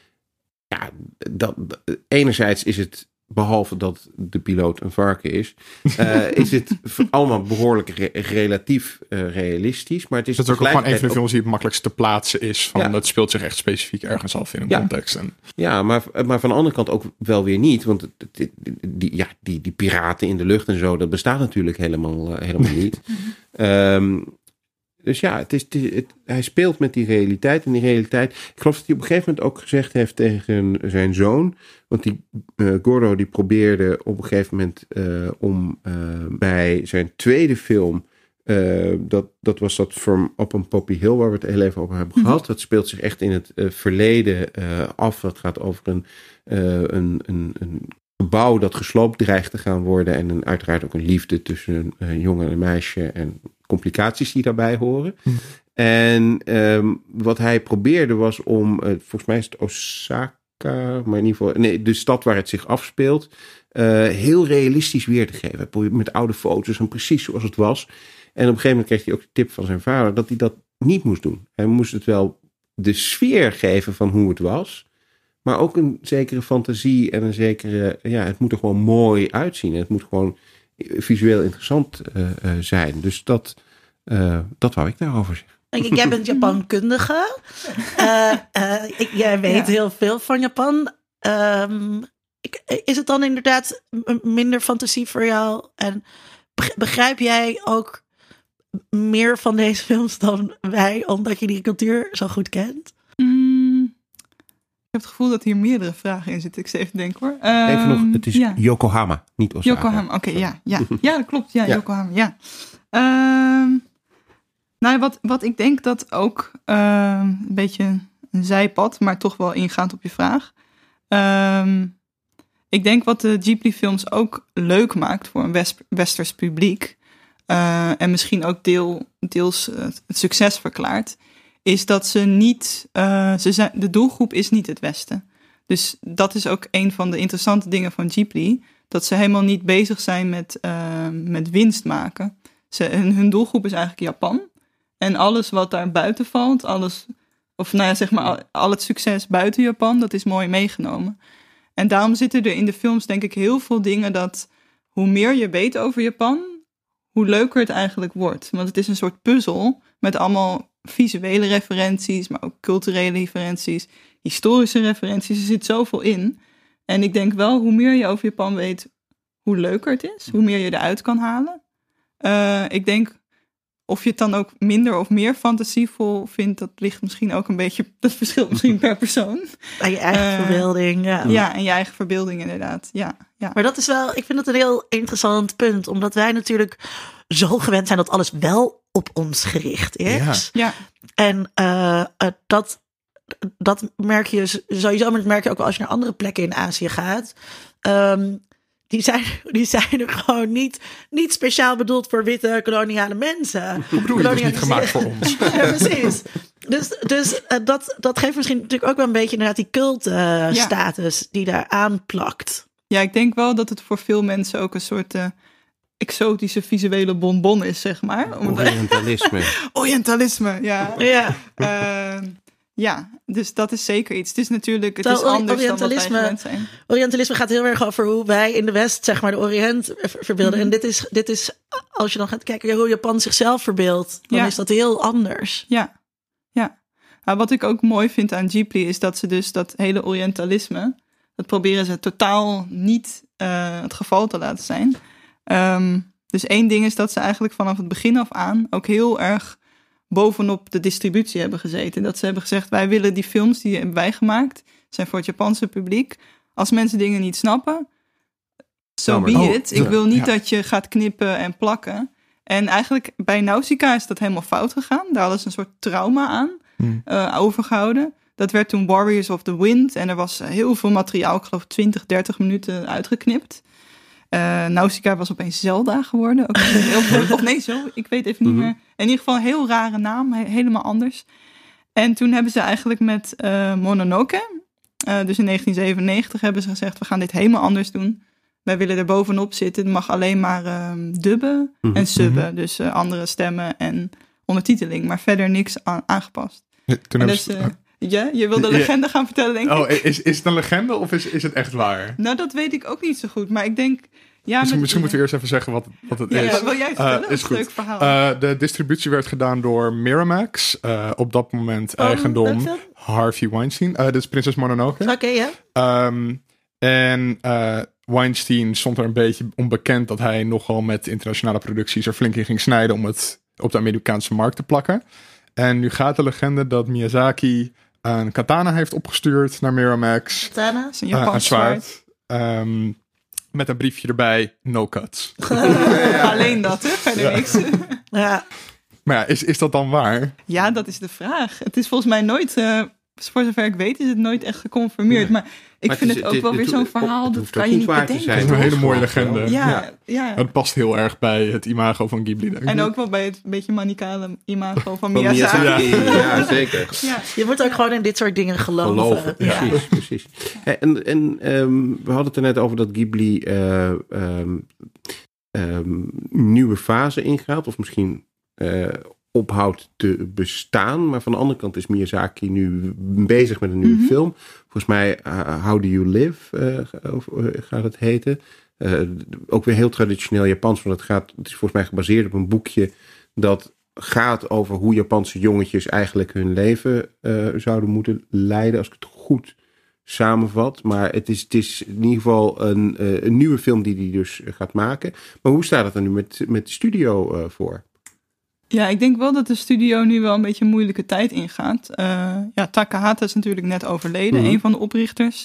ja, dat, enerzijds is het, behalve dat de piloot een varken is, uh, is het allemaal behoorlijk re- relatief uh, realistisch. Maar het is dat is ook gewoon een van de films die het makkelijkst te plaatsen is. Van, ja. Dat speelt zich echt specifiek ergens af in een ja. context. En... Ja, maar, maar van de andere kant ook wel weer niet. Want het, het, die, ja, die, die piraten in de lucht en zo, dat bestaat natuurlijk helemaal, uh, helemaal niet. um, Dus ja, het is, het, het, hij speelt met die realiteit. En die realiteit, ik geloof dat hij op een gegeven moment ook gezegd heeft tegen zijn zoon. Want die uh, Goro die probeerde op een gegeven moment uh, om uh, bij zijn tweede film. Uh, dat, dat was dat From Up on Poppy Hill, waar we het heel even over hebben gehad. Dat speelt zich echt in het uh, verleden uh, af. Dat gaat over een, uh, een, een, een gebouw dat gesloopt dreigt te gaan worden. En een, uiteraard ook een liefde tussen een, een jongen en een meisje. En complicaties die daarbij horen. Hm. En um, wat hij probeerde was om, uh, volgens mij is het Osaka, maar in ieder geval, nee, de stad waar het zich afspeelt, uh, heel realistisch weer te geven. Hij probeerde met oude foto's en precies zoals het was. En op een gegeven moment kreeg hij ook de tip van zijn vader dat hij dat niet moest doen. Hij moest het wel de sfeer geven van hoe het was, maar ook een zekere fantasie en een zekere, ja, het moet er gewoon mooi uitzien. Het moet gewoon visueel interessant uh, uh, zijn. Dus dat, uh, dat wou ik daarover zeggen. Jij bent Japankundige. Uh, uh, ik, jij weet ja. heel veel van Japan. Um, ik, is het dan inderdaad minder fantasie voor jou? En begrijp jij ook meer van deze films dan wij, omdat je die cultuur zo goed kent? Mm, ik heb het gevoel dat hier meerdere vragen in zitten. Ik zit even denken hoor. Um, even nog, het is ja. Yokohama, niet Osaka. Yokohama, oké, okay, ja, ja. Ja, dat klopt. Ja, ja. Yokohama, ja. Um, nou, wat, wat ik denk dat ook uh, een beetje een zijpad, maar toch wel ingaand op je vraag. Um, ik denk wat de Ghibli-films ook leuk maakt voor een west, westers publiek, uh, en misschien ook deel, deels uh, het succes verklaart, is dat ze niet, uh, ze zijn, de doelgroep is niet het Westen. Dus dat is ook een van de interessante dingen van Ghibli, dat ze helemaal niet bezig zijn met, uh, met winst maken. Ze, hun, hun doelgroep is eigenlijk Japan. En alles wat daar buiten valt, alles, of nou ja, zeg maar, al, al het succes buiten Japan, dat is mooi meegenomen. En daarom zitten er in de films denk ik heel veel dingen dat hoe meer je weet over Japan, hoe leuker het eigenlijk wordt. Want het is een soort puzzel met allemaal visuele referenties, maar ook culturele referenties, historische referenties. Er zit zoveel in. En ik denk wel, hoe meer je over Japan weet, hoe leuker het is. Hoe meer je eruit kan halen. Uh, ik denk, of je het dan ook minder of meer fantasievol vindt, dat ligt misschien ook een beetje, dat verschilt misschien per persoon. Aan je eigen uh, verbeelding, ja. Ja, en je eigen verbeelding inderdaad, ja, ja. Maar dat is wel, ik vind het een heel interessant punt, omdat wij natuurlijk zo gewend zijn dat alles wel op ons gericht is. Ja. Ja. En uh, uh, dat, dat merk je sowieso, maar dat merk je ook wel als je naar andere plekken in Azië gaat. Um, Die zijn, die zijn er gewoon niet, niet speciaal bedoeld voor witte koloniale mensen. Hoe bedoel je, het is niet gemaakt voor ons? Ja, precies. Dus, dus uh, dat, dat geeft misschien natuurlijk ook wel een beetje inderdaad die cult-status uh, ja. die daar aanplakt. Ja, ik denk wel dat het voor veel mensen ook een soort uh, exotische visuele bonbon is, zeg maar. Orientalisme. Orientalisme, ja. Ja. Uh, Ja, dus dat is zeker iets. Het is natuurlijk, het is anders dan wat wij gewend zijn. Orientalisme gaat heel erg over hoe wij in de West, zeg maar, de Oriënt verbeelden. Mm-hmm. En dit is, dit is, als je dan gaat kijken hoe Japan zichzelf verbeeldt, dan ja. is dat heel anders. Ja, ja. Nou, wat ik ook mooi vind aan Ghibli is dat ze dus dat hele Orientalisme, dat proberen ze totaal niet uh, het geval te laten zijn. Um, dus één ding is dat ze eigenlijk vanaf het begin af aan ook heel erg bovenop de distributie hebben gezeten. Dat ze hebben gezegd, wij willen die films die hebben wij gemaakt, zijn voor het Japanse publiek. Als mensen dingen niet snappen, so be oh, it. Ik wil niet ja. dat je gaat knippen en plakken. En eigenlijk bij Nausicaa is dat helemaal fout gegaan. Daar hadden ze een soort trauma aan hmm. uh, overgehouden. Dat werd toen Warriors of the Wind. En er was heel veel materiaal, ik geloof twintig, dertig minuten uitgeknipt. Uh, Nausicaa was opeens Zelda geworden. Ook heel veel, of nee, zo, ik weet even niet mm-hmm. meer. In ieder geval een heel rare naam, he- helemaal anders. En toen hebben ze eigenlijk met uh, Mononoke, uh, dus in negentien zevenennegentig, hebben ze gezegd, we gaan dit helemaal anders doen. Wij willen er bovenop zitten. Het mag alleen maar uh, dubben mm-hmm. en subben. Dus uh, andere stemmen en ondertiteling. Maar verder niks aan, aangepast. Ja, toen en dus, uh, ja, je wil de legende gaan vertellen, denk ik. Oh, is, is het een legende of is, is het echt waar? Nou, dat weet ik ook niet zo goed. Maar ik denk... Ja, misschien, met, misschien moeten we eerst even zeggen wat, wat het ja, is. Ja, wil jij het vertellen? Uh, is goed. Leuk verhaal. Uh, de distributie werd gedaan door Miramax. Uh, op dat moment oh, eigendom Harvey Weinstein. Uh, dit is Prinses Mononoke. Oké, okay, ja. Um, en uh, Weinstein stond er een beetje onbekend dat hij nogal met internationale producties er flink in ging snijden om het op de Amerikaanse markt te plakken. En nu gaat de legende dat Miyazaki een katana heeft opgestuurd naar Miramax. Katana? Is een Japans uh, zwaard. Um, met een briefje erbij, no cuts. Alleen dat, hè? Verder ja. niks. Ja. Maar ja, is, is dat dan waar? Ja, dat is de vraag. Het is volgens mij nooit, uh, voor zover ik weet, is het nooit echt geconfirmeerd. Ja. Maar ik maar vind het, is, het ook dit, wel dit, weer zo'n verhaal, het dat kan je niet bedenken. Het is een hele mooie legende. Ja, ja. ja. Het past heel erg bij het imago van Ghibli, denk ik. En ook wel bij het beetje manicale imago van Miyazaki. Ja. ja, zeker. Ja. Je moet ook gewoon in dit soort dingen geloven. Geloven, precies. Ja. precies. En, en um, we hadden het er net over dat Ghibli uh, um, um, nieuwe fase ingaat. Of misschien uh, ophoudt te bestaan. Maar van de andere kant is Miyazaki nu bezig met een nieuwe mm-hmm. film. Volgens mij uh, How Do You Live uh, uh, gaat het heten. Uh, ook weer heel traditioneel Japans. Want het, gaat, het is volgens mij gebaseerd op een boekje dat gaat over hoe Japanse jongetjes eigenlijk hun leven uh, zouden moeten leiden. Als ik het goed samenvat. Maar het is, het is in ieder geval een, uh, een nieuwe film die hij dus gaat maken. Maar hoe staat het er nu met, met de studio uh, voor? Ja, ik denk wel dat de studio nu wel een beetje een moeilijke tijd ingaat. Uh, ja, Takahata is natuurlijk net overleden, mm-hmm. een van de oprichters.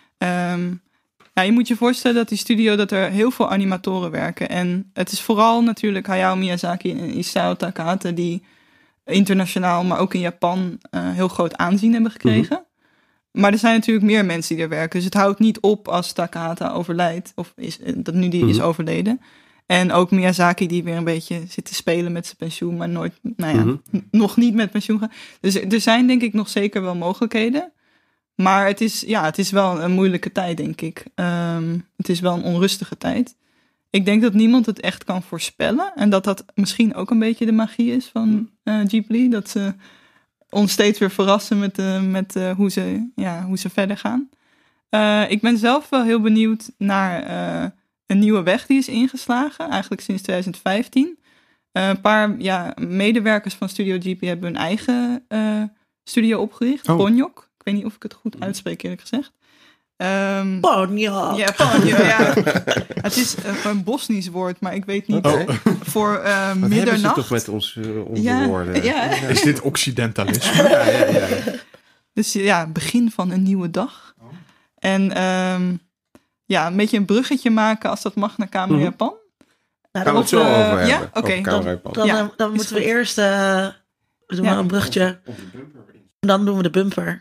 Um, ja, je moet je voorstellen dat die studio, dat er heel veel animatoren werken. En het is vooral natuurlijk Hayao Miyazaki en Isao Takahata die internationaal, maar ook in Japan uh, heel groot aanzien hebben gekregen. Mm-hmm. Maar er zijn natuurlijk meer mensen die er werken. Dus het houdt niet op als Takahata overlijdt, of is, dat nu die mm-hmm. is overleden. En ook Miyazaki die weer een beetje zit te spelen met zijn pensioen, maar nooit, nou ja, Mhm. n- nog niet met pensioen gaan. Dus er er zijn denk ik nog zeker wel mogelijkheden. Maar het is, ja, het is wel een moeilijke tijd, denk ik. Ehm, het is wel een onrustige tijd. Ik denk dat niemand het echt kan voorspellen. En dat dat misschien ook een beetje de magie is van eh, Ghibli. Dat ze ons steeds weer verrassen met, uh, met uh, hoe, ze, ja, hoe ze verder gaan. Uh, ik ben zelf wel heel benieuwd naar uh, een nieuwe weg die is ingeslagen. Eigenlijk sinds twintig vijftien. Uh, een paar ja, medewerkers van Studio Ghibli hebben hun eigen uh, studio opgericht. Oh. Ponjok. Ik weet niet of ik het goed uitspreek, eerlijk gezegd. Um, Ponjok. Ja, Ponjok, ja. Het is uh, een Bosnisch woord, maar ik weet niet. Oké. Voor uh, Wat hebben ze middernacht. toch met ons, uh, onze ja, woorden? ja. Is dit occidentalisme? Ja, ja, ja. Dus ja, begin van een nieuwe dag. Oh. En um, ja, een beetje een bruggetje maken, als dat mag, naar Kamer Mm-hmm. Japan. Nou, Gaan we het zo uh, over hebben? ja? Oké. Over Kamer Japan. Dan, Ja, dan, dan moeten we goed. eerst... Uh, we doen Ja. maar een bruggetje. En dan doen we de bumper.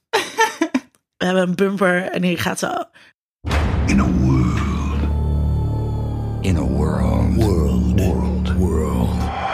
We hebben een bumper en die gaat zo... In a world. In a world. World. World. World.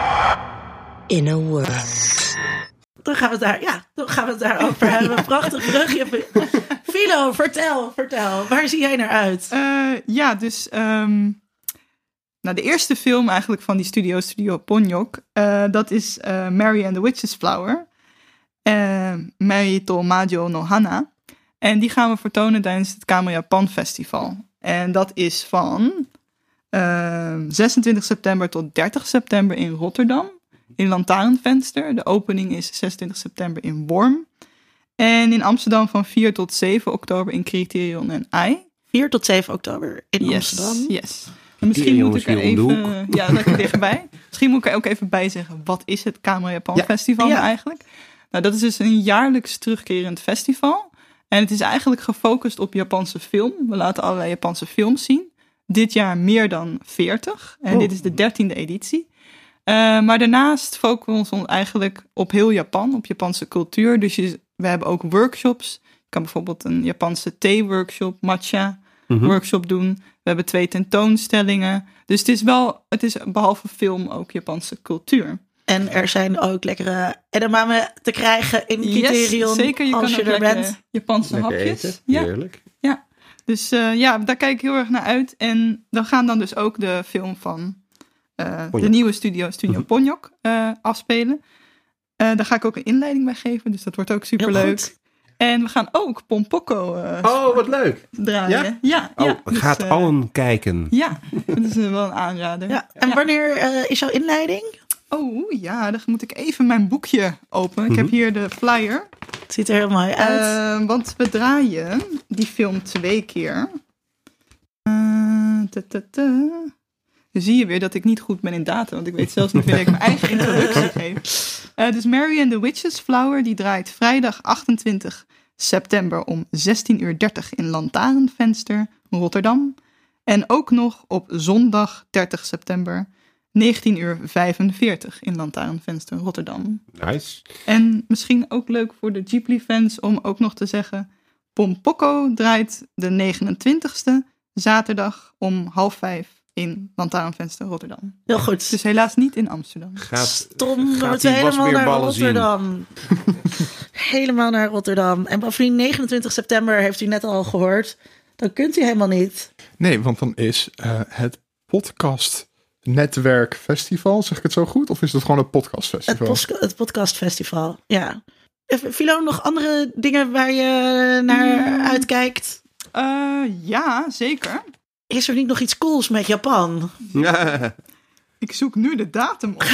In a world. Dan gaan we het daar, ja, dan gaan we het daarover hebben. Prachtig brugje. Philo, vertel, vertel. Waar zie jij naar uit? Uh, ja, dus... Um, nou, de eerste film eigenlijk van die studio, Studio Ponjok... Uh, dat is uh, Mary and the Witch's Flower. Uh, Mary to Majo no Hana. En die gaan we vertonen tijdens het Kamer Japan Festival. En dat is van uh, zesentwintig september tot dertig september in Rotterdam. In Lantaarnvenster. De opening is zesentwintig september in Worm. En in Amsterdam van vier tot zeven oktober in Criterion en I. vier tot zeven oktober in Yes, Amsterdam. yes. En misschien moet ik er Criterion is hier om de even... Ja, lekker dichtbij. Misschien moet ik er ook even bij zeggen, wat is het Kamer Japan Ja. Festival Ja. nou eigenlijk? Nou, dat is dus een jaarlijks terugkerend festival. En het is eigenlijk gefocust op Japanse film. We laten allerlei Japanse films zien. Dit jaar meer dan veertig. En Oh. dit is de dertiende editie. Uh, maar daarnaast focussen we ons eigenlijk op heel Japan, op Japanse cultuur. Dus je, we hebben ook workshops. Je kan bijvoorbeeld een Japanse thee-workshop, matcha Mhm. workshop doen. We hebben twee tentoonstellingen. Dus het is wel, het is behalve film ook Japanse cultuur. En er zijn ook lekkere edamame te krijgen in Criterion. Yes, zeker. Je als kan je ook er lekker bent. Japanse Lekker hapjes. eten. Ja, Heerlijk. dus uh, ja, daar kijk ik heel erg naar uit. En dan gaan dan dus ook de film van uh, de Ponjok. nieuwe studio, Studio Mhm. Ponjok, uh, afspelen. Uh, daar ga ik ook een inleiding bij geven, dus dat wordt ook Heel superleuk. goed. En we gaan ook Pompoko uh, Oh, wat leuk. draaien. Ja? Ja, Oh, ja, dus, gaat uh, allen kijken. Ja, dat is uh, wel een aanrader. Ja. En wanneer uh, is jouw inleiding? Oh ja, dan moet ik even mijn boekje openen. Ik heb Mhm. hier de flyer. Het ziet er heel mooi uit. Uh, want we draaien die film twee keer. Uh, ta, ta, ta. Dan zie je weer dat ik niet goed ben in data. Want ik weet zelfs niet wanneer ik mijn eigen introductie geef. Uh, dus Mary and the Witch's Flower. Die draait vrijdag achtentwintig september om zestien uur dertig in Lantaarnvenster, Rotterdam. En ook nog op zondag dertig september negentien uur vijfenveertig in Lantaarnvenster, Rotterdam. Nice. En misschien ook leuk voor de Ghibli-fans om ook nog te zeggen... Pompoko draait de negenentwintigste zaterdag om half vijf in Lantaarnvenster, Rotterdam. Heel goed. Dus helaas niet in Amsterdam. Gaat, Stom, gaat dan moeten we die helemaal naar wasbeerballen zien? Rotterdam. Helemaal naar Rotterdam. En bovendien negenentwintig september, heeft u net al gehoord... dan kunt u helemaal niet. Nee, want dan is uh, het podcast netwerk festival, zeg ik het zo goed? Of is het gewoon een podcast Het, festival? pos- het podcastfestival, ja. Even, Philo, nog andere dingen waar je naar Mm. uitkijkt? Uh, ja, zeker. Is er niet nog iets cools met Japan? Ik zoek nu de datum op.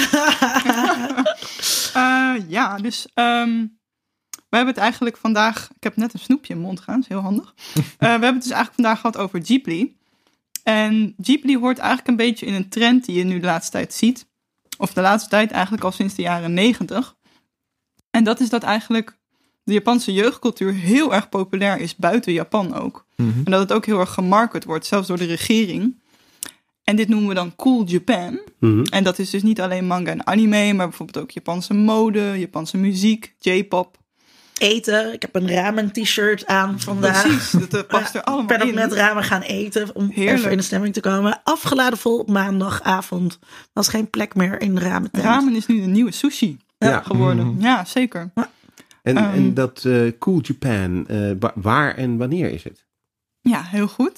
uh, ja, dus um, we hebben het eigenlijk vandaag... Ik heb net een snoepje in mijn mond gaan, dat is heel handig. Uh, we hebben het dus eigenlijk vandaag gehad over Ghibli. En Ghibli hoort eigenlijk een beetje in een trend die je nu de laatste tijd ziet. Of de laatste tijd eigenlijk al sinds de jaren negentig. En dat is dat eigenlijk de Japanse jeugdcultuur heel erg populair is buiten Japan ook. Mm-hmm. En dat het ook heel erg gemarket wordt, zelfs door de regering. En dit noemen we dan Cool Japan. Mhm. En dat is dus niet alleen manga en anime, maar bijvoorbeeld ook Japanse mode, Japanse muziek, J-pop. eten. Ik heb een ramen t-shirt aan vandaag. Precies, dat uh, past er allemaal ben in. Ik ben ook met ramen gaan eten om Heerlijk. even in de stemming te komen. Afgeladen vol op maandagavond. Er was geen plek meer in de ramen tent. Ramen is nu de nieuwe sushi Ja. geworden. Mm. Ja, zeker. En, Um, en dat uh, Cool Japan, uh, wa- waar en wanneer is het? Ja, heel goed.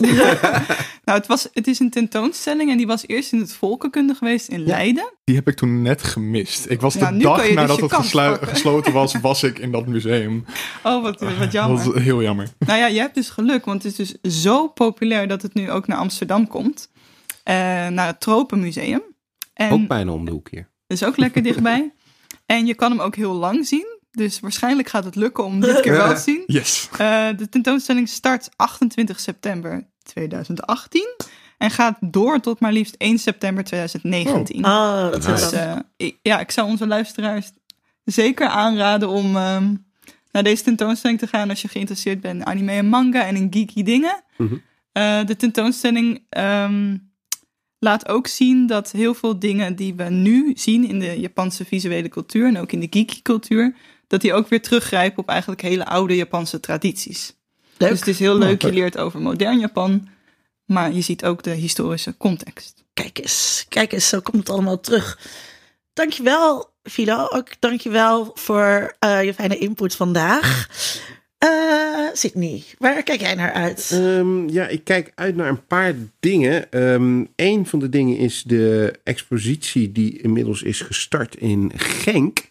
nou, het, was, het is een tentoonstelling en die was eerst in het Volkenkunde geweest in Leiden. Die heb ik toen net gemist. Ik was Ja, de nu kan dag je dus nadat je het kans geslu- pakken. gesloten was, was ik in dat museum. Oh, wat, wat Dat jammer. was heel jammer. Nou ja, je hebt dus geluk, want het is dus zo populair dat het nu ook naar Amsterdam komt. Uh, naar het Tropenmuseum. En Ook bijna om de hoek hier. is ook lekker dichtbij. En je kan hem ook heel lang zien. Dus waarschijnlijk gaat het lukken om dit keer wel te zien. Yes. Uh, de tentoonstelling start achtentwintig september tweeduizend achttien. En gaat door tot maar liefst één september tweeduizend negentien. Oh, dat is Dus wel. uh, ik, ja, ik zou onze luisteraars zeker aanraden om um, naar deze tentoonstelling te gaan als je geïnteresseerd bent in anime en manga en in geeky dingen. Mm-hmm. Uh, de tentoonstelling um, laat ook zien dat heel veel dingen die we nu zien in de Japanse visuele cultuur en ook in de geeky cultuur, dat die ook weer teruggrijpen op eigenlijk hele oude Japanse tradities. Leuk. Dus het is heel leuk, Oh, je leert over modern Japan, maar je ziet ook de historische context. Kijk eens, kijk eens, zo komt het allemaal terug. Dankjewel, Philo. Ook dankjewel voor uh, je fijne input vandaag. Uh, Sydney, waar kijk jij naar uit? Um, ja, ik kijk uit naar een paar dingen. Um, een van de dingen is de expositie die inmiddels is gestart in Genk.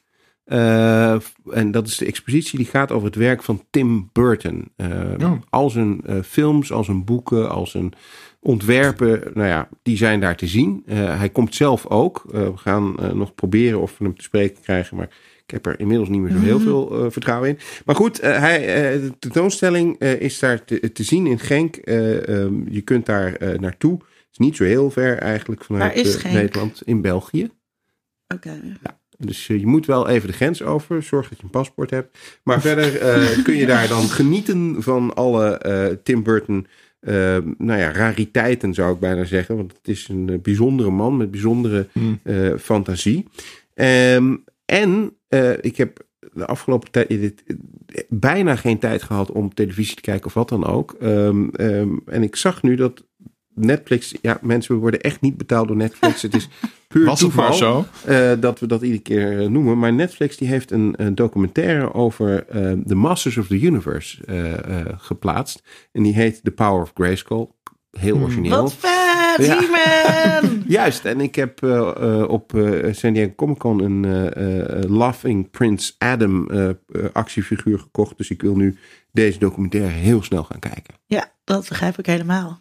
Uh, en dat is de expositie die gaat over het werk van Tim Burton. Uh, Oh. Al zijn uh, films, al zijn boeken, al zijn ontwerpen, nou ja, die zijn daar te zien. Uh, hij komt zelf ook. Uh, we gaan uh, nog proberen of we hem te spreken krijgen, maar ik heb er inmiddels niet meer zo heel veel uh, vertrouwen in. Maar goed, uh, hij, uh, de tentoonstelling uh, is daar te, te zien in Genk. Uh, um, je kunt daar uh, naartoe. Het is niet zo heel ver eigenlijk vanuit Waar is uh, Genk? Nederland, in België. Oké. Okay. Ja. Dus uh, je moet wel even de grens over. Zorg dat je een paspoort hebt. Maar verder uh, kun je daar dan genieten van alle uh, Tim Burton uh, nou ja, rariteiten, zou ik bijna zeggen. Want het is een uh, bijzondere man met bijzondere uh, fantasie. Um, en uh, ik heb de afgelopen tijd uh, bijna geen tijd gehad om televisie te kijken of wat dan ook. Um, um, en ik zag nu dat Netflix, ja, mensen, we worden echt niet betaald door Netflix. Het is puur Was het toeval maar zo? Uh, dat we dat iedere keer uh, noemen. Maar Netflix die heeft een, een documentaire over uh, The Masters of the Universe uh, uh, geplaatst. En die heet The Power of Grayskull. Heel Hmm. origineel. Wat vet, Ja. He-Man! Juist, en ik heb uh, uh, op uh, San Diego Comic Con een uh, uh, Laughing Prince Adam uh, uh, actiefiguur gekocht. Dus ik wil nu deze documentaire heel snel gaan kijken. Ja, dat begrijp ik helemaal.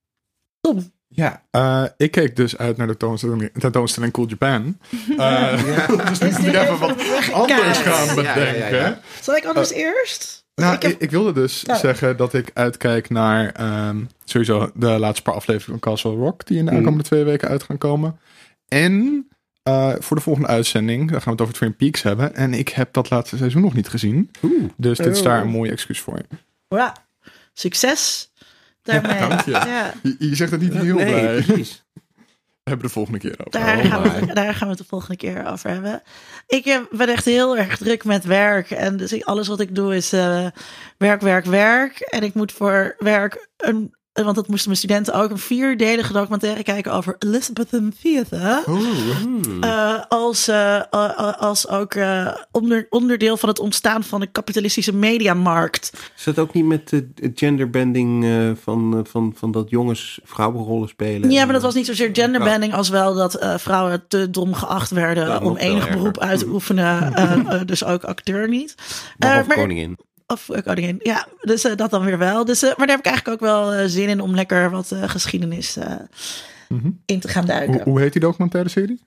Tom. Ja, uh, ik keek dus uit naar de tentoonstelling, tentoonstelling Cool Japan. Uh, ja. Dus nu moet ik even wat anders gaan bedenken. Ja, ja, ja, ja. Zal ik anders uh, eerst? Nou, ik, heb... ik, ik wilde dus nou. zeggen dat ik uitkijk naar um, sowieso de laatste paar afleveringen van Castle Rock, die in de aankomende mm. twee weken uit gaan komen. En uh, voor de volgende uitzending, daar gaan we het over Twin Peaks hebben. En ik heb dat laatste seizoen nog niet gezien. Oeh. Dus dit is daar een mooie excuus voor. Ja, succes daarmee. Ja, dank je. Ja. Je, je zegt het niet heel nee, blij. Precies. We hebben de volgende keer over. Daar, Oh gaan we, daar gaan we het de volgende keer over hebben. Ik ben echt heel erg druk met werk. En dus ik, alles wat ik doe is uh, werk, werk, werk. En ik moet voor werk, een, want dat moesten mijn studenten ook, een vierdelige documentaire kijken over Elizabethan Theatre. Oh. Uh, als, uh, uh, als ook uh, onder, onderdeel van het ontstaan van de kapitalistische mediamarkt. Is dat ook niet met de uh, genderbanding uh, van, uh, van, van dat jongens vrouwenrollen spelen? Ja, maar dat was niet zozeer genderbanding als wel dat uh, vrouwen te dom geacht werden ja, om enig beroep uit te oefenen. Uh, uh, dus ook acteur niet. Uh, uh, maar, koningin. Of uh, koningin, ja. Dus uh, dat dan weer wel. Dus, uh, maar daar heb ik eigenlijk ook wel uh, zin in om lekker wat uh, geschiedenis uh, mm-hmm. in te gaan duiken. Hoe, hoe heet die documentaire serie?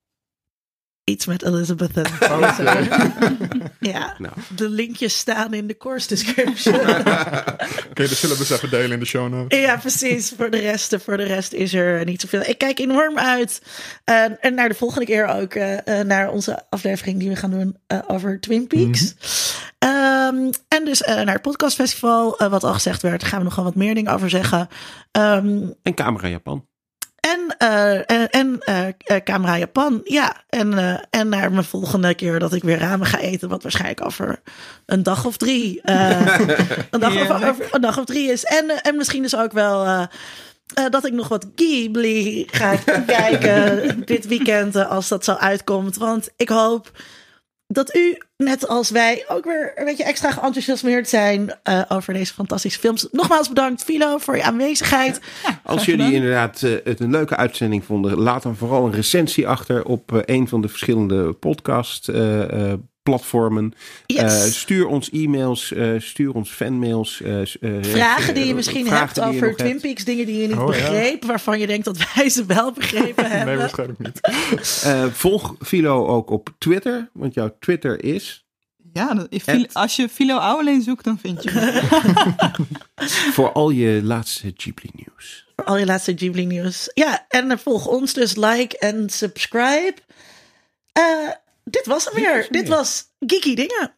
Iets met Elizabeth. Oh, okay. Ja, nou. De linkjes staan in de course description. Oké, okay, dat zullen we eens even delen in de show notes. Ja, precies. Voor de rest, voor de rest is er niet zoveel. Ik kijk enorm uit. Uh, en naar de volgende keer ook uh, naar onze aflevering die we gaan doen uh, over Twin Peaks. Mm-hmm. Um, en dus uh, naar het podcastfestival. Uh, wat al gezegd werd, gaan we nog wel wat meer dingen over zeggen. Um, en Camera Japan. En En, uh, en, en uh, uh, Camera Japan. Ja, en, uh, en naar mijn volgende keer dat ik weer ramen ga eten. Wat waarschijnlijk over een dag of drie. Uh, een, dag of, over, een dag of drie is. En, uh, en misschien dus ook wel... Uh, Uh, dat ik nog wat Ghibli ga kijken dit weekend uh, als dat zo uitkomt. Want ik hoop dat u, net als wij, ook weer een beetje extra geenthousiasmeerd zijn uh, over deze fantastische films. Nogmaals bedankt, Philo, voor je aanwezigheid. Ja, als jullie inderdaad uh, het een leuke uitzending vonden, laat dan vooral een recensie achter op uh, een van de verschillende podcast uh, uh, platformen. Yes. Uh, stuur ons e-mails, uh, stuur ons fanmails. Uh, uh, vragen die je misschien vragen hebt over Twin hebt. Peaks, dingen die je niet oh, begreep, ja. waarvan je denkt dat wij ze wel begrepen hebben. Nee, waarschijnlijk niet. uh, volg Philo ook op Twitter, want jouw Twitter is... Ja, dat, at... als je Philo Ouweleen zoekt, dan vind je me. Voor al je laatste Ghibli nieuws. Voor al je laatste Ghibli nieuws. Ja, en volg ons dus, like en subscribe. Uh, Dit was hem weer. Dit was Geeky Dingen.